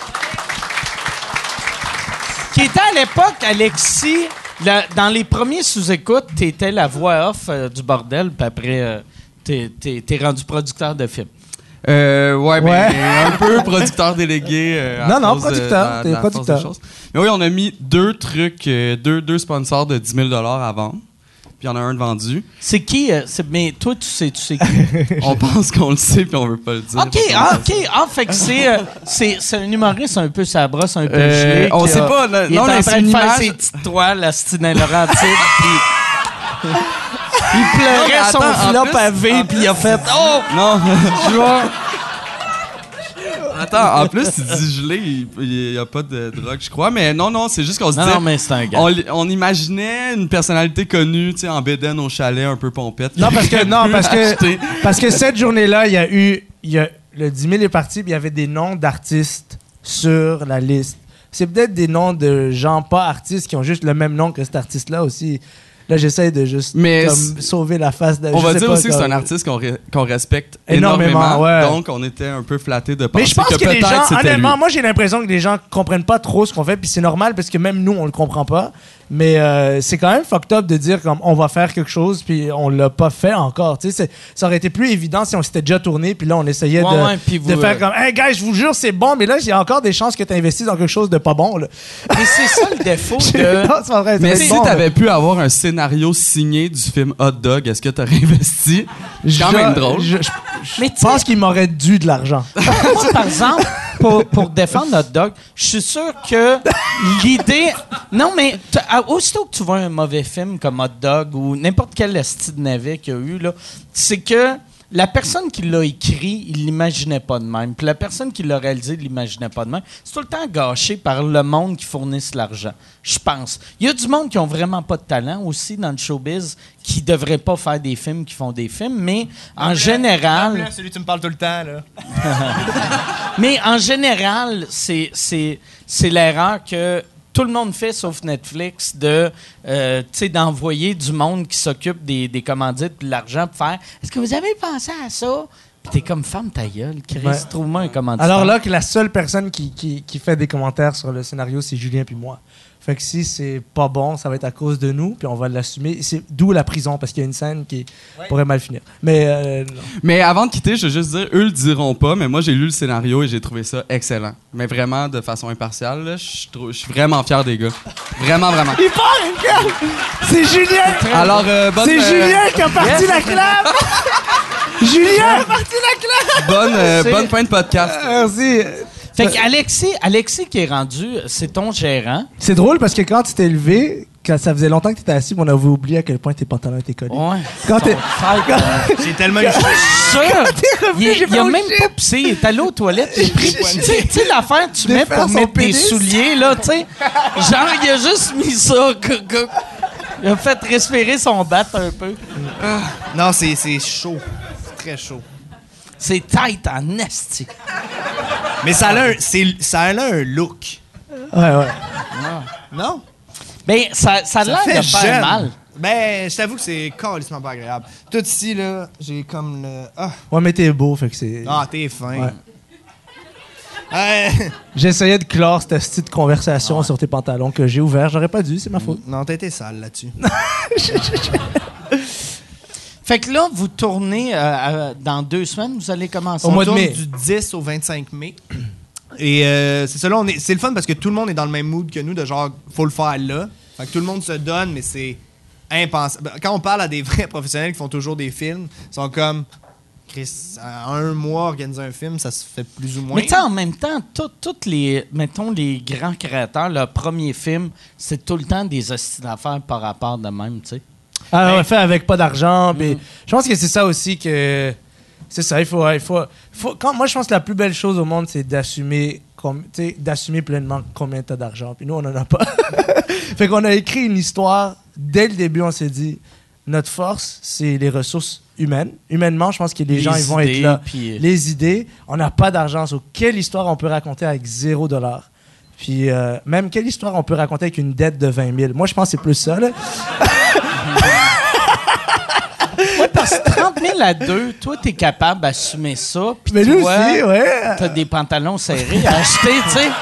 Qui était à l'époque, Alexis, dans les premiers sous-écoutes, t'étais la voix off du bordel, puis après, t'es rendu producteur de films. Ouais, ben, Ouais. un peu producteur délégué. Non, producteur, t'es producteur. Mais oui, on a mis deux trucs, deux sponsors de 10 000 à vendre. Puis il y en a un de vendu. C'est qui? Mais toi, tu sais qui? On pense qu'on le sait, puis on veut pas le dire. OK, fait que c'est un humoriste un peu sa brosse, un peu Euh, gelé. on qui sait a- pas, là. Il Non, est là, en c'est train de une faire image- ses petites toiles à Stine Laurentide, puis... Il pleurait Non, mais son attends, en flop plus- à V, puis il a fait « Oh! » Non, je vois. Attends, en plus, il dit gelé, il n'y a pas de drogue, je crois. Mais non, c'est juste qu'on se Non, disait. non, mais c'est un gars. On imaginait une personnalité connue, tu sais, en bédaine au chalet, un peu pompette. Non, parce que Acheter. parce que cette journée-là, le 10 000 est parti, puis il y avait des noms d'artistes sur la liste. C'est peut-être des noms de gens pas artistes qui ont juste le même nom que cet artiste-là aussi. Là, j'essaie de juste Mais sauver la face de... On je va sais dire pas, aussi que c'est comme- un artiste qu'on respecte Énormément, énormément. ouais. Donc, on était un peu flattés de penser Mais je pense que, les peut-être gens, c'était lui. honnêtement, moi j'ai l'impression que les gens comprennent pas trop ce qu'on fait, puis c'est normal parce que même nous on le comprend pas. Mais c'est quand même fucked up de dire comme on va faire quelque chose puis on l'a pas fait encore. Tu sais, ça aurait été plus évident si on s'était déjà tourné puis là on essayait puis de faire comme hey guys, je vous jure c'est bon, mais là il y a encore des chances que tu investis dans quelque chose de pas bon. Là. Mais c'est ça le défaut de... Non, c'est pas vrai, ça Mais va être si bon, là. t'avais pu avoir un scénario signé du film Hot Dog, est-ce que t'aurais investi? C'est quand même drôle. Mais je pense qu'il m'aurait dû de l'argent. Moi, par exemple, pour défendre notre dog, je suis sûr que l'idée... Non, mais aussitôt que tu vois un mauvais film comme Hot Dog ou n'importe quel style de navet qu'il y a eu, là, c'est que la personne qui l'a écrit, il l'imaginait pas de même. Puis la personne qui l'a réalisé, il l'imaginait pas de même. C'est tout le temps gâché par le monde qui fournisse l'argent, je pense. Il y a du monde qui ont vraiment pas de talent aussi dans le showbiz, qui devrait pas faire des films, qui font des films, mais en général... Celui que tu me parles tout le temps, là. Mais en général, c'est l'erreur que tout le monde fait, sauf Netflix, d'envoyer du monde qui s'occupe des commandites et de l'argent pour faire « Est-ce que vous avez pensé à ça? » Puis t'es comme « Femme ta gueule, Chris, Ouais. trouve-moi un commanditaire. » Alors là que la seule personne qui fait des commentaires sur le scénario c'est Julien puis moi. Fait que si c'est pas bon, ça va être à cause de nous, puis on va l'assumer. C'est d'où la prison, parce qu'il y a une scène qui pourrait mal finir. Mais non. Mais avant de quitter, je veux juste dire, eux le diront pas, mais moi j'ai lu le scénario et j'ai trouvé ça excellent. Mais vraiment, de façon impartiale, là, je suis vraiment fier des gars. Vraiment, vraiment. Il part, une gueule! C'est Julien! Alors, bonne... C'est Julien qui a parti la clap! Julien a parti la clap! Bonne fin de podcast. Merci. Fait qu'Alexis qui est rendu, c'est ton gérant. C'est drôle parce que quand tu t'es levé, quand ça faisait longtemps que tu étais assis, on avait oublié à quel point tes pantalons étaient collés. Ouais. Quand t'es... J'ai tellement eu Je suis sûr. revenu, j'ai Il fait a oh même shit. pas pissé. Il est allé aux toilettes. Il a pris. Tu sais, l'affaire que tu mets Défaire pour son mettre tes pénis. souliers, là, tu sais. Genre, il a juste mis ça. Il a fait respirer son bat un peu. Non, c'est chaud. C'est très chaud. C'est tight en esti. Mais ça a un look. Ouais. Non? Ben, ça a l'air de faire mal. Ben, je t'avoue que c'est calissement pas agréable. Tout ici, là, j'ai comme le... Ouais, mais t'es beau, fait que c'est... Ah, t'es fin. Ouais. Ouais. J'essayais de clore cette petite conversation sur tes pantalons que j'ai ouvert. J'aurais pas dû, c'est ma faute. Non, t'as été sale là-dessus. Fait que là, vous tournez dans 2 semaines, vous allez commencer. Au mois de tourne mai. du 10 au 25 mai. Et c'est ça, là, c'est le fun parce que tout le monde est dans le même mood que nous, de genre, faut le faire là. Fait que tout le monde se donne, mais c'est impensable. Quand on parle à des vrais professionnels qui font toujours des films, ils sont comme, Chris, en 1 mois, organiser un film, ça se fait plus ou moins. Mais tu sais, en même temps, toutes les, mettons, les grands créateurs, leur premier film, c'est tout le temps des hosties d'affaires par rapport de même, tu sais. Ah, ouais, fait avec pas d'argent. Puis je pense que c'est ça aussi que... C'est ça, il faut moi, je pense que la plus belle chose au monde, c'est d'assumer pleinement combien t'as d'argent. Puis nous, on en a pas. Fait qu'on a écrit une histoire. Dès le début, on s'est dit, notre force, c'est les ressources humaines. Humainement, je pense que les gens, ils vont être là. Puis, Les idées. On n'a pas d'argent. So, quelle histoire on peut raconter avec $0? Puis même quelle histoire on peut raconter avec une dette de 20 000? Moi, je pense que c'est plus ça, là. ouais, parce que 30 000 à 2, toi, t'es capable d'assumer ça. Puis Mais lui toi, aussi, ouais. t'as des pantalons serrés à acheter, tu sais.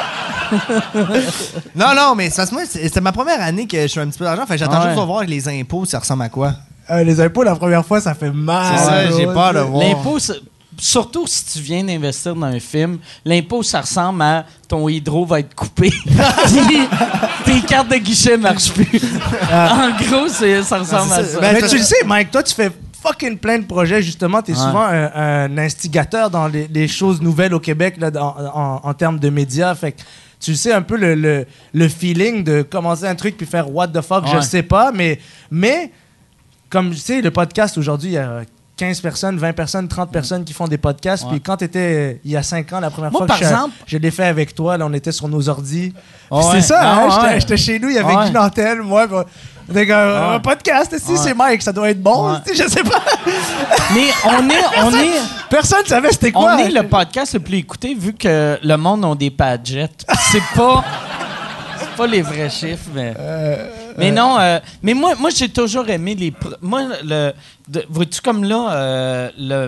Non, mais c'est parce que moi, c'était ma première année que je suis un petit peu d'argent. Fait que j'attends Ouais. juste de voir les impôts, ça ressemble à quoi. Les impôts, la première fois, ça fait mal. C'est ça, j'ai peur de voir. L'impôt, surtout si tu viens d'investir dans un film, l'impôt, ça ressemble à ton hydro va être coupé. Puis tes cartes de guichet marchent plus. En gros, ça ressemble à ça. Ben, Mais tu le sais, Mike, toi, tu fais fucking plein de projets, justement. T'es souvent un instigateur dans les choses nouvelles au Québec, là, en termes de médias. Fait que tu le sais un peu le feeling de commencer un truc puis faire what the fuck, je Ouais. sais pas, mais comme tu sais, le podcast aujourd'hui, il y a 15 personnes, 20 personnes, 30 personnes qui font des podcasts. Ouais. Puis quand t'étais, il y a 5 ans, la première Moi, fois par que exemple- je l'ai fait avec toi, là, on était sur nos ordis. Puis Ouais. c'est ça, Ah, hein, ouais. j'étais chez nous, il y avait Ouais. Guy Nantel, moi. puis on était comme, un podcast, si Ouais. c'est Mike, ça doit être bon, Ouais. si, je sais pas. Mais on est Personne savait c'était quoi. on est le podcast le plus écouté vu que le monde a des padgets. C'est pas les vrais chiffres, mais... Mais non, mais moi j'ai toujours aimé moi, vois-tu comme là,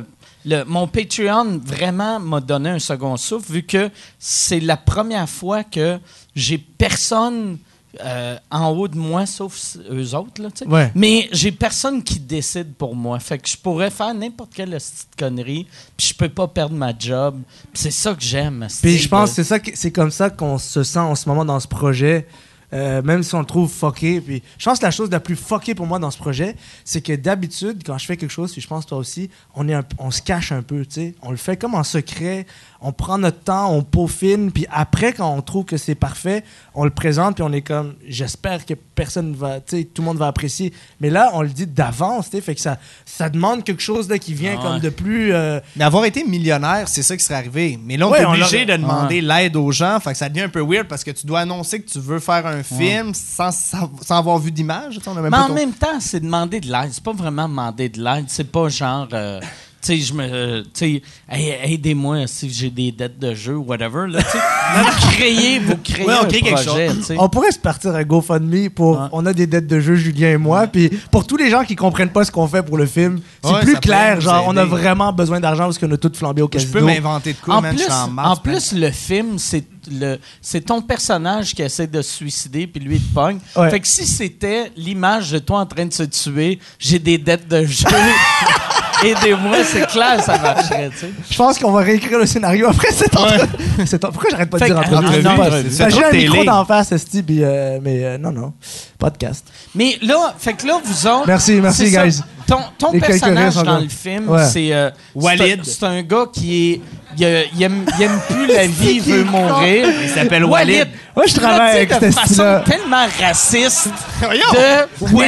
mon Patreon vraiment m'a donné un second souffle, vu que c'est la première fois que j'ai personne en haut de moi, sauf eux autres, là, tu sais. Ouais. Mais j'ai personne qui décide pour moi. Fait que je pourrais faire n'importe quelle petite connerie, puis je peux pas perdre ma job. Puis c'est ça que j'aime. Puis je pense que c'est comme ça qu'on se sent en ce moment dans ce projet. Même si on le trouve fucké. Puis je pense que la chose la plus fuckée pour moi dans ce projet, c'est que d'habitude, quand je fais quelque chose, puis je pense toi aussi, on se cache un peu, tu sais. On le fait comme en secret, on prend notre temps, on peaufine, puis après, quand on trouve que c'est parfait, on le présente, puis on est comme, j'espère que personne va, tu sais, tout le monde va apprécier. Mais là, on le dit d'avance, tu sais, fait que ça demande quelque chose là, qui vient comme de plus... Mais avoir été millionnaire, c'est ça qui serait arrivé. Mais là, on est obligé de demander l'aide aux gens, fait que ça devient un peu weird parce que tu dois annoncer que tu veux faire un film sans avoir vu d'image. Mais en même temps, c'est demander de l'aide. C'est pas vraiment demander de l'aide. C'est pas genre... tu sais, aidez-moi si j'ai des dettes de jeu ou whatever. Là, vous créez un projet. On pourrait se partir un GoFundMe pour... On a des dettes de jeu, Julien et moi. Puis pour tous les gens qui comprennent pas ce qu'on fait pour le film, c'est plus clair. Genre, on a vraiment besoin d'argent parce qu'on a tout flambé au casino. Je peux m'inventer de quoi, man. En plus, le film, c'est ton personnage qui essaie de se suicider puis lui, il te pogne. Ouais. Fait que si c'était l'image de toi en train de se tuer, j'ai des dettes de jeu... Aidez-moi, c'est clair, ça marcherait, tu sais. Je pense qu'on va réécrire le scénario après cette entrevue. Pourquoi j'arrête pas de dire entrevue? J'ai un micro d'en face, esti, puis mais non, podcast. Mais là, fait que là, vous autres... Merci, guys. Ton personnage dans le film, c'est... Walid. C'est un gars qui est... Il aime plus la vie, il veut mourir. Il s'appelle Walid. Moi, je travaille avec cette façon tellement raciste Walid.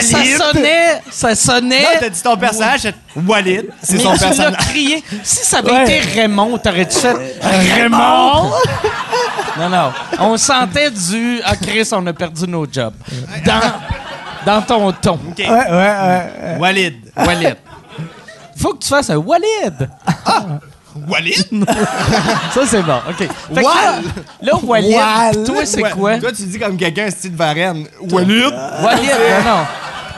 Ça sonnait... Non, t'as dit ton personnage, c'est Walid. C'est son personnage. Mais tu l'as crié. Si ça avait été Raymond, t'aurais-tu fait Raymond? Non. On sentait du... Ah, Chris, on a perdu nos jobs. Dans ton ton. Okay. Ouais. Walid. Faut que tu fasses un Walid. Walid? Ça, c'est bon. OK. Là, Walid, toi, c'est quoi? Toi, tu dis comme quelqu'un style Varenne. Walid? Walid, non.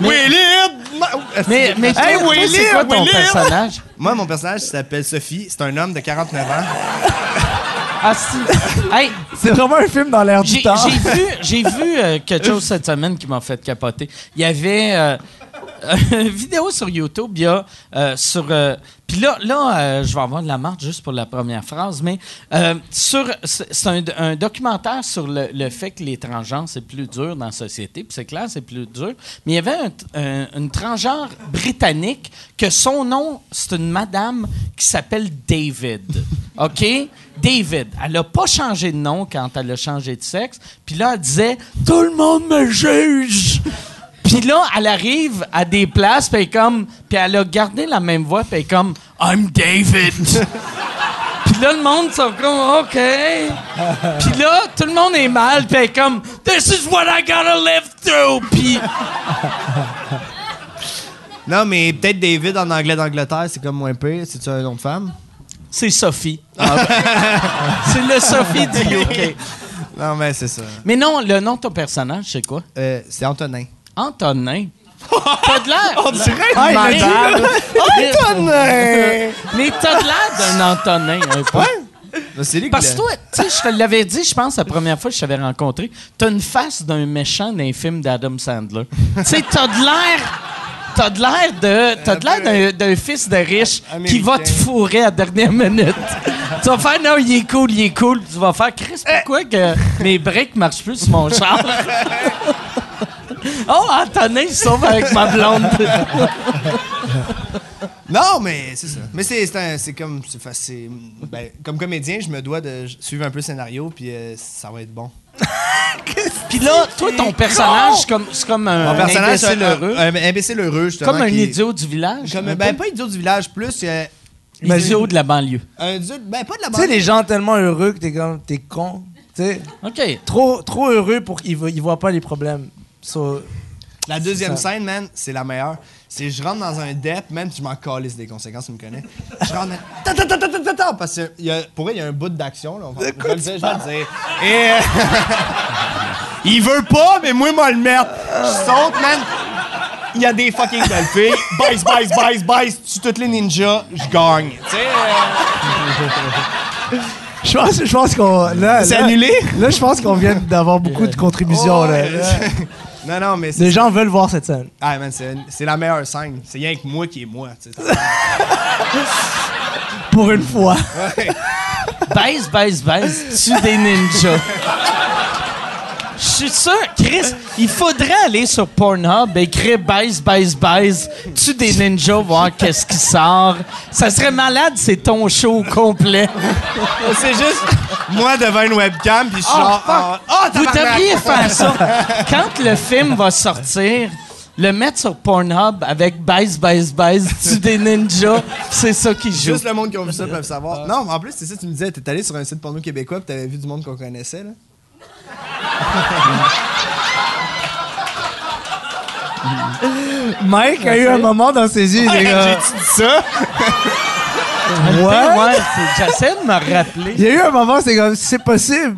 Walid! Mais toi, c'est quoi ton personnage? Moi, mon personnage s'appelle Sophie. C'est un homme de 49 ans. Ah, si. Hey, c'est vraiment un film dans l'air du temps. J'ai vu quelque chose cette semaine qui m'a fait capoter. Il y avait une vidéo sur YouTube, il y a puis là, je vais avoir de la marde juste pour la première phrase, mais c'est un documentaire sur le fait que les transgenres, c'est plus dur dans la société, puis c'est clair, c'est plus dur. Mais il y avait une transgenre britannique que son nom, c'est une madame qui s'appelle David. OK? David. Elle n'a pas changé de nom quand elle a changé de sexe. Puis là, elle disait « Tout le monde me juge! » Puis là, elle arrive à des places, puis elle a gardé la même voix, puis elle est comme « I'm David! » Puis là, le monde sont comme « OK! » Puis là, tout le monde est mal, puis elle est comme « This is what I gotta live through! » Puis... Non, mais peut-être David en anglais d'Angleterre, c'est comme moins pire. C'est-tu un nom de femme? C'est Sophie. C'est le Sophie du UK. Non, mais c'est ça. Mais non, le nom de ton personnage, c'est quoi? C'est Antonin. Antonin? T'as de l'air... On dirait Antonin! Mais t'as de l'air d'un Antonin, un peu. Ouais? C'est lui. Parce que toi, tu sais, je te l'avais dit, je pense, la première fois que je t'avais rencontré, t'as une face d'un méchant d'un film d'Adam Sandler. Tu sais, t'as de l'air d'un fils de riche qui va te fourrer à la dernière minute. Tu vas faire, non, il est cool. Tu vas faire, Chris, pourquoi que mes breaks marchent plus sur mon char? Oh, Antonin, il sauve avec ma blonde. Non, mais c'est ça. Mais c'est comme... comme comédien, je me dois de suivre un peu le scénario, puis ça va être bon. Puis là, toi, ton personnage, c'est comme un imbécile heureux. Un imbécile heureux, justement. Comme un idiot du village. Pas idiot du village, plus... idiot de la banlieue. Pas de la banlieue. Tu sais, les gens tellement heureux que t'es con. T'sais, OK. Trop heureux pour qu'ils voient pas les problèmes. La deuxième scène, man, c'est la meilleure. C'est je rentre dans un dep, man, je m'en calisse des conséquences, tu me connais. Je rentre dans... Parce que pour vrai, il y a un bout d'action, là. Je vais le dire. Et... Il veut pas, mais moi, moi le mettre. Je saute, man. Il y a des fucking belles filles. Baise, tu toutes les ninjas, je gagne. Tu sais, Je pense qu'on... c'est annulé? Là, je pense qu'on vient d'avoir beaucoup de contributions. Là. Non, mais c'est... Les gens veulent voir cette scène. Ah, man, c'est la meilleure scène. C'est rien que moi qui est moi, tu sais. Pour une fois. Ouais. Baise, tue des ninjas. Je suis sûr, Chris, il faudrait aller sur Pornhub, écrire baise, tue des ninjas, voir qu'est-ce qui sort. Ça serait malade, c'est ton show complet. C'est juste moi devant une webcam, puis je suis genre... Vous devriez faire ça. Quand le film va sortir, le mettre sur Pornhub avec baise, tue des ninjas, c'est ça qui joue. Juste le monde qui a vu ça peuvent savoir. Non, mais en plus, c'est ça, tu me disais, t'es allé sur un site porno québécois, puis t'avais vu du monde qu'on connaissait, là. Mike a eu un moment dans ses yeux, les gars. J'ai-tu dit ça? Ouais, j'essaie de me rappeler. Il y a eu un moment, c'est comme, c'est possible.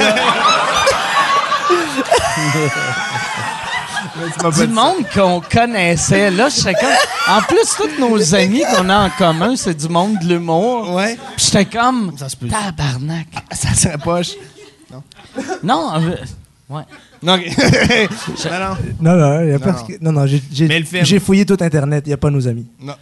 Du monde qu'on connaissait. Là, je serais comme... En plus, tous nos amis qu'on a en commun, c'est du monde de l'humour. Ouais. Puis j'étais comme... Ça se peut. Tabarnak. Ça serait poche. Non, ouais. Non, Non, il y a non, Mais le film. j'ai fouillé tout Internet, il n'y a pas nos amis. non.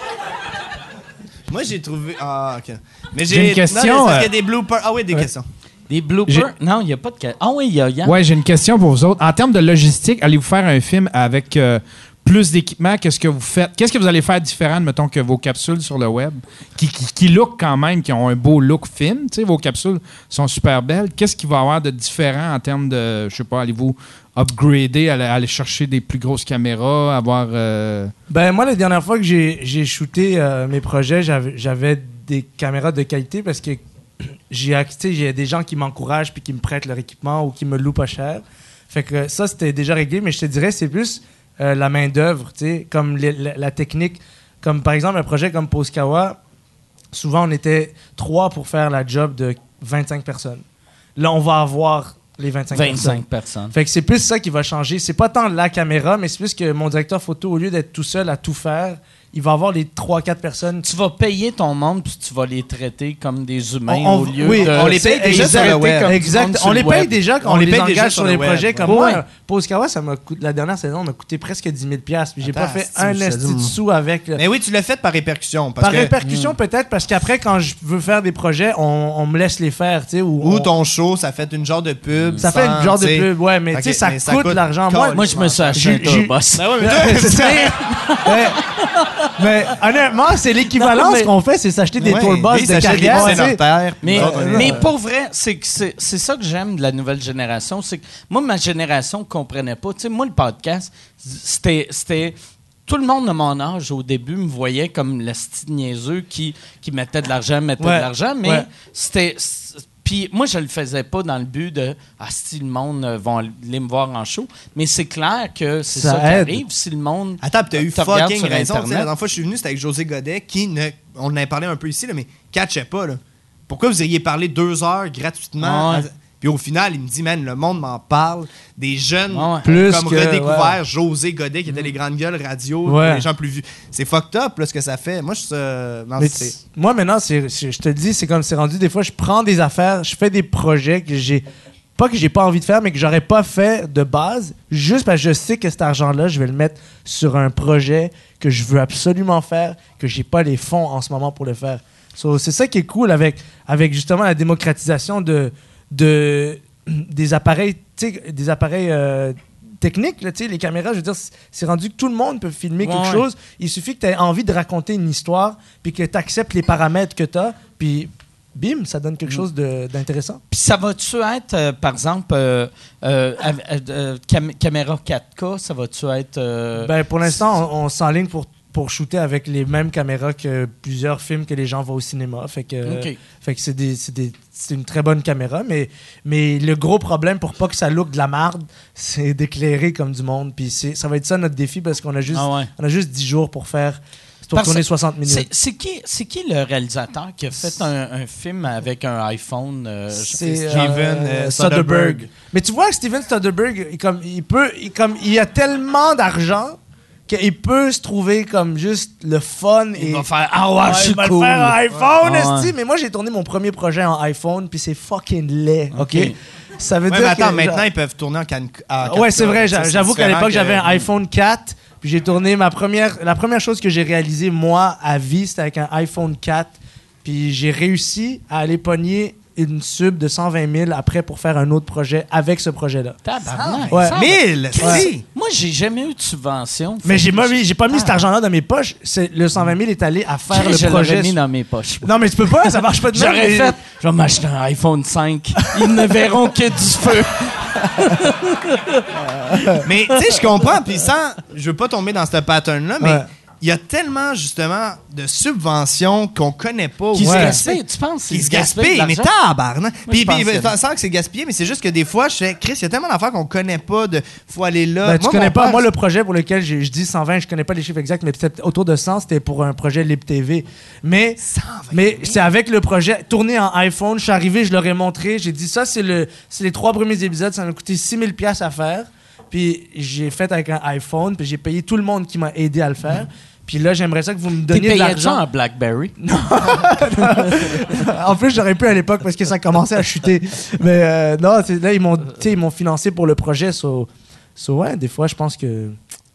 Moi, j'ai trouvé... Ah, OK. Mais J'ai une question, Non, parce qu'il y a des bloopers. Ah oui, des questions. Des bloopers? Non, il n'y a pas de... Ah oui, il y a Yann. Ouais, j'ai une question pour vous autres. En termes de logistique, allez-vous faire un film avec plus d'équipement? Qu'est-ce que vous faites? Qu'est-ce que vous allez faire différent, mettons, que vos capsules sur le web? Qui look quand même, qui ont un beau look film. Tu sais, vos capsules sont super belles. Qu'est-ce qu'il va y avoir de différent en termes de... Je sais pas, allez-vous upgrader, aller chercher des plus grosses caméras, avoir... Ben, moi, la dernière fois que j'ai shooté mes projets, j'avais des caméras de qualité parce que j'ai des gens qui m'encouragent puis qui me prêtent leur équipement ou qui me louent pas cher. Fait que ça, c'était déjà réglé, mais je te dirais, c'est plus la main-d'œuvre, tu sais, comme la technique. Comme par exemple, un projet comme Poscawa, souvent on était 3 pour faire la job de 25 personnes. Là, on va avoir les 25 personnes. Fait que c'est plus ça qui va changer. C'est pas tant la caméra, mais c'est plus que mon directeur photo, au lieu d'être tout seul à tout faire, il va avoir les 3-4 personnes. Tu vas payer ton monde puis tu vas les traiter comme des humains au lieu oui, de... on les paye déjà sur le web. Exact. On les paye déjà quand on les engage sur les projets. Comme moi, Poscawa, la dernière saison m'a coûté presque 10 000 $. Puis j'ai pas fait un esti de sous avec. Mais oui, tu l'as fait par répercussion. Par répercussion, peut-être, parce qu'après, quand je veux faire des projets, on me laisse les faire. Ou ton show, ça fait une genre de pub. Ça fait une genre de pub, ouais, mais tu sais, ça coûte de l'argent. Moi, je me suis acheté un turboss. Mais honnêtement, c'est l'équivalent. Ce qu'on fait, c'est s'acheter des tourbus de carrière. Mais pour vrai, c'est ça que j'aime de la nouvelle génération. C'est que moi, ma génération ne comprenait pas. Tu sais, moi, le podcast, c'était tout le monde de mon âge, au début, me voyait comme le style niaiseux qui mettait de l'argent, mais c'était... Puis moi, je le faisais pas dans le but de « Ah, si le monde va aller me voir en show », mais c'est clair que c'est ça qui arrive. Si le monde... Attends, t'as eu fucking raison. La Internet. dernière fois que je suis venu, c'était avec José Godet, on en avait parlé un peu ici, là, mais catchait pas. Là. Pourquoi vous iriez parler 2 heures gratuitement? Ouais. Puis au final, il me dit, man, le monde m'en parle. Des jeunes plus comme que, redécouvert José Godet, qui était les grandes gueules radio, les gens plus vus. C'est fucked up, là, ce que ça fait. Moi, moi, maintenant, je te le dis, c'est comme c'est rendu. Des fois, je prends des affaires, je fais des projets que j'ai pas envie de faire, mais que j'aurais pas fait de base, juste parce que je sais que cet argent-là, je vais le mettre sur un projet que je veux absolument faire, que j'ai pas les fonds en ce moment pour le faire. So, c'est ça qui est cool avec justement la démocratisation des appareils, techniques, là, les caméras. Je veux dire, c'est rendu que tout le monde peut filmer quelque chose. Il suffit que tu aies envie de raconter une histoire, puis que tu acceptes les paramètres que tu as, puis bim, ça donne quelque chose d'intéressant. Puis ça va-tu être, par exemple, caméra 4K, ça va-tu être... Ben, pour l'instant, on s'enligne pour shooter avec les mêmes caméras que plusieurs films que les gens voient au cinéma. Fait que c'est une très bonne caméra, mais le gros problème pour pas que ça look de la marde, c'est d'éclairer comme du monde. Puis ça va être ça notre défi parce qu'on a juste 10 jours pour faire pour tourner 60 minutes. C'est qui le réalisateur qui a fait un film avec un iPhone? C'est Steven Soderbergh. Mais tu vois, Steven Soderbergh, il a tellement d'argent qu'il peut se trouver comme juste le fun. Il va faire « Ah ouais, je suis cool! » Il va le faire en iPhone, Ouais. esti. Mais moi, j'ai tourné mon premier projet en iPhone, puis c'est fucking laid, OK? Ça veut Ouais, dire mais attends, que, maintenant, ils peuvent tourner en 4K. Ouais, c'est vrai. Ça, c'est J'avoue qu'à différent l'époque, j'avais un iPhone 4, puis j'ai tourné la première chose que j'ai réalisée, moi, à vie, c'était avec un iPhone 4. Puis j'ai réussi à aller pogner une sub de 120 000 après pour faire un autre projet avec ce projet-là. Tabarnak! Ouais. 1000! Ouais. Moi, j'ai jamais eu de subvention. Mais j'ai pas mis cet argent-là dans mes poches. Le 120 000 est allé à faire Je le projet. l'aurais mis dans mes poches. Non, mais tu peux pas, ça marche pas de même. J'aurais mais- fait, je vais m'acheter un iPhone 5. Ils ne verront que du feu. Mais tu sais, je comprends, puis je veux pas tomber dans ce pattern-là, mais Ouais. il y a tellement, justement, de subventions qu'on connaît pas. Qui se Ouais. gaspillent, tu penses? Qui se gaspillent, mais tabarnak! Puis, je pense que- sans que c'est gaspillé, mais c'est juste que des fois, je fais, Chris, il y a tellement d'affaires qu'on connaît pas, faut aller là. Ben, tu Moi, connais mon pas. père, Moi, le projet pour lequel je dis 120, je connais pas les chiffres exacts, mais peut-être autour de 100, c'était pour un projet Lib TV. Mais c'est avec le projet tourné en iPhone. Je suis arrivé, je leur ai montré. J'ai dit ça, c'est les 3 premiers épisodes. Ça m'a coûté 6 000 $ à faire. Puis j'ai fait avec un iPhone. Puis j'ai payé tout le monde qui m'a aidé à le faire. Puis là, j'aimerais ça que vous me T'es donniez de payé l'argent. en BlackBerry? En plus, j'aurais pu à l'époque parce que ça commençait à chuter. Mais non, là, ils m'ont financé pour le projet. So, ouais, des fois, je pense que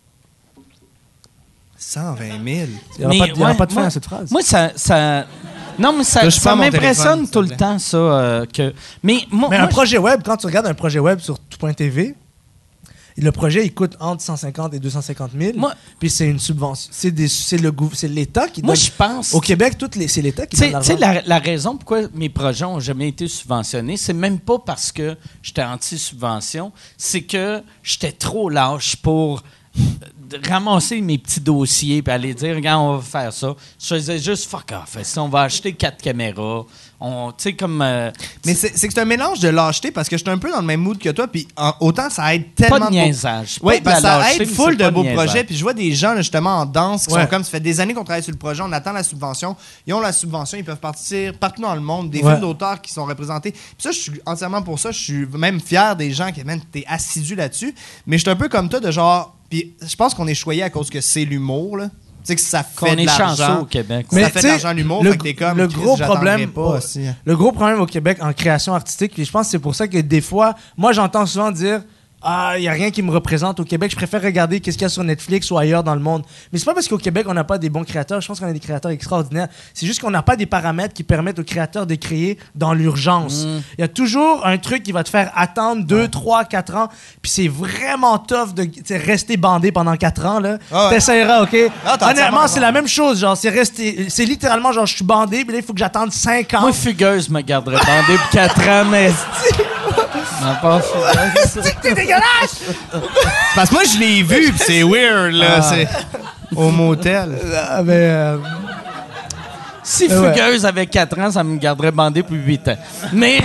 120 000. il n'y aura pas de fin à cette phrase. Moi, ça non, mais ça Touche pas à mon m'impressionne téléphone, tout s'il le te plaît. temps, ça. Mais moi, Mais un moi, projet web, quand tu regardes un projet web sur tout.tv, le projet, il coûte entre 150 et 250 000. Moi- Puis c'est une subvention. C'est l'État qui moi, donne. je pense... Au Québec, c'est l'État qui Tu donne sais, l'argent. la raison pourquoi mes projets n'ont jamais été subventionnés, c'est même pas parce que j'étais anti-subvention, c'est que j'étais trop lâche pour ramasser mes petits dossiers et aller dire, regarde, on va faire ça. Je faisais juste fuck off. Si on va acheter 4 caméras, tu sais, comme. Mais c'est que c'est un mélange de lâcheté parce que je suis un peu dans le même mood que toi, puis autant ça aide tellement. Pas de niaisage. Oui, Pas de parce que la ça lâcheté, aide mais full c'est pas de beaux niaisage. projets. Puis je vois des gens, là, justement, en danse qui Ouais. sont comme, ça fait des années qu'on travaille sur le projet, on attend la subvention. Ils ont la subvention, ils peuvent partir partout dans le monde. Des Ouais. films d'auteurs qui sont représentés. Puis ça, je suis entièrement pour ça. Je suis même fier des gens qui, man, t'es assidu là-dessus. Mais je suis un peu comme toi, de genre. Puis je pense qu'on est choyé à cause que c'est l'humour, là. Tu sais que ça fait Qu'on de est l'argent. chanceux au Québec. Mais ça Mais fait de tu sais, l'argent l'humour, le- fait que t'es comme, le Chris, gros j'attendrai problème pas au- aussi. Le gros problème au Québec en création artistique, puis je pense que c'est pour ça que des fois, moi, j'entends souvent dire il n'y a rien qui me représente au Québec. Je préfère regarder qu'est-ce qu'il y a sur Netflix ou ailleurs dans le monde. Mais c'est pas parce qu'au Québec, on n'a pas des bons créateurs. Je pense qu'on a des créateurs extraordinaires. C'est juste qu'on n'a pas des paramètres qui permettent aux créateurs de créer dans l'urgence. Il y a toujours un truc qui va te faire attendre 2, 3, 4 ans. Puis c'est vraiment tough de rester bandé pendant 4 ans. Là. Ah ouais. T'essaieras, OK? Ah, t'as Honnêtement, entièrement c'est la même chose. Genre, c'est littéralement genre, je suis bandé, puis là, il faut que j'attende 5 ans. Moi, Fugueuse me garderait bandé pour 4 ans, mais. Non, pas Fugueuse. T'es dégueulasse! Parce que moi, je l'ai vu, pis c'est weird, là. C'est au motel. Ah, mais, Si Ouais. Fugueuse avait 4 ans, ça me garderait bandé pour 8 ans. Mais.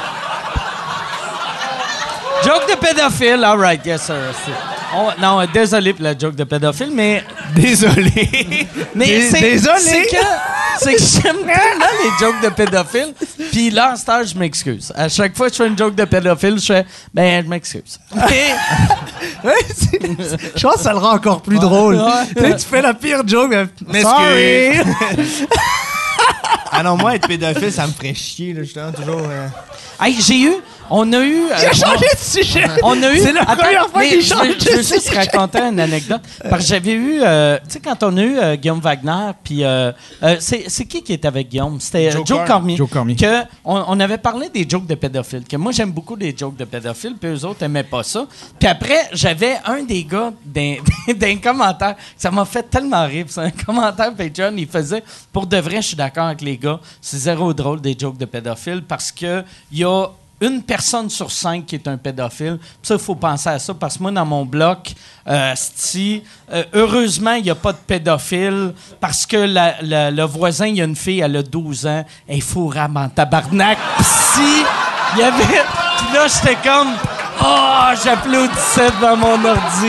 Joke de pédophile, all right, yes, sir. Non, désolé pour la joke de pédophile, mais. Désolé. Mais c'est désolé. c'est que j'aime tellement les jokes de pédophiles. Puis là, en stage, je m'excuse. À chaque fois que je fais une joke de pédophile, je fais ben je m'excuse. Mais je pense que ça le rend encore plus drôle. Ouais. Tu sais, tu fais la pire joke, mais M'excuse. sorry! Ah non, moi, être pédophile, ça me ferait chier, là, justement, toujours. hey, on a eu. Il a changé de sujet! On a eu. C'est la première fois mais qu'il je change veux- de Je veux juste sujet. raconter une anecdote. Parce que j'avais eu. Tu sais, quand on a eu Guillaume Wagner, puis. C'est qui était avec Guillaume? C'était Joe Cormier. Joe Cormier. Que on avait parlé des jokes de pédophiles. Que moi, j'aime beaucoup les jokes de pédophiles, puis eux autres n'aimaient pas ça. Puis après, j'avais un des gars d'un commentaire. Ça m'a fait tellement rire. C'est un commentaire Patreon. Il faisait pour de vrai, je suis d'accord avec les gars, c'est zéro drôle des jokes de pédophiles parce que il y a une personne sur 5 qui est un pédophile. Puis ça, il faut penser à ça, parce que moi, dans mon bloc, heureusement, il n'y a pas de pédophile, parce que le voisin, il y a une fille, elle a 12 ans, elle est fourrable en tabarnak. Puis si il y avait... Puis là, j'étais comme... Oh, j'applaudissais devant mon ordi.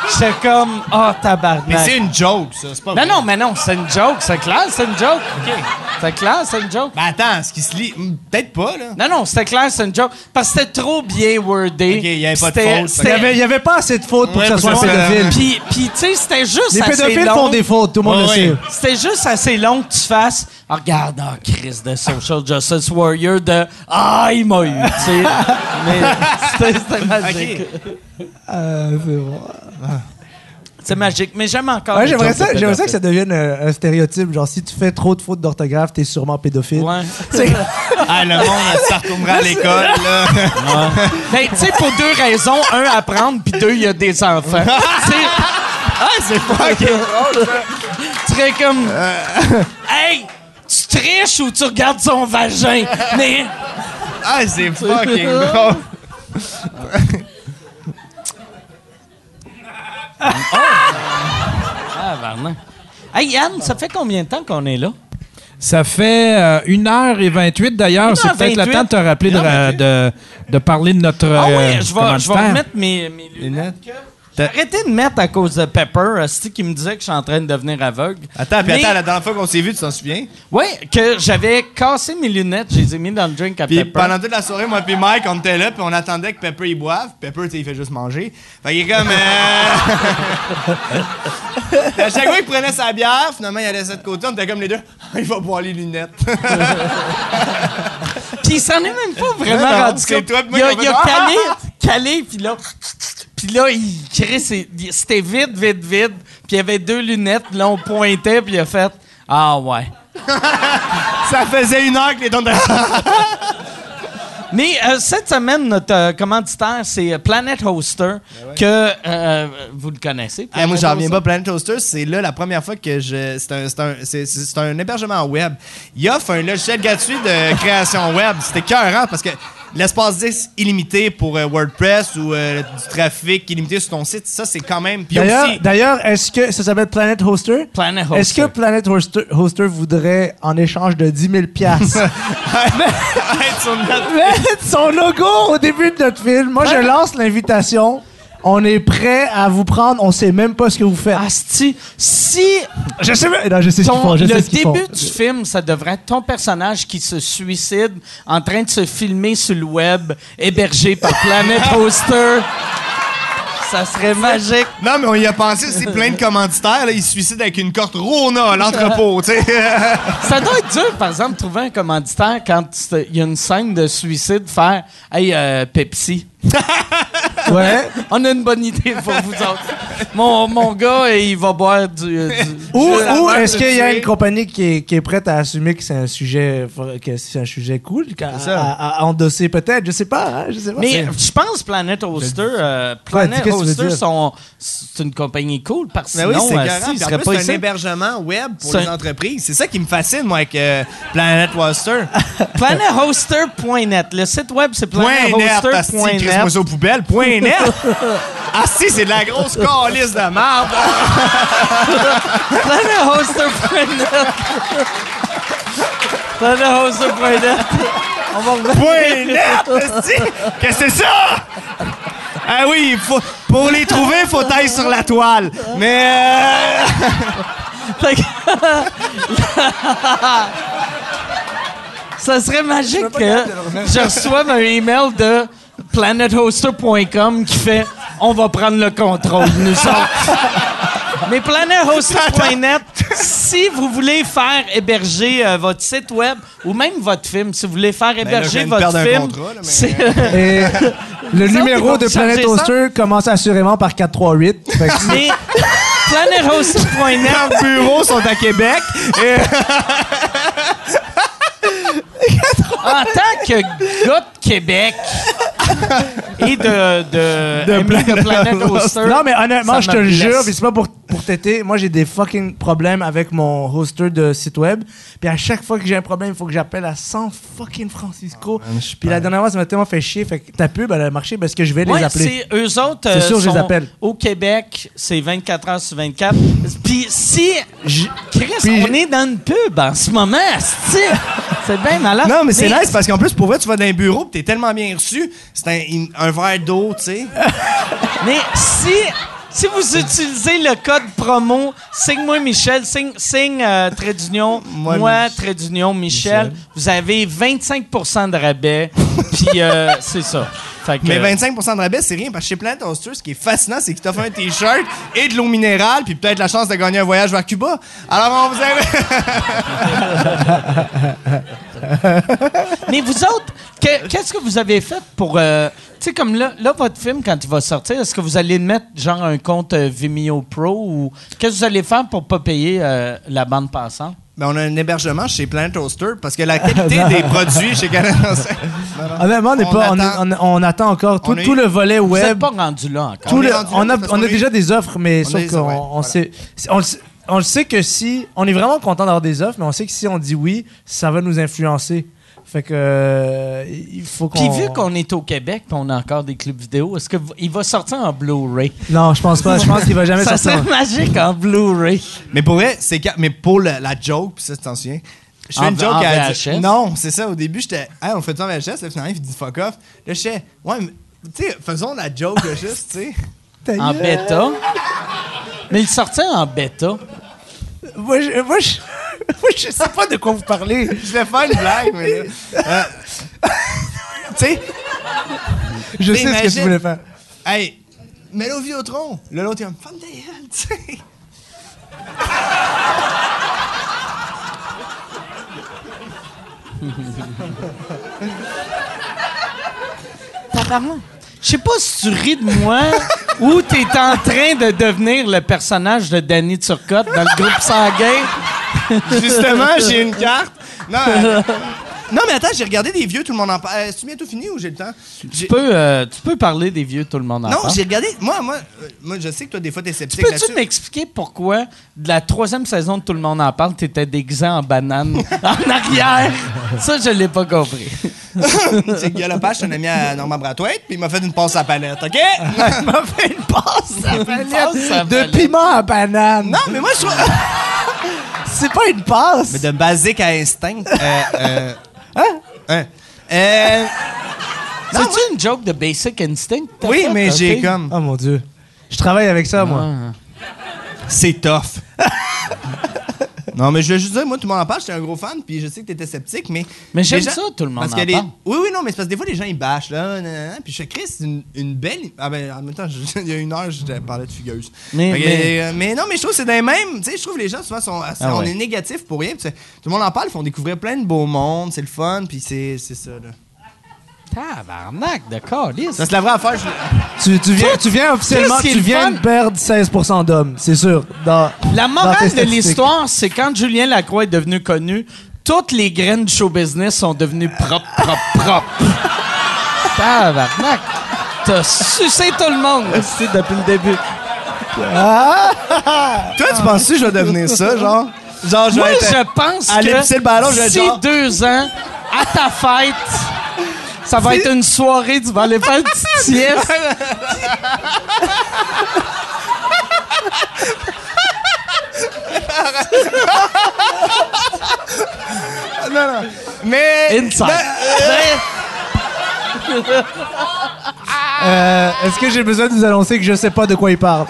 J'étais comme, tabarnak. Mais c'est une joke, ça. C'est pas vrai. Non, mais non, c'est une joke. C'est clair, c'est une joke. OK. C'est clair, c'est une joke. Ben attends, ce qui se lit... Peut-être pas, là. Non, c'était clair, c'est une joke. Parce que c'était trop bien wordé. OK, il y avait pas de C'était- faute. c'était- Il y avait pas assez de fautes pour Ouais, que ça soit un pour que ça soit- pédophile. Puis tu sais, c'était juste Les assez pédophiles long. font des fautes, tout le monde le sait. C'était juste assez long que tu fasses regarde, Chris de Social Justice Warrior de il m'a eu, tu sais. Mais c'était magique. C'est bon. C'est magique, mais j'aime encore. Ouais, les j'aimerais jokes de ça que ça pédophiles. devienne un stéréotype. Genre, si tu fais trop de fautes d'orthographe, t'es sûrement pédophile. Ouais. Ah, le monde, ça retournera à l'école, là. Ben, tu sais, pour deux raisons. Un, apprendre, puis deux, il y a des enfants. Tu sais, C'est fucking drôle, ça. tu serais comme... Hey, tu triches ou tu regardes son vagin? Mais... Ah, c'est fucking drôle. Ah, vraiment. Hey, Yann, ça fait combien de temps qu'on est là? Ça fait 1h28 d'ailleurs. C'est peut-être le 1h28. temps de te rappeler de parler de notre Ah oui, je vais commanditaire. remettre mes lunettes. Arrêtez de mettre à cause de Pepper, c'est qui me disait que je suis en train de devenir aveugle. Attends, Mais- la dernière fois qu'on s'est vu, tu t'en souviens? Oui, que j'avais cassé mes lunettes, je les ai mis dans le drink à Puis Pepper. pendant toute la soirée, moi puis Mike, on était là, puis on attendait que Pepper y boive. Pepper, tu sais, il fait juste manger. Fait qu'il est comme... Puis à chaque fois qu'il prenait sa bière, finalement, il allait de côté, on était comme les deux. Il va boire les lunettes. Puis il s'en est même pas vraiment Non, rendu c'est compte. toi, puis moi, Il a, qui il a a calé, puis là... Puis là, il crée c'était vide. Puis il y avait deux lunettes, là, on pointait, puis il a fait « Ah ouais ». Ça faisait 1 heure que les dons de... Mais cette semaine, notre commanditaire, c'est Planet Hoster, que vous le connaissez. Ah, moi, Planet j'en reviens Hoster. pas. Planet Toaster, c'est là la première fois que c'est un hébergement web. Il offre un logiciel gratuit de création web. C'était écœurant parce que l'espace disque illimité pour WordPress ou du trafic illimité sur ton site, ça, c'est quand même... Puis aussi... D'ailleurs, est-ce que ça s'appelle Planet Hoster? Planet Hoster. Est-ce que Planet Hoster voudrait, en échange de 10 000 piastres, Arrête sur notre- mettre son logo au début de notre film? Moi, je lance l'invitation. On est prêt à vous prendre. On sait même pas ce que vous faites. Asti, si Je sais même... Non, je sais ce qu'ils font. Je sais le ce qu'ils font. début du film, ça devrait être ton personnage qui se suicide en train de se filmer sur le web, hébergé par Planet Hoster. Ça serait magique. Non, mais on y a pensé, c'est plein de commanditaires. Là, ils se suicident avec une corde Rona à l'entrepôt, tu sais. Ça doit être dur, par exemple, de trouver un commanditaire quand il y a une scène de suicide, faire « Hey, Pepsi, Ouais. on a une bonne idée pour vous autres. Mon gars, il va boire du Ou avant est-ce de qu'il y a tuer. une compagnie qui est prête à assumer que c'est un sujet cool, à endosser peut-être, je sais pas, hein, je sais pas. Mais je pense Planet Hoster, Planet qu'est-ce que tu veux Hoster, dire? c'est une compagnie cool parce que Ben oui, sinon, c'est si, écœurant. il Puis en serait plus, pas c'est un ici. hébergement web pour C'est les un- entreprises. C'est ça qui me fascine, moi, avec Planet Hoster. PlanetHoster.net. Le site web, c'est Point net, asti, PlanetHoster.net. crisse-moi ça aux poubelles. Point net. Ah si, c'est de la grosse calice de merde. PlanetHoster.net. PlanetHoster.net. On va revenir. Point net, asti. Qu'est-ce que c'est ça? Ah oui, pour les trouver, il faut tailler sur la toile. Mais... Fait que- Ça serait magique que je reçoive un email de planethoster.com qui fait « On va prendre le contrôle, nous autres. » Mais planethoster.net, si vous voulez faire héberger votre site web ou même votre film, si vous voulez faire là, je héberger viens de votre perdre un film, contrat, là, mais- c'est- Et le autres, ils numéro vont de charger Planet ça? Hoster commence assurément par 438. Fait que mais planethoster.net, Leurs bureaux sont à Québec. Et... en tant que gars de Québec et de Planet Hoster. non, mais honnêtement, ça je te me le jure, blesse. puis c'est pas pour t'aider. Moi, j'ai des fucking problèmes avec mon hoster de site web. Puis à chaque fois que j'ai un problème, il faut que j'appelle à San fucking Francisco. Puis la dernière fois, ça m'a tellement fait chier. Fait que ta pub, elle a marché parce que je vais les Ouais, appeler. c'est eux autres. C'est sûr, je les sont appelle. Au Québec, c'est 24 heures sur 24. Puis si. Chris, Puis- on est dans une pub en ce moment, asti. C'est bien malade. Non, mais c'est nice parce qu'en plus, pour vrai, tu vas dans un bureau pis t'es tellement bien reçu. C'est un verre d'eau, tu sais. Mais si Si vous utilisez le code promo, signe-moi Michel, signe trait d'union, moi, trait d'union, Michel, vous avez 25% de rabais. Puis c'est ça. Fait que, Mais 25% de rabais, c'est rien, parce que chez Planet Toaster, ce qui est fascinant, c'est qu'ils t'offrent un T-shirt et de l'eau minérale, puis peut-être la chance de gagner un voyage vers Cuba. Alors, on vous invite... Mais vous autres, qu'est-ce que vous avez fait pour... tu sais, comme là, votre film, quand il va sortir, est-ce que vous allez mettre genre un compte Vimeo Pro ou qu'est-ce que vous allez faire pour pas payer la bande passante? Ben, on a un hébergement chez Planet Toaster parce que la qualité des produits chez Canada... Honnêtement, on attend encore tout le volet Vous web. n'êtes pas rendu là encore. On a déjà des offres, mais sauf qu'on sait... On le sait que si... On est vraiment content d'avoir des offres, mais on sait que si on dit oui, ça va nous influencer. Fait que... il faut qu'on... Puis vu qu'on est au Québec et on a encore des clubs vidéo, est-ce qu'il va sortir en Blu-ray? Non, je pense pas. Je pense qu'il va jamais ça sortir. serait magique en Blu-ray. Mais pour vrai, mais pour la joke, puis ça, tu t'en souviens? Je fais une joke à... VHS? Non, c'est ça. Au début, j'étais... Hey, on fait ça en VHS. Là, finalement, il dit fuck off. Là, je sais... Ouais, mais... Tu sais, faisons la joke, là, juste, tu sais. En bêta. Mais il sortait en bêta. Moi, je sais pas de quoi vous parlez. Je vais faire une blague, mais là... tu sais... Je sais ce que tu voulais faire. Hey, mets-le au Vidéotron. Là, l'autre, il va me faire des gueules, tu sais. Je sais pas si tu ris de moi ou t'es en train de devenir le personnage de Danny Turcotte dans le groupe sanguin. Justement, j'ai une carte. Non, mais attends, j'ai regardé des vieux, tout le monde en parle. C'est-tu bientôt fini ou j'ai le temps? Tu peux parler des vieux, tout le monde en parle. Non, j'ai regardé. Moi, je sais que toi, des fois, t'es sceptique Peux-tu là-dessus. m'expliquer pourquoi, de la 3e saison de Tout le monde en parle, t'étais déguisé en banane en arrière? Ça, je l'ai pas compris. C'est que Guy Lepage, c'est un ami à Normand Brathwaite, puis il m'a fait une passe à palette, OK? Il m'a fait une passe à palette de piment à banane. Non, mais moi, je trouve... C'est pas une passe. Mais de basique à instinct. C'est-tu une joke de Basic Instinct? Oui, mais j'ai Ok. comme... Oh mon Dieu. Je travaille avec ça, moi. C'est tough. Non, mais je veux juste dire, moi, tout le monde en parle, j'étais un gros fan, puis je sais que t'étais sceptique, mais... Mais j'aime les gens- ça, tout le monde parce en que parle. Oui, non, mais c'est parce que des fois, les gens, ils bâchent, là, puis je fais, Chris, c'est une belle... Ah ben, en même temps, il y a une heure, je parlais de fugueuse. Mais Non, mais je trouve que c'est dans les mêmes... Tu sais, je trouve que les gens, souvent, on ouais. est négatifs pour rien, puis tout le monde en parle, ils font découvrir plein de beaux mondes, c'est le fun, puis c'est ça, là. Tabarnak de calice. Ça, c'est la vraie affaire, Tu viens officiellement, qu'est-ce qui est tu le viens fun? de perdre 16% d'hommes, c'est sûr. La dans morale tes de statistiques. l'histoire, c'est quand Julien Lacroix est devenu connu, toutes les graines du show business sont devenues propres. Tabarnak. T'as sucé tout le monde aussi depuis le début. Toi, tu penses-tu que je vais devenir ça, genre? Genre, je Moi, vais être... je pense aller que pisser le ballon, je vais être d'ici genre- 2 ans, à ta fête, ça va être une soirée, tu vas aller faire une petite sieste. Non. Mais... Inside. Est-ce que j'ai besoin de vous annoncer que je sais pas de quoi il parle?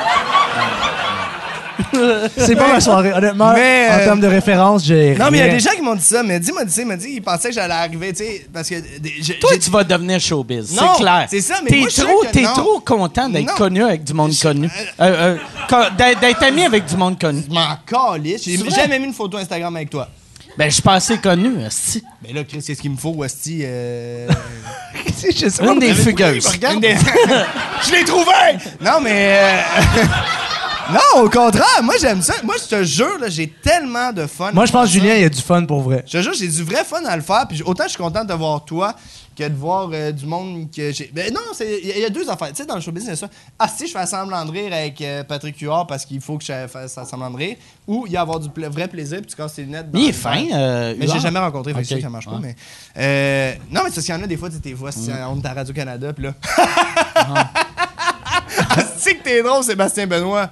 C'est pas ma soirée, honnêtement. Mais, en termes de référence, j'ai. Non, mais il y a rien. des gens qui m'ont dit ça. Mais m'a dit, ils pensaient que j'allais arriver, tu sais, parce que... Toi, tu vas devenir showbiz, Non, c'est clair. c'est ça, mais moi, je suis sûr que T'es non. trop content d'être Non. connu avec du monde connu. D'être ami avec du monde connu. Je m'en calisse. J'ai C'est vrai? jamais mis une photo Instagram avec toi. Ben, je suis pas assez connu, esti. Mais là, Chris, qu'est-ce qu'il me faut, Westy? Je sais pas. Une des fugueuses. Je l'ai trouvé! Non, mais... Non, au contraire, moi, j'aime ça. Moi, je te jure, là, j'ai tellement de fun. Moi, je pense que à faire ça. Julien, il y a du fun pour vrai. Je te jure, j'ai du vrai fun à le faire. Puis autant je suis content de voir toi que de voir du monde que j'ai. Ben non, il y a 2 affaires. Tu sais, dans le show business, ça. Ah, si je fais semblant de rire avec Patrick Huard parce qu'il faut que je fasse semblant de rire, ou il y a avoir du vrai plaisir puis tu casses tes lunettes. dans Il est le fin. verre. Mais j'ai Huard. jamais rencontré, fait que je sais Ok. que ça marche pas. Ouais. Mais non, mais c'est parce qu'il y en a des fois, tu sais, tes voix, on est à Radio-Canada, puis là. Ah, c'est que t'es drôle, Sébastien Benoît.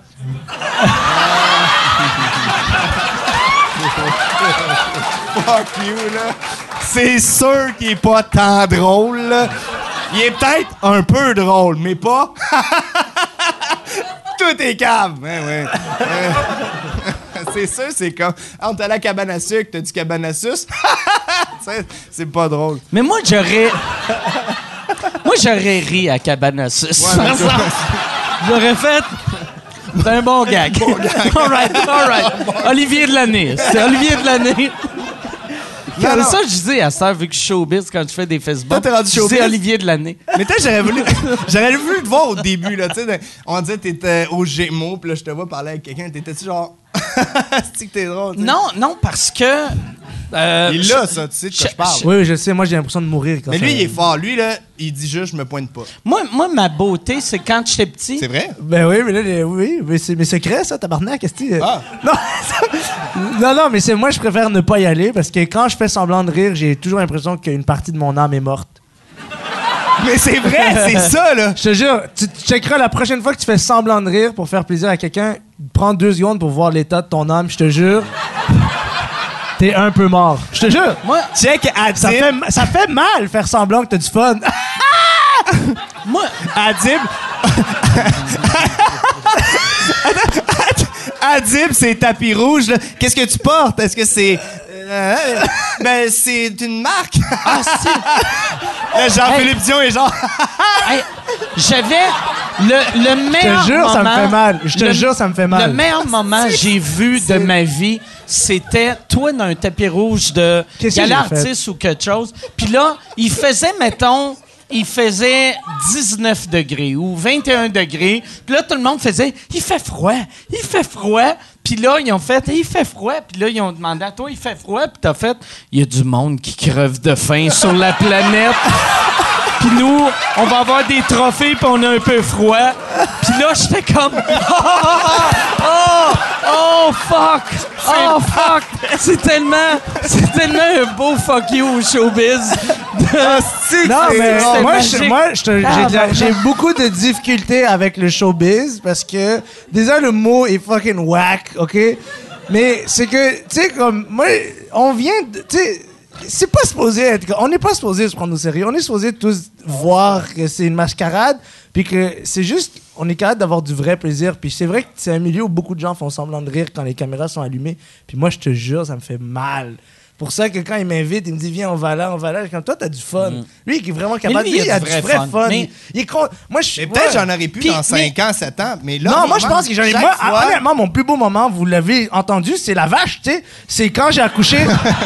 Fuck you, là. C'est sûr qu'il est pas tant drôle, là. Il est peut-être un peu drôle, mais pas. tout est cave! Ouais. C'est sûr, c'est comme. Ah, on est allé à la cabane à sucre, t'as du cabane à sucre? C'est pas drôle. Mais moi, j'aurais ri à Cabane à Sucre. Ouais, J'aurais fait. C'est un bon gag. All right. Olivier de l'année. C'est Olivier de l'année. C'est ça que je dis à ça, vu que je suis showbiz quand je fais des Facebook. Toi, t'es rendu showbiz? C'est Olivier de l'année. Mais toi, j'aurais voulu te voir au début, là, tu sais. On disait que t'étais au Gémeaux, puis là, je te vois parler avec quelqu'un, t'étais-tu genre... C'est que t'es drôle, tu sais. Non, parce que... Il est là, ça, tu sais de quoi je parle. Oui, je sais. Moi, j'ai l'impression de mourir quand Mais ça- lui, il est fort. Lui, là, il dit juste, je me pointe pas. Moi, ma beauté, c'est quand j'étais petit... C'est vrai? Ben oui, mais là, oui, mais c'est mes secrets, ça, tabarnak, qu'est-ce que Ah. Non, mais c'est moi, je préfère ne pas y aller parce que quand je fais semblant de rire, j'ai toujours l'impression qu'une partie de mon âme est morte. Mais c'est vrai, c'est ça, là. Je te jure, tu checkeras la prochaine fois que tu fais semblant de rire pour faire plaisir à quelqu'un, prends 2 secondes pour voir l'état de ton âme, je te jure. T'es un peu mort. Je te jure. Moi, Check Adib. Ça fait mal faire semblant que t'as du fun. moi, Adib. Adib, c'est tapis rouge, là. Qu'est-ce que tu portes? Est-ce que c'est... ben, c'est une marque. ah, si. Là, Jean-Philippe Dion est genre... Hey, j'avais le meilleur Je te jure, ça me moment- fait mal. Je te jure, ça me fait mal. Le meilleur moment que j'ai vu de ma vie, c'était toi dans un tapis rouge de Qu'est-ce que gala j'ai fait? artiste ou quelque chose. Puis là, il faisait 19 degrés ou 21 degrés. Puis là, tout le monde faisait « Il fait froid. Puis là, ils ont fait « Il fait froid. » Puis là, ils ont demandé à toi « Il fait froid. » Puis t'as fait « Il y a du monde qui creve de faim sur la planète. » Puis nous, on va avoir des trophées, puis on a un peu froid. Puis là, j'étais comme... Oh, fuck! C'est tellement un beau fuck you au showbiz. Non, mais c'est moi, magique. j'ai beaucoup de difficultés avec le showbiz parce que déjà le mot est fucking whack, ok? Mais c'est que, tu sais, comme moi, on vient de, tu sais, c'est pas supposé être, on n'est pas supposé se prendre au sérieux. On est supposé tous voir que c'est une mascarade, puis que c'est juste, on est capable d'avoir du vrai plaisir. Puis c'est vrai que c'est un milieu où beaucoup de gens font semblant de rire quand les caméras sont allumées. Puis moi, je te jure, ça me fait mal. Pour ça que quand il m'invite, il me dit viens, on va là. Comme toi, t'as du fun. Lui, il est vraiment capable. lui, Il a du vrai fun. Mais- Il est con. Moi, je Mais peut-être j'en aurais pu Puis, dans 5 ans, 7 ans, mais là... non, moi, je pense que j'en ai. chaque Moi, fois- honnêtement, mon plus beau moment, vous l'avez entendu, c'est la vache, tu sais. C'est quand j'ai accouché.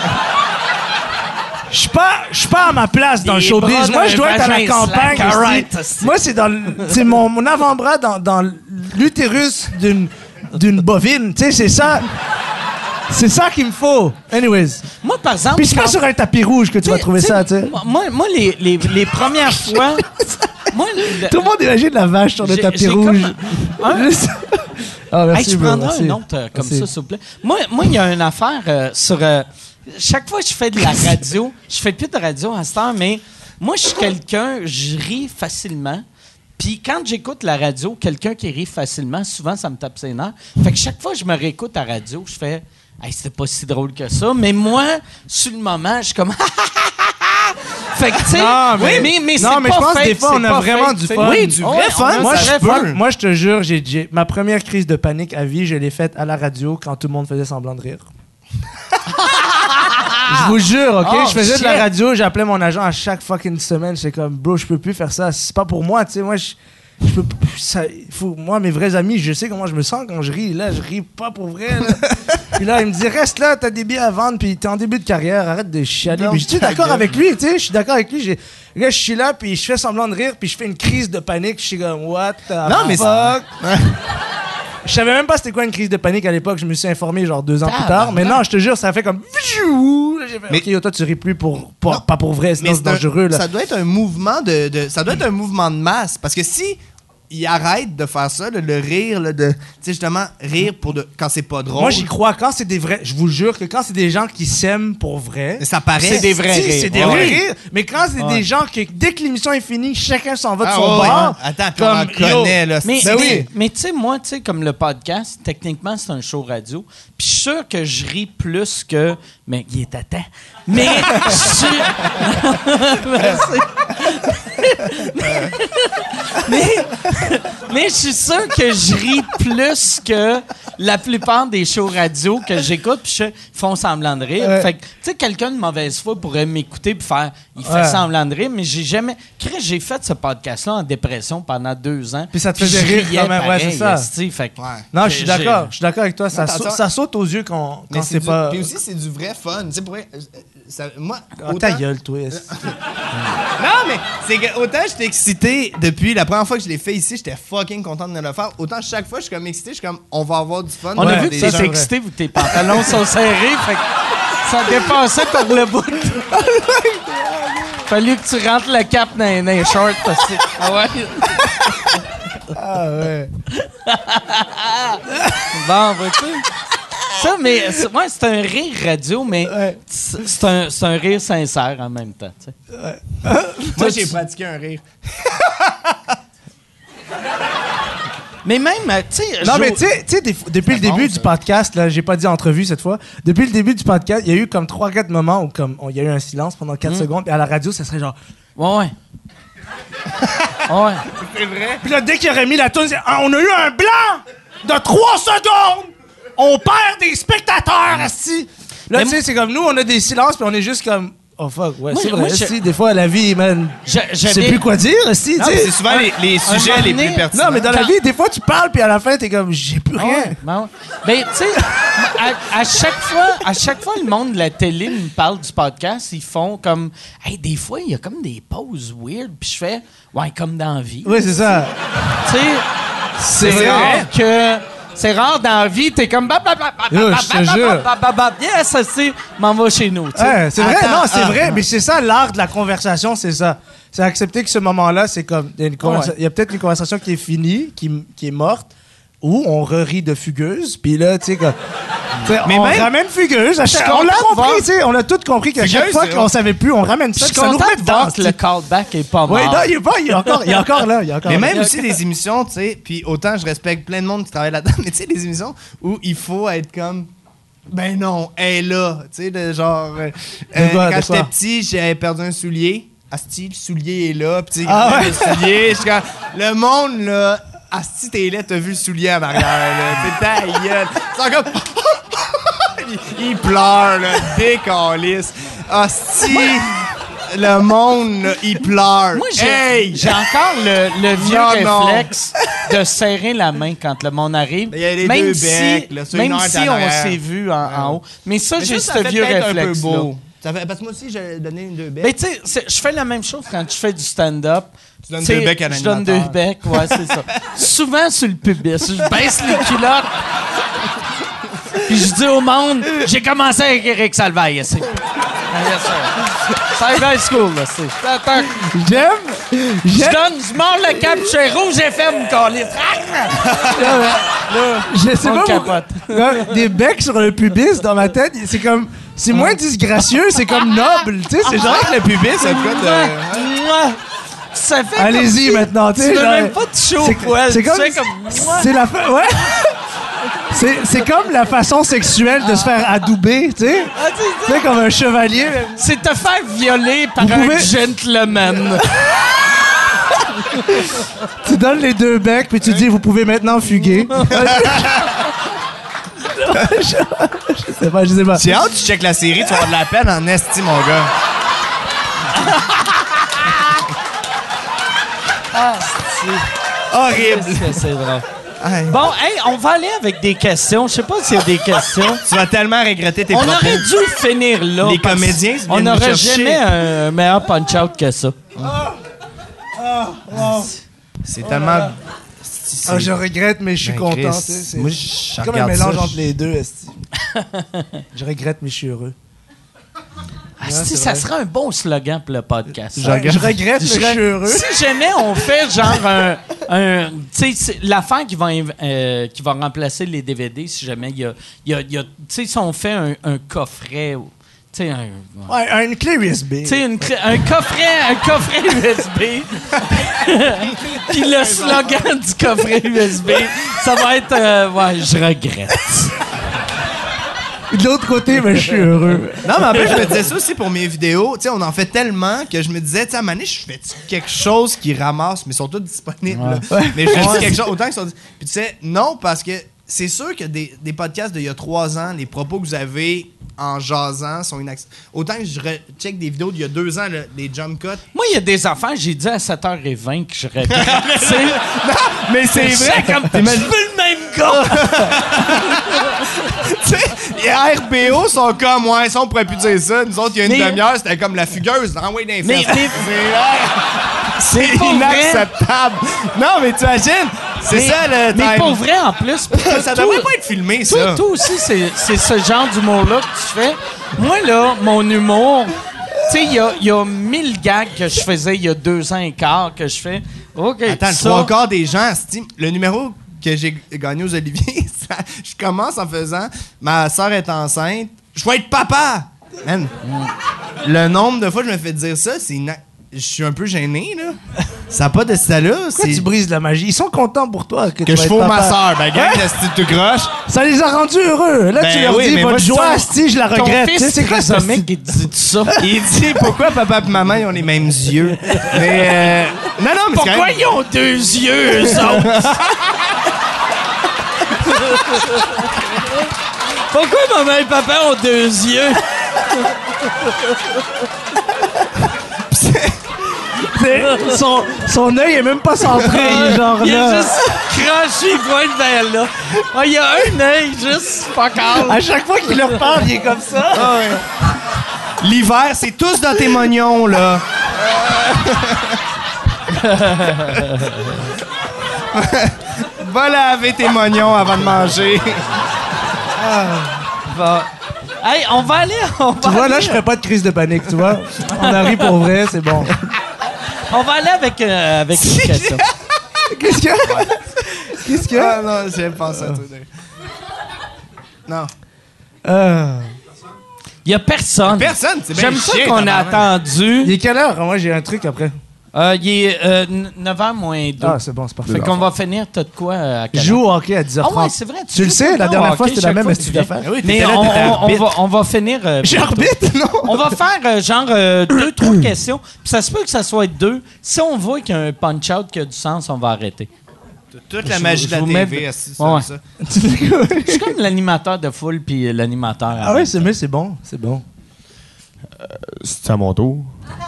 Je suis pas à ma place dans le Les showbiz. bras Moi, d'un je dois être à la vagin campagne. slack, all right, esti. esti. Moi, c'est mon avant-bras dans l'utérus d'une bovine. Tu sais, c'est ça. C'est ça qu'il me faut. Anyways. Moi, par exemple... Puis c'est pas sur un tapis rouge que tu vas trouver ça, tu sais. Moi, les premières fois... moi, Tout le monde imagine la vache sur le J'ai- tapis j'ai rouge. comme Ah, merci, hey, tu bro, prendras merci. un autre comme Merci. ça, s'il vous plaît. Moi, il y a une affaire sur... chaque fois que je fais de la radio, je fais plus de radio à cette heure, mais moi, je suis quelqu'un, je ris facilement. Puis quand j'écoute la radio, quelqu'un qui rit facilement, souvent, ça me tape ses nerfs. Fait que chaque fois que je me réécoute à la radio, je fais « Hey, c'était pas si drôle que ça. » Mais moi, sur le moment, je suis comme « Fait que, tu sais... Non, mais- mais c'est non, mais pas je pense que fake, des fois, c'est on a pas vraiment fake, du tu sais. fun. Oui, du Ouais, vrai on fun. a Moi, du je fun. Moi, je te jure, ma première crise de panique à vie, je l'ai faite à la radio quand tout le monde faisait semblant de rire. Je vous jure, OK? Oh, je faisais de la shit. radio, j'appelais mon agent à chaque fucking semaine. J'étais comme, bro, je peux plus faire ça. C'est pas pour moi, tu sais. Moi, je peux plus. Moi, mes vrais amis, je sais comment je me sens quand je ris. Là, je ris pas pour vrai. Là. Puis là, il me dit, reste là, t'as des billets à vendre, puis t'es en début de carrière, arrête de chialer. Non, Puis je suis ta d'accord gueule. avec lui, tu sais. Je suis d'accord avec lui. Là, je suis là, puis je fais semblant de rire, puis je fais une crise de panique. Je suis comme, what the Non, mais fuck? Je savais même pas c'était quoi une crise de panique à l'époque. Je me suis informé genre 2 ans plus tard. Mais non, je te jure, ça a fait comme... J'ai fait, Mais- OK, yo, toi, tu ris plus pas pour vrai, sinon Mais c'est dangereux. Là. ça doit être un mouvement ça doit être un mouvement de masse. Parce que si il arrête de faire ça, le rire, là, tu sais, justement, rire quand c'est pas drôle. Moi, j'y crois. Quand c'est des vrais... Je vous jure que quand c'est des gens qui s'aiment pour vrai... Ça paraît. C'est des vrais si, rires. c'est des Ouais. vrais rires. Mais quand c'est des gens que, dès que l'émission est finie, chacun s'en va de Ah, son ouais, bord... ouais. Attends, puis on en comme, yo, connaît, là. Mais, Ben oui. mais tu sais, moi, tu sais, comme le podcast, techniquement, c'est un show radio. Puis je suis sûr que je ris plus que... Mais il est à temps. Mais je suis... Merci. mais je suis sûr que je ris plus que la plupart des shows radio que j'écoute, puis ils font semblant de rire. Ouais. Fait que, tu sais, quelqu'un de mauvaise foi pourrait m'écouter puis faire, il fait semblant de rire, mais j'ai jamais... J'ai fait ce podcast-là en dépression pendant 2 ans. Puis ça te faisait rire quand même, ouais, c'est ça. Fait que, Non, je suis d'accord. Je suis d'accord avec toi. Ça, attention. ça saute aux yeux quand c'est pas... Puis aussi, c'est du vrai fun. Tu sais, pour vrai, moi, Oh, ta gueule, toi. Non, mais c'est que autant j'étais excité depuis la première fois que je l'ai fait ici, j'étais fucking content de le faire. Autant chaque fois, je suis comme excité, je suis comme, on va avoir du fun. on a vu que des t'es gens- excité vu que tes pantalons sont serrés, fait que ça dépassait par le bout. Fallu que tu rentres le cap dans les shorts parce que... Ah ouais? Ah ouais. Bon, vois-tu? Ça, mais ouais, c'est un rire radio, mais Ouais. c'est un rire sincère en même temps. Tu sais. Moi, j'ai pratiqué un rire. Mais même, tu sais... Non, mais tu sais, depuis le début du podcast, là, j'ai pas dit entrevue cette fois, depuis le début du podcast, il y a eu comme 3-4 moments où il y a eu un silence pendant 4 secondes, et à la radio, ça serait genre... Ouais. Ouais. C'est vrai? Puis là, dès qu'il aurait mis la toune, c'est « Ah, on a eu un blanc de 3 secondes! On perd des spectateurs, asti! » Là, Mais tu sais, c'est comme nous, on a des silences, puis on est juste comme... Oh fuck, ouais, Moi, c'est moi, vrai, je- asti, des fois, la vie, man, je sais plus quoi dire, asti, tu Non, sais. mais c'est souvent les sujets les plus pertinents. Non, mais dans la vie, des fois, tu parles, puis à la fin, t'es comme « J'ai plus rien. Ouais, ben ouais. Ben, tu sais, à chaque fois, le monde de la télé me parle du podcast, ils font comme... Hey, des fois, il y a comme des pauses weird, puis je fais... Ouais, comme dans la vie. » Oui, c'est ça. Tu sais, c'est vrai. rare que... C'est rare dans la vie, t'es comme... Yo, je te jure. Yes, ça, c'est... M'en va chez nous, tu sais. Ouais, c'est vrai, Attends, non, c'est vrai, mais c'est ça l'art de la conversation, c'est ça. C'est accepter que ce moment-là, c'est comme. Il y a, il y a peut-être une conversation qui est finie, qui est morte, ou on rit de Fugueuse, puis là, tu sais, comme. Mais on même- ramène Fugueuse. suis On l'a content de voir- compris, tu sais, on a tout compris qu'à chaque Fugueuse, fois c'est qu'on savait plus, on ramène Je ça, suis puis ça nous content remet de dedans. voir que le callback est pas mort. Oui, non, il est pas, il est encore là, il est encore Mais là. même aussi des émissions, tu sais, puis autant je respecte plein de monde qui travaille là-dedans, mais tu sais, des émissions où il faut être comme. Ben non, elle est là. Tu sais, de genre. quoi, quand de quoi? j'étais petit, j'avais perdu un soulier. Asti, le soulier est là. Puis tu sais, Ah ouais? le soulier, je suis comme. Le monde, là. Asti, t'es là, t'as vu le soulier en arrière, là. T'es ta gueule. C'est comme. il pleure, là. Décalisse. Asti. Le monde, là, il pleure. Moi, hey! j'ai encore le vieux Non, non. réflexe de serrer la main quand le monde arrive. Il y a les même deux si, becs, là, sur une même heure, si t'es en on arrière. s'est vu en haut. Mais ça, Mais j'ai ça ce fait vieux peut-être un peu réflexe-là. beau. Ça fait, parce que moi aussi, j'ai donné une deux becs. Mais tu sais, je fais la même chose quand je fais du stand-up. Tu donnes T'sais, deux becs à Je donne l'animateur. 2 becs, ouais, c'est ça. Souvent sur le pubis. Je baisse les culottes. Puis je dis au monde, j'ai commencé avec Eric Salvaille. C'est... Ça high school, là, c'est... Attends. Je mords le cap, je suis rouge, j'ai fait me coller. Je sais On pas. capote. Là, des becs sur le pubis dans ma tête, c'est comme. C'est moins disgracieux, c'est comme noble. Tu sais, c'est genre. le pubis, ça te coûte. Mouah. Ça fait Allez-y comme si maintenant, tu sais. Tu veux genre, même pas te chaud au poil. c'est Tu comme. fais comme... Mouah. C'est la fa- ouais. C'est comme la façon sexuelle de se faire adouber, tu sais. Ah, c'est Tu sais, comme un chevalier. C'est te faire violer par Vous un pouvez- gentleman. Tu donnes les 2 becs, puis tu dis, vous pouvez maintenant fuguer. je sais pas. J'ai hâte que tu checkes la série, tu vas avoir de la peine en esti, mon gars. Horrible. C'est vrai. Hey. Bon, hey, on va aller avec des questions. Je sais pas s'il y a des questions. Tu vas tellement regretter tes On propos. aurait dû finir là. Les parce comédiens On viennent nous n'aurait chercher. jamais un meilleur punch-out que ça. C'est tellement... Ah, je regrette, mais je suis Ben, content. Chris, tu sais, c'est moi, c'est je comme un regarde mélange ça, entre les deux, esti. Je regrette, mais je suis heureux. Asti, c'est ça vrai. serait un bon slogan pour le podcast. Je regrette, mais je suis heureux. Si jamais on fait genre un tu sais, c'est l'affaire qui va remplacer les DVD, si jamais il y a tu sais, si on fait un coffret, tu sais, Ouais, une clé USB. tu sais, un coffret USB. Puis le slogan du coffret USB, ça va être ouais, je regrette. De l'autre côté, mais je suis heureux. Non, mais en plus, je me disais ça aussi pour mes vidéos. Tu sais, on en fait tellement que je me disais, tu sais, à un moment donné, je fais quelque chose qui ramasse, mais ils sont tous disponibles. Là. Mais je fais quelque chose, autant qu'ils sont disponibles. Puis tu sais, non, parce que c'est sûr que des podcasts d'il y a 3 ans, les propos que vous avez en jasant sont inaccessibles. Autant que je check des vidéos d'il y a 2 ans, là, des jump cuts. Moi, il y a des affaires, j'ai dit à 7h20 que je regrette. Tu sais, Mais c'est vrai, comme tu veux le même gars. Tu sais, les RBO sont comme, ouais, ça, on pourrait plus dire ça. Nous autres, il y a une Mais- demi-heure, c'était comme la fugueuse dans Way d'un Mais- c'est pas vrai. inacceptable. Non, mais tu imagines, c'est ça le Mais time. pour vrai, en plus, Ça devrait pas être filmé, toi, ça. toi aussi, c'est ce genre d'humour-là que tu fais. Moi, là, mon humour, tu sais, il y a 1000 gags que je faisais il y a 2 ans et quart que je fais. OK, Attends, le ça, 3/4 des gens, le numéro que j'ai gagné aux Oliviers, je commence en faisant « Ma soeur est enceinte, je vais être papa! » Man, le nombre de fois que je me fais dire ça, c'est je suis un peu gêné, là. Ça n'a pas de ça là. Pourquoi tu brises la magie? Ils sont contents pour toi que tu Que vas je être fous papa. ma soeur. Ben, gang de style tout croche. Ça les a rendus heureux. Là, Ben tu leur oui, dis, mais moi, votre je joie, sens- asti, je la ton regrette. fils, C'est quoi ça? trisomique qui te dit tout ça? Il dit pourquoi papa et maman ils ont les mêmes yeux. Mais non, mais c'est quand Pourquoi même... ils ont 2 yeux, eux autres? Pourquoi maman et papa ont 2 yeux? Son œil est même pas centré. Il est genre Il là. est juste craché, il pointe vers là. Ah, il y a un œil juste fuck out. À chaque fois qu'il leur parle, il est comme ça. Ah ouais. L'hiver, c'est tous dans tes mognons, là. Va laver tes mognons avant de manger. Hey, on va aller. Tu vois, là, je ferais pas de crise de panique, tu vois. On arrive pour vrai, c'est bon. On va aller avec une question. Qu'est-ce qu'il y a? Qu'est-ce qu'il y a? Ah non, j'aime pas ça, toi. Non. Il y a personne. Personne, c'est bien J'aime ça chiant, qu'on a tabarnak. attendu. Il est quelle heure? Moi, j'ai un truc après. Il est 9h moins 2. Ah, c'est bon, c'est parfait. Fait qu'on va finir, t'as de quoi à quelle Je joue heure? au hockey à 10h30. Ah ouais, c'est vrai. Tu le joues sais, tout le la temps dernière au fois, hockey, c'était la chaque même fois astuce que tu d'affaires. viens. Oui, Mais t'étais là, t'étais arbitre. on va finir. J'ai arbitre, non? On va faire genre 2-3 questions. Puis ça se peut que ça soit 2. Si on voit qu'il y a un punch-out qui a du sens, on va arrêter. Toute la magie de la vous TV, mets- assis Ouais. ça. Je suis comme l'animateur de foule puis l'animateur. Ah ouais, c'est bon, c'est bon. C'est à mon tour.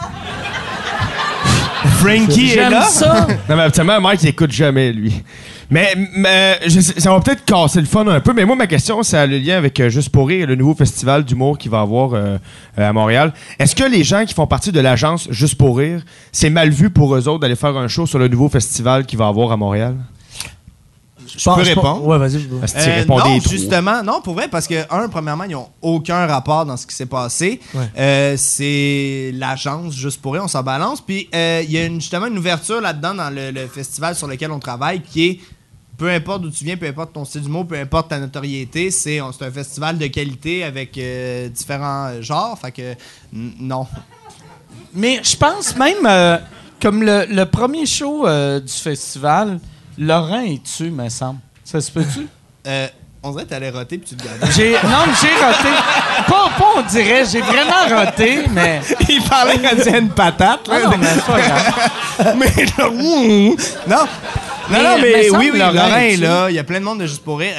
Frankie est J'aime là. ça. Non, mais absolument, Mike, il écoute jamais, lui. Mais ça va peut-être casser le fun un peu, mais moi, ma question, c'est le lien avec Juste pour rire, le nouveau festival d'humour qu'il va avoir à Montréal. Est-ce que les gens qui font partie de l'agence Juste pour rire, c'est mal vu pour eux autres d'aller faire un show sur le nouveau festival qu'il va avoir à Montréal? Je peux répondre. Ouais, vas-y. Est-ce que tu répondais non, trop? justement, non, pour vrai, parce que, premièrement, ils n'ont aucun rapport dans ce qui s'est passé. Ouais. C'est l'agence Juste pour rire, on s'en balance. Puis, il y a justement une ouverture là-dedans dans le festival sur lequel on travaille qui est peu importe d'où tu viens, peu importe ton style d'humour, peu importe ta notoriété, c'est un festival de qualité avec différents genres. Fait que, non. Mais je pense même, comme le premier show du festival, Laurent est dessus, me semble. Ça se peut-tu? On dirait que t'allais roter puis tu te gardais. Non, mais j'ai roté. Pas on dirait, j'ai vraiment roté, mais... Il parlait quand il disait une patate. Ah non, mais c'est pas grave. Mais là, non. Mais, Non, me mais semble oui, Laurent Laurent est est dessus. là. Il y a plein de monde de Juste pour rire.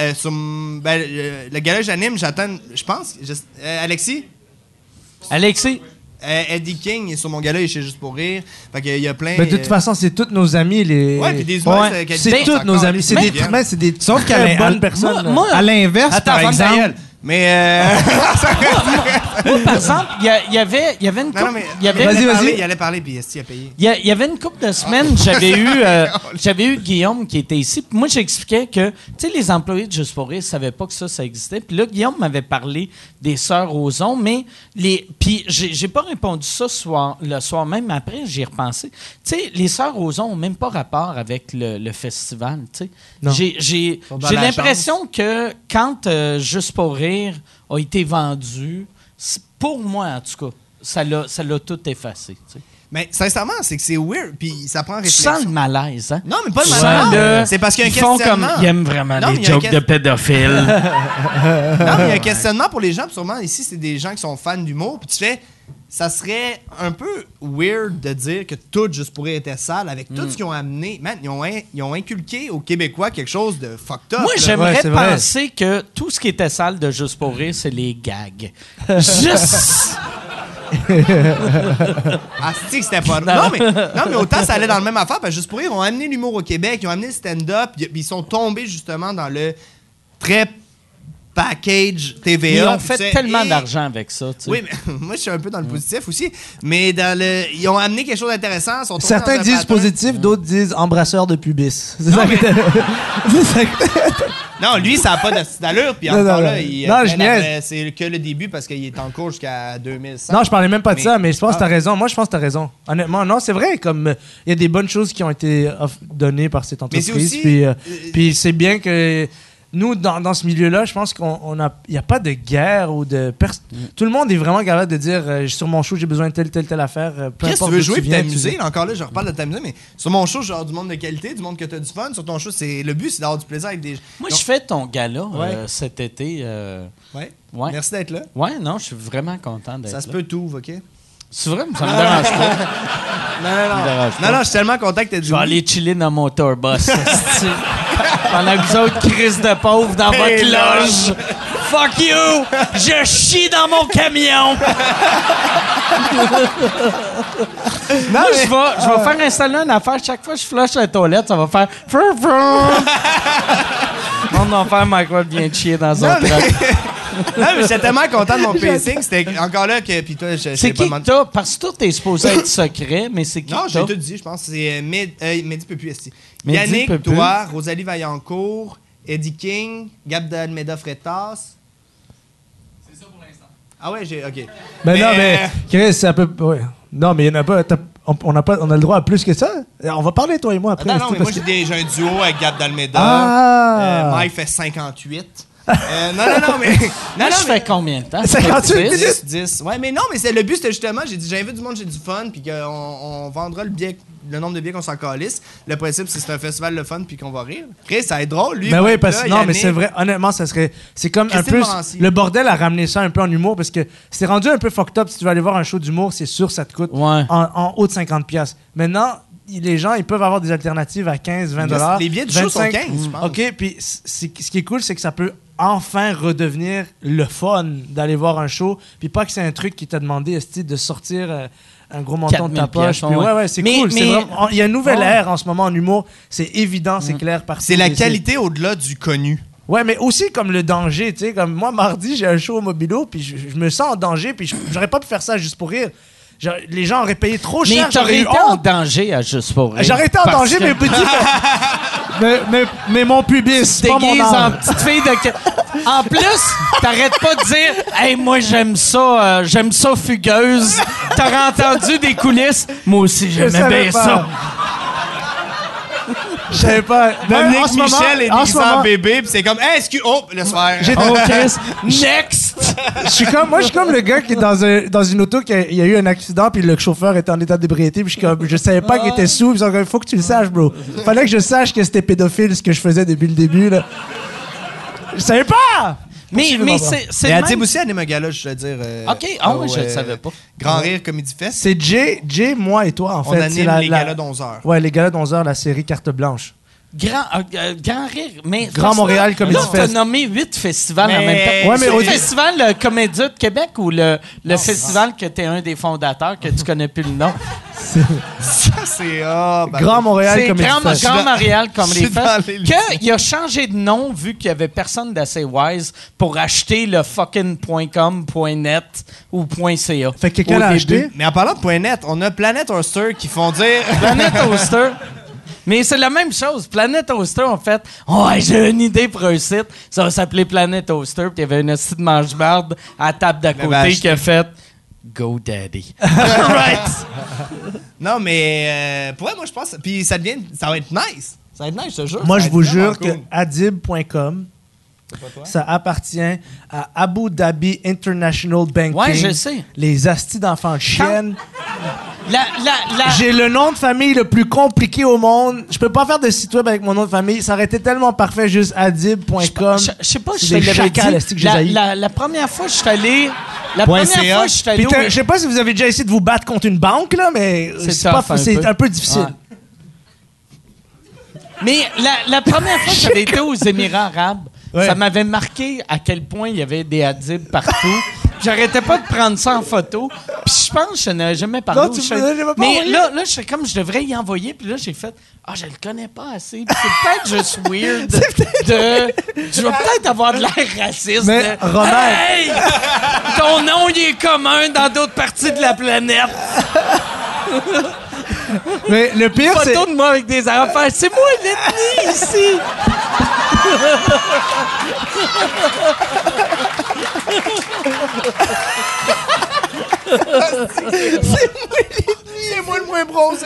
Le gala que j'anime, j'attends, je pense, Alexis? Alexis, Eddie King est sur mon gala, il est chez Juste pour rire. Fait qu'il y a plein... Mais de toute façon, c'est tous nos amis. Ouais, puis des humoristes, Ouais. qui- C'est tous nos amis. C'est Mais- des, mais c'est des Sauf qu'à très la- bonnes personnes. moi, À l'inverse, Attends, par ferme ta exemple... gueule. Mais... par exemple, il y avait une couple... non, non, mais il y avait- Vas-y. il allait parler, puis Esti a payé. Il y avait une couple de semaines, j'avais eu Guillaume qui était ici. Puis moi, j'expliquais que, tu sais, les employés de Juste pour rire ne savaient pas que ça existait. Puis là, Guillaume m'avait parlé des Sœurs Ozon, mais puis j'ai pas répondu ça le soir même. Après, j'y ai repensé. Tu sais, les Sœurs Ozon n'ont même pas rapport avec le festival, tu sais. Non. J'ai sont dans l'impression que quand Juste pour rire a été vendu, pour moi, en tout cas, ça l'a tout effacé, tu sais. Mais sincèrement, c'est que c'est weird, puis ça prend Tu réflexion. sens le malaise, hein? Non, mais pas le Ouais, malaise. là, C'est parce qu'il y a un ils font questionnement. comme... Ils aiment vraiment Non, mais les il y a un jokes de pédophiles. Non, mais il y a un questionnement pour les gens, puis sûrement ici, c'est des gens qui sont fans d'humour, puis tu fais... Ça serait un peu weird de dire que tout Juste pour rire était sale avec tout ce qu'ils ont amené. Man, ils ont inculqué aux Québécois quelque chose de fucked up. Moi, là. j'aimerais Ouais, c'est vrai. penser que tout ce qui était sale de Juste pour rire, c'est les gags. Juste... Ah, c'est que c'était pas... Non, mais autant ça allait dans le même affaire, parce que Juste pour rire, ils ont amené l'humour au Québec, ils ont amené le stand-up, puis ils sont tombés justement dans le très package TVA. Ils ont puis fait c'est- tellement et- d'argent avec ça, tu sais. Oui, mais moi, je suis un peu dans le positif aussi. Mais ils ont amené quelque chose d'intéressant. sont tombés Certains dans un disent pattern. positif, d'autres disent embrasseur de pubis. C'est ça qui était- c'est ça que- Non, lui, ça n'a pas d'allure. Puis Non, encore non, là, non. il, Non, ben, je niaise. c'est que le début parce qu'il est en cours jusqu'à 2100. Non, je parlais même pas de Mais- ça, mais je pense que t'as Ah. raison. Moi, je pense que t'as raison. Honnêtement, non, c'est vrai. Comme il y a des bonnes choses qui ont été données par cette Mais c'est entreprise. aussi- Puis c'est bien que nous, dans ce milieu-là, je pense qu'il n'y a pas de guerre ou de... Tout le monde est vraiment capable de dire sur mon show, j'ai besoin de telle affaire. Peu Qu'est-ce que importe tu veux d'où jouer et viens, t'amuser? Là, encore là, je reparle de t'amuser, mais sur mon show, genre du monde de qualité, du monde que t'as du fun. Sur ton show, le but, c'est d'avoir du plaisir avec des gens. Moi, je fais ton gala Ouais. cet été. Ouais. Ouais. Merci d'être là. Ouais, non, je suis vraiment content d'être Ça se là. peut tout, OK? C'est vrai, mais ça me dérange pas. Non, je suis tellement content que t'aies du Je vais aller chiller dans mon tourbus. esti. Pendant que vous autres, crise de pauvre dans votre loge. Fuck you! Je chie dans mon camion! Moi, je vais faire installer une affaire. Chaque fois que je flush la toilette, ça va faire... Frou, frou. Mon enfant, Michael vient de chier dans un Non, mais- truc. Non, mais j'étais tellement content de mon pacing. C'était encore là que. Puis toi, je C'est pas qui que t'as? Parce que toi, t'es supposé être secret, mais c'est qui Non, que j'ai t'as? tout dit, je pense. C'est Mehdi Pepu, esti. Mehdi Yannick, Pepu. toi, Rosalie Vaillancourt, Eddie King, Gab d'Almeida Freitas. C'est ça pour l'instant. Ah ouais, OK. Ben non, mais Chris, c'est un peu... Ouais. Non, mais il n'y en a pas... On a le droit à plus que ça. On va parler, toi et moi, après. Non, non, c'est mais parce moi, que- j'ai un duo avec Gab d'Almeida. Ah! Mike fait 58. Non, mais... Moi, Non, je fais combien de temps? 58 10? minutes? 10. Ouais, mais non, mais c'est le but, c'était justement, j'ai dit, j'invite du monde, j'ai du fun, puis qu'on vendra le nombre de billets qu'on s'en calisse. Le principe, c'est que c'est un festival de fun, puis qu'on va rire. Chris, ça va être drôle, lui. Mais va oui, être parce là, que non, mais Yannick. c'est vrai. Honnêtement, ça serait. C'est comme Christine un peu. Morancy. Le bordel a ramené ça un peu en humour parce que c'est rendu un peu fucked up. Si tu veux aller voir un show d'humour, c'est sûr, ça te coûte Ouais. en haut de 50$. Maintenant, les gens, ils peuvent avoir des alternatives à 15, 20$. Les billets du show sont 15, je pense. OK, puis ce qui est cool, c'est que ça peut enfin redevenir le fun d'aller voir un show. Puis pas que c'est un truc qui t'a demandé, esti, de sortir un gros menton de ta 4000 poche. piastres, Puis ouais. ouais, c'est Mais- cool. mais- C'est vraiment- il y a une nouvelle Ouais. ère en ce moment en humour. C'est évident, c'est clair partout. C'est la Et qualité au-delà du connu. Ouais, mais aussi comme le danger, tu sais, comme moi mardi, j'ai un show au Mobilo, puis je me sens en danger, puis j'aurais pas pu faire ça juste pour rire. Les gens auraient payé trop Mais cher. t'aurais j'aurais eu été en honte. danger à Juste pour rire. J'aurais été en Parce danger, que mais petit. mais mon pubis, tu pas mon déguises en âme. petite fille de... En plus, t'arrêtes pas de dire « Hey, moi, j'aime ça fugueuse. » T'aurais entendu des coulisses. Moi aussi, Je j'aimais savais bien pas. ça. Je savais pas. Dominique En ce moment- Michel est en ce déguisé en moment- bébé, puis c'est comme, hey, excuse, oh, le soir. Oh, Chris. Next! Moi, je suis comme le gars qui est dans une auto, il y a eu un accident, puis le chauffeur était en état d'ébriété, puis je savais pas qu'il était sous, puis ils sont comme, faut que tu le saches, bro. Fallait que je sache que c'était pédophile, ce que je faisais depuis le début, là. Je savais pas! Mais Poursuivez-moi, c'est Et le Atib même- aussi anime un gala, je veux dire. OK, oui, je le savais pas. Grand Rire Comédie Fest. C'est Jay, moi et toi, en On fait. anime c'est les galas d'11h. Ouais, les galas d'11h, la série Carte Blanche. Grand Rire, mais... Grand Montréal Comedy Là, t'as Fest. nommé 8 festivals en Mais- même temps. Ouais, mais C'est au- le festival le Comédia de Québec ou le festival que t'es un des fondateurs, que tu connais plus le nom? Ça, c'est. Ah, ben, Grand Montréal C'est Comedy Grand, Fest. Grand Montréal je Comedy suis dans Fest. les Qu'il a changé de nom vu qu'il y avait personne d'assez wise pour acheter le fucking .com, .net ou .ca. Fait que quelqu'un Au l'a début. acheté? Mais en parlant de .net, on a Planet Oyster qui font dire. Planet Oster. Mais c'est la même chose. Planet Oster, en fait, ouais, j'ai une idée pour un site. Ça va s'appeler Planet Oster. Puis il y avait une hostie de mange-marde à la table d'à côté vache. qui a fait Go Daddy. Right. Non, mais pour vrai, moi, je pense. Puis ça va être nice. Ça va être nice, ce jeu. Moi, Ça je va vous être vraiment jure que cool. adib.com, Ça appartient à Abu Dhabi International Banking. Ouais, je sais. Les astis d'enfants de chienne. La... J'ai le nom de famille le plus compliqué au monde. Je peux pas faire de site web avec mon nom de famille. Ça aurait été tellement parfait, juste adib.com. Je sais pas si C'est je des te l'avais chacals, dit. esti, que j'ai haï. La première fois que je suis allé... La première .ca. fois que je suis allé... Putain, je sais pas si vous avez déjà essayé de vous battre contre une banque, là, mais c'est un peu difficile. Ouais. Mais la première fois que j'avais été aux Émirats arabes, Ouais. ça m'avait marqué à quel point il y avait des adibs partout. J'arrêtais pas de prendre ça en photo. Puis je pense que je n'avais jamais parlé. Non, tu me l'avais pas Mais envoyé. là, je fais comme je devrais y envoyer. Puis là, j'ai fait je le connais pas assez. Puis c'est peut-être juste weird je vais peut-être avoir de l'air raciste. Mais, Romain- Hey! Ton nom, il est commun dans d'autres parties de la planète. Mais le pire, c'est... Photo de moi avec des affaires. C'est moi l'ethnie ici. C'est moi le moins bronzé.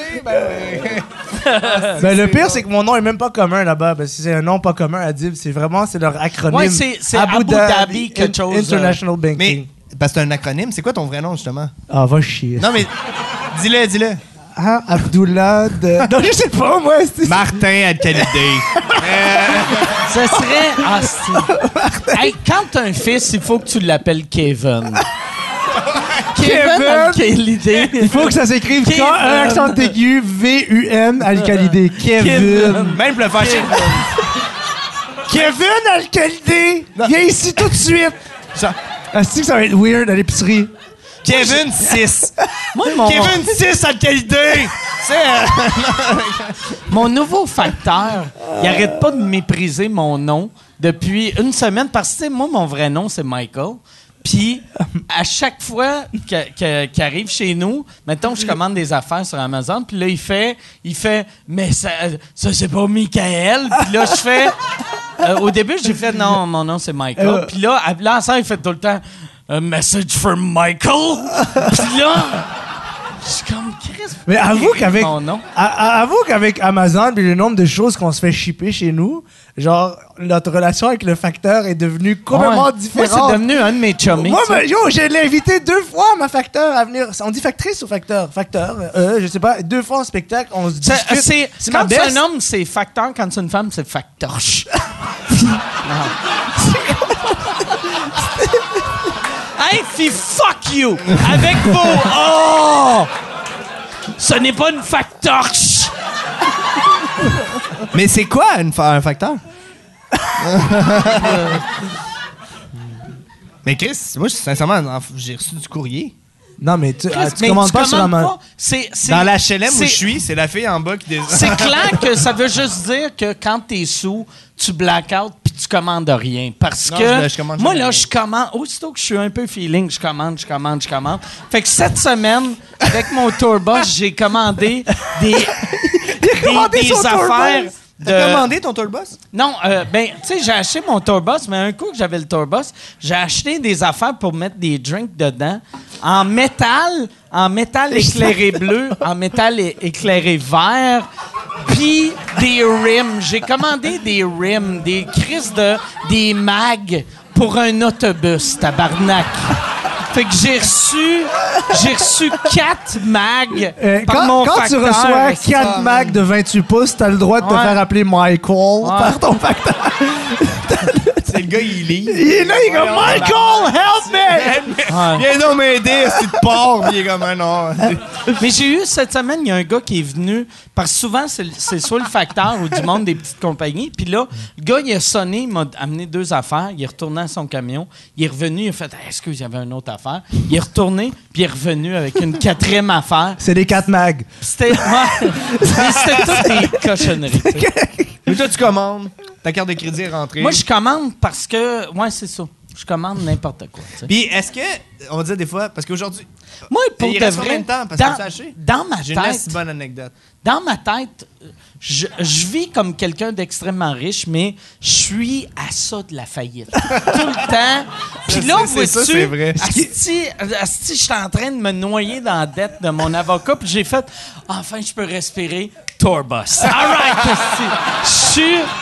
Ben, le pire, c'est que mon nom est même pas commun là-bas. Ben, si c'est un nom pas commun, Adib, c'est leur acronyme. Ouais, c'est Abu Dhabi quelque chose, International Banking. Mais, parce que c'est un acronyme, c'est quoi ton vrai nom, justement? Ah, va chier. Non, mais dis-le. Ah, Abdullah de... Non, je sais pas, moi. Martin Al-Khalidé. Ce serait... Hey, quand t'as un fils, il faut que tu l'appelles Kevin. Kevin Al-Khalidé. Il faut que ça s'écrive Kevin. quand un accent aigu, V-U-N, Al-Khalidé. Kevin. Même le faire chez... Kevin Al-Khalidé. Viens ici tout de suite. Est-ce que ça va être weird à l'épicerie? Kevin 6. Moi, Kevin 6 Al-Khalidé. mon nouveau facteur, il arrête pas de mépriser mon nom depuis une semaine parce que, tu sais, moi, mon vrai nom, c'est Michael. Puis, à chaque fois qu'il arrive chez nous, mettons, je commande des affaires sur Amazon, puis là, il fait, mais ça c'est pas Michael. Puis là, je fais, au début, j'ai fait, non, mon nom, c'est Michael. Puis là, il fait tout le temps, a message for Michael. Puis là, je suis comme, Chris. Mais avoue qu'avec, mon nom. avoue qu'avec Amazon et le nombre de choses qu'on se fait shipper chez nous, genre, notre relation avec le facteur est devenue complètement Ouais. différente. Moi, c'est devenu un de mes chummies. Moi, tu sais. ben, j'ai invité 2 fois ma facteur à venir. On dit factrice ou facteur? Facteur, je sais pas. 2 fois en spectacle, on se discute. C'est ma quand c'est best. un homme, c'est facteur. Quand c'est une femme, c'est factorche. Hey, puis fuck you! Avec vos... Oh! Ce n'est pas une factorche! Mais c'est quoi un facteur? Mais Chris, moi, sincèrement, j'ai reçu du courrier. Non, mais tu Mais commandes pas sur Amazon. pas. C'est- Dans la HLM où c'est- je suis, c'est la fille en bas qui désire. C'est clair que ça veut juste dire que quand t'es sous, tu black out puis tu commandes rien. Parce Non, que je commande moi, jamais là, rien. je commande. Aussitôt que je suis un peu feeling, je commande. Fait que cette semaine, avec mon tourbus, j'ai commandé des son affaires. tourbus. T'as commandé ton tourbus? Non, ben, tu sais, j'ai acheté mon tourbus, mais un coup que j'avais le tourbus, j'ai acheté des affaires pour mettre des drinks dedans en métal éclairé bleu, en métal éclairé vert, puis des rims. J'ai commandé des rims, des des mags pour un autobus, tabarnak. Fait que j'ai reçu 4 mags par mon Quand tu facteur. reçois 4 mags de 28 pouces, t'as le droit de te Ouais. faire appeler Michael par ton facteur. C'est le gars, il lit. Il est là, il est comme Michael, help me! Viens donc m'aider, c'est de porc. Puis il est comme un non. Mais j'ai eu cette semaine, il y a un gars qui est venu, parce que souvent, c'est soit le facteur ou du monde des petites compagnies. Puis là, le gars, il a sonné, il m'a amené 2 affaires. Il est retourné à son camion. Il est revenu, il a fait « Excuse, il y avait une autre affaire. » Il est retourné, puis il est revenu avec une 4e affaire. C'est des 4 mags. Puis c'était... Ouais, mais c'était toutes des cochonneries. tu sais. Mais toi, tu commandes. Ta carte de crédit est rentrée. Moi, je commande parce que... Ouais, c'est ça. Je commande n'importe quoi. tu sais. Puis est-ce que, on va dire des fois, parce qu'aujourd'hui, Moi, pour il de reste vrai... combien de temps? Parce que tu as acheté? Dans ma j'ai une tête... assez bonne anecdote. Dans ma tête, je vis comme quelqu'un d'extrêmement riche, mais je suis à ça de la faillite. Tout le temps. Puis là, C'est ça, vois-tu, c'est vrai. asti, je suis en train de me noyer dans la dette de mon avocat, puis j'ai fait, enfin, je peux respirer. Tourbus. All right, asti. Je suis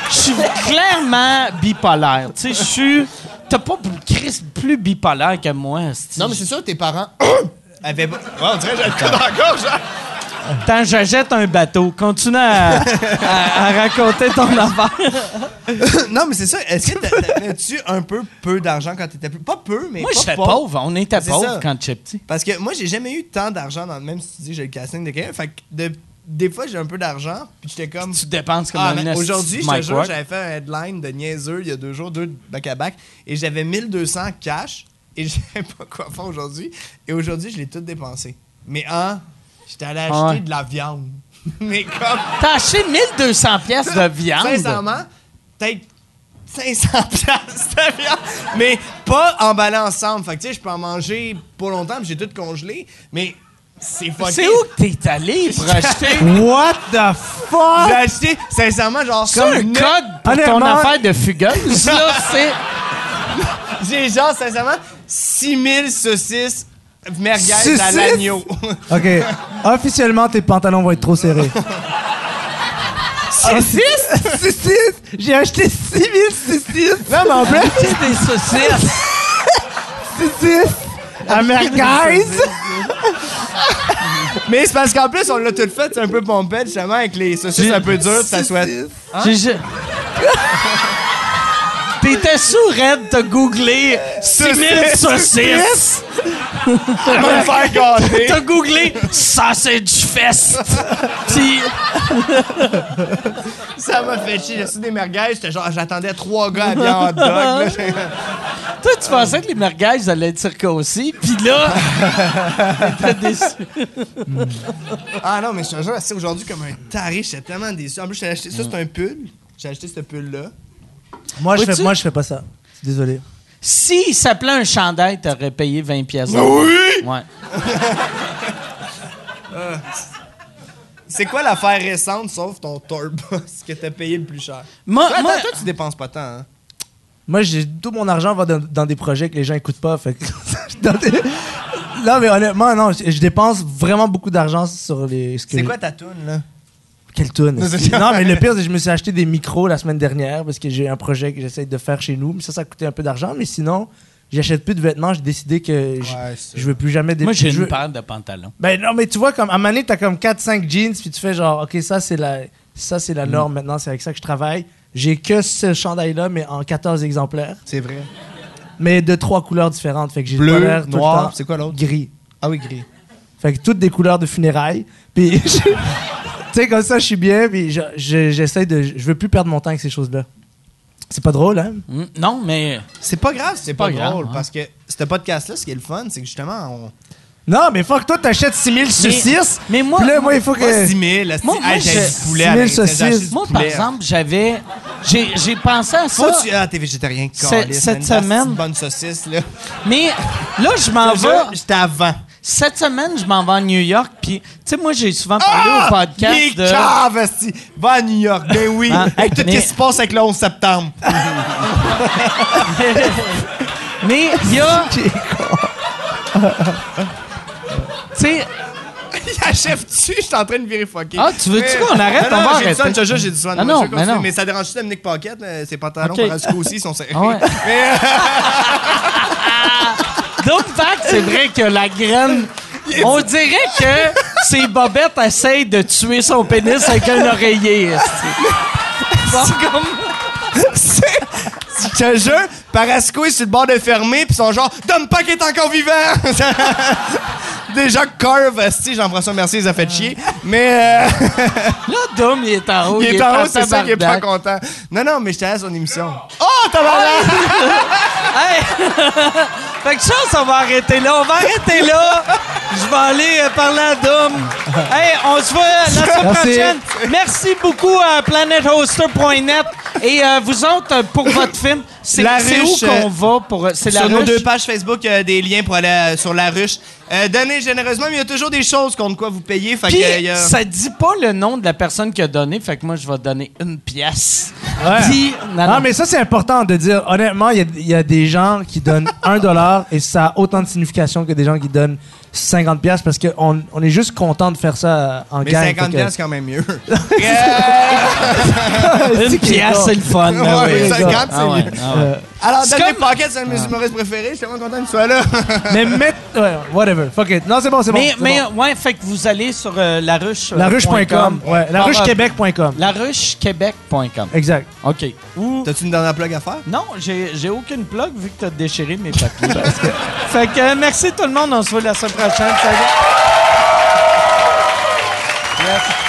Je suis clairement bipolaire. Tu sais, je suis... T'as pas Chris plus bipolaire que moi. Non, mais c'est ça, tes parents avaient... Ouais, on dirait que j'ai le coup dans la gorge. Tant j'achète un bateau, continue à raconter ton affaire. Non, mais c'est ça. Est-ce que t'avais-tu un peu d'argent quand t'étais plus... Pas peu, mais Moi, pas j'étais pauvre. On était C'est pauvres ça. quand j'étais petit. Parce que moi, j'ai jamais eu tant d'argent, même si tu dis que j'ai le casting de quelqu'un. Fait que des fois, j'ai un peu d'argent, puis j'étais comme... Tu dépenses comme mais un aujourd'hui, je te Mike jure, Ward. j'avais fait un headline de niaiseux il y a 2 jours, 2 back-à-back, et j'avais 1200 cash, et je savais pas quoi faire aujourd'hui. Et aujourd'hui, je l'ai tout dépensé. Mais j'étais allé acheter de la viande. Mais comme... T'as acheté 1200 pièces de viande. Sincèrement, peut-être 500 piastres de viande, mais pas emballé ensemble. Fait que tu sais, je peux en manger pas longtemps, puis j'ai tout congelé, mais c'est fucké. C'est où que t'es allé pour acheter? What the fuck? J'ai acheté, sincèrement, genre... C'est un code pour ton Honnêtement- affaire de fugueuse, là, c'est... J'ai genre, sincèrement, 6000 saucisses merguez à Saucisses? l'agneau. OK. Officiellement, tes pantalons vont être trop serrés. Saucisses? J'ai acheté 6000 saucisses. Non, mais en plus, Acheter des saucisses. saucisses à merguez. Mais c'est parce qu'en plus, on l'a tout fait, c'est un peu pompette, justement, avec les saucisses un peu dures, ça souhaite. T'étais sourd-raide, t'as googlé 6000 saucisses. Me faire gâter. T'as googlé sausage fest. Puis Ça m'a fait chier. J'ai reçu des merguez, j'étais genre, j'attendais 3 gars à bien hot dog. Là. toi, tu pensais que les merguez allaient être circoncis, puis là, t'étais déçu. Ah non, mais je te jure, assis aujourd'hui comme un taré, j'étais tellement déçu. En plus, j'ai acheté ça, c'est un pull. J'ai acheté ce pull-là. Moi, je Vois-tu? fais pas ça. Désolé. S'il s'appelait un chandail, t'aurais payé 20 pièces. Oui! Ouais. C'est quoi l'affaire récente, sauf ton Tourbus que t'as payé le plus cher? Moi, Toi, moi, toi, tu dépenses pas tant, hein? Moi, tout mon argent va dans des projets que les gens écoutent pas. Fait que Non, mais honnêtement, non, je dépense vraiment beaucoup d'argent sur les... C'est quoi ta toune, là? Quelle toune? Non, mais le pire, c'est que je me suis acheté des micros la semaine dernière parce que j'ai un projet que j'essaie de faire chez nous. Mais ça coûtait un peu d'argent. Mais sinon, j'achète plus de vêtements. J'ai décidé que je veux plus jamais... moi j'ai je une veux- paire de pantalons. Ben non, mais tu vois, comme à un moment donné, t'as comme 4-5 jeans, puis tu fais genre, OK, ça, c'est la norme maintenant, c'est avec ça que je travaille. J'ai que ce chandail-là, mais en 14 exemplaires. C'est vrai. Mais de 3 couleurs différentes. Fait que j'ai Bleu, pas l'air tout le noir, temps c'est quoi l'autre? Gris. Ah oui, gris. Fait que toutes des couleurs de funérailles. Puis, tu sais, comme ça, je suis bien, puis j'essaie de... Je veux plus perdre mon temps avec ces choses-là. C'est pas drôle, hein? Non, mais C'est pas grave, c'est pas grave, drôle, hein. parce que ce podcast-là, ce qui est le fun, c'est que justement, on... Non, mais fuck, toi, t'achètes 6000 saucisses. mais moi- Puis là, moi, il faut Pas que... 6 000, là, Moi, j'ai je- du poulet à 6 000 l'intérieur, j'ai acheté saucisses. du moi, par poulet. exemple, j'ai pensé à ça. Faut tu... Ah, t'es végétarien, Cette câlisse, semaine- man, une bonne saucisse, là. Mais là, je m'en vais. J'étais avant. Cette semaine, je m'en vais à New York, puis, tu sais, moi, j'ai souvent parlé au Les podcast de... caves, esti. Va à New York, ben oui. Ah, Avec tout mais- ce qui se passe avec le 11 septembre. Mais il y a... Tu sais, Il achève-tu? Je suis en train de virer fucké. Ah, tu veux-tu qu'on arrête? Non, On va j'ai dit ça, arrêter. j'ai dit ça. Ah Moi, non, je vais continuer, mais non. mais ça dérange-tu Dominique Paquette? Ses pantalons Ok. Parasco aussi, ils sont serrés. Ah ouais. Donc, fact, c'est vrai que la graine... On dirait que ses bobettes essayent de tuer son pénis avec un oreiller. C'est comme... Je te jure, Parasco est sur le bord de fermer, pis ils sont genre, Dom Pack est encore vivant! Déjà, Carve, esti, Jean-François Mercier, les a fait chier. Mais, Là, Dom, il est en haut. il est en haut, c'est ça qu'il est pas tabarnak. content. Non, mais j'étais à son émission. Oh, t'as mal! Hey! Fait que chance, on va arrêter là. On va arrêter là. Je vais aller parler à Dom. Hey, on se voit la semaine Merci. prochaine. Merci beaucoup à planethoster.net. Et vous autres, pour votre film, c'est La où Ruche, qu'on va pour... C'est la Sur nos ruche? 2 pages Facebook, des liens pour aller sur La Ruche. Donnez généreusement, mais il y a toujours des choses contre quoi vous payez. Fait Puis, que, ça dit pas le nom de la personne qui a donné, fait que moi, je vais donner 1 pièce. Ouais. Dis... Non, mais ça, c'est important de dire. Honnêtement, il y a des gens qui donnent $1 et ça a autant de signification que des gens qui donnent 50$ parce qu'on est juste content de faire ça en mais gang. 50$, c'est quand même mieux. 1 pièce, c'est le fun. Ouais, ben oui. 50, c'est Ah ouais, mieux. ah ouais. Alors, C'est Danny comme- Pocket, c'est un de mes humoristes préférés. Je suis tellement content que tu sois là. Mais whatever. Fuck it. Non, c'est bon, c'est bon. Mais, c'est mais bon. ouais, fait que vous allez sur laruche. Laruche.com. Ouais, laruchequebec.com. Laruchequebec.com. Exact. OK. Ou... T'as-tu une dernière plug à faire? Non, j'ai aucune plug vu que t'as déchiré mes papiers. Fait que merci tout le monde. On se voit la semaine prochaine. Salut. Yes.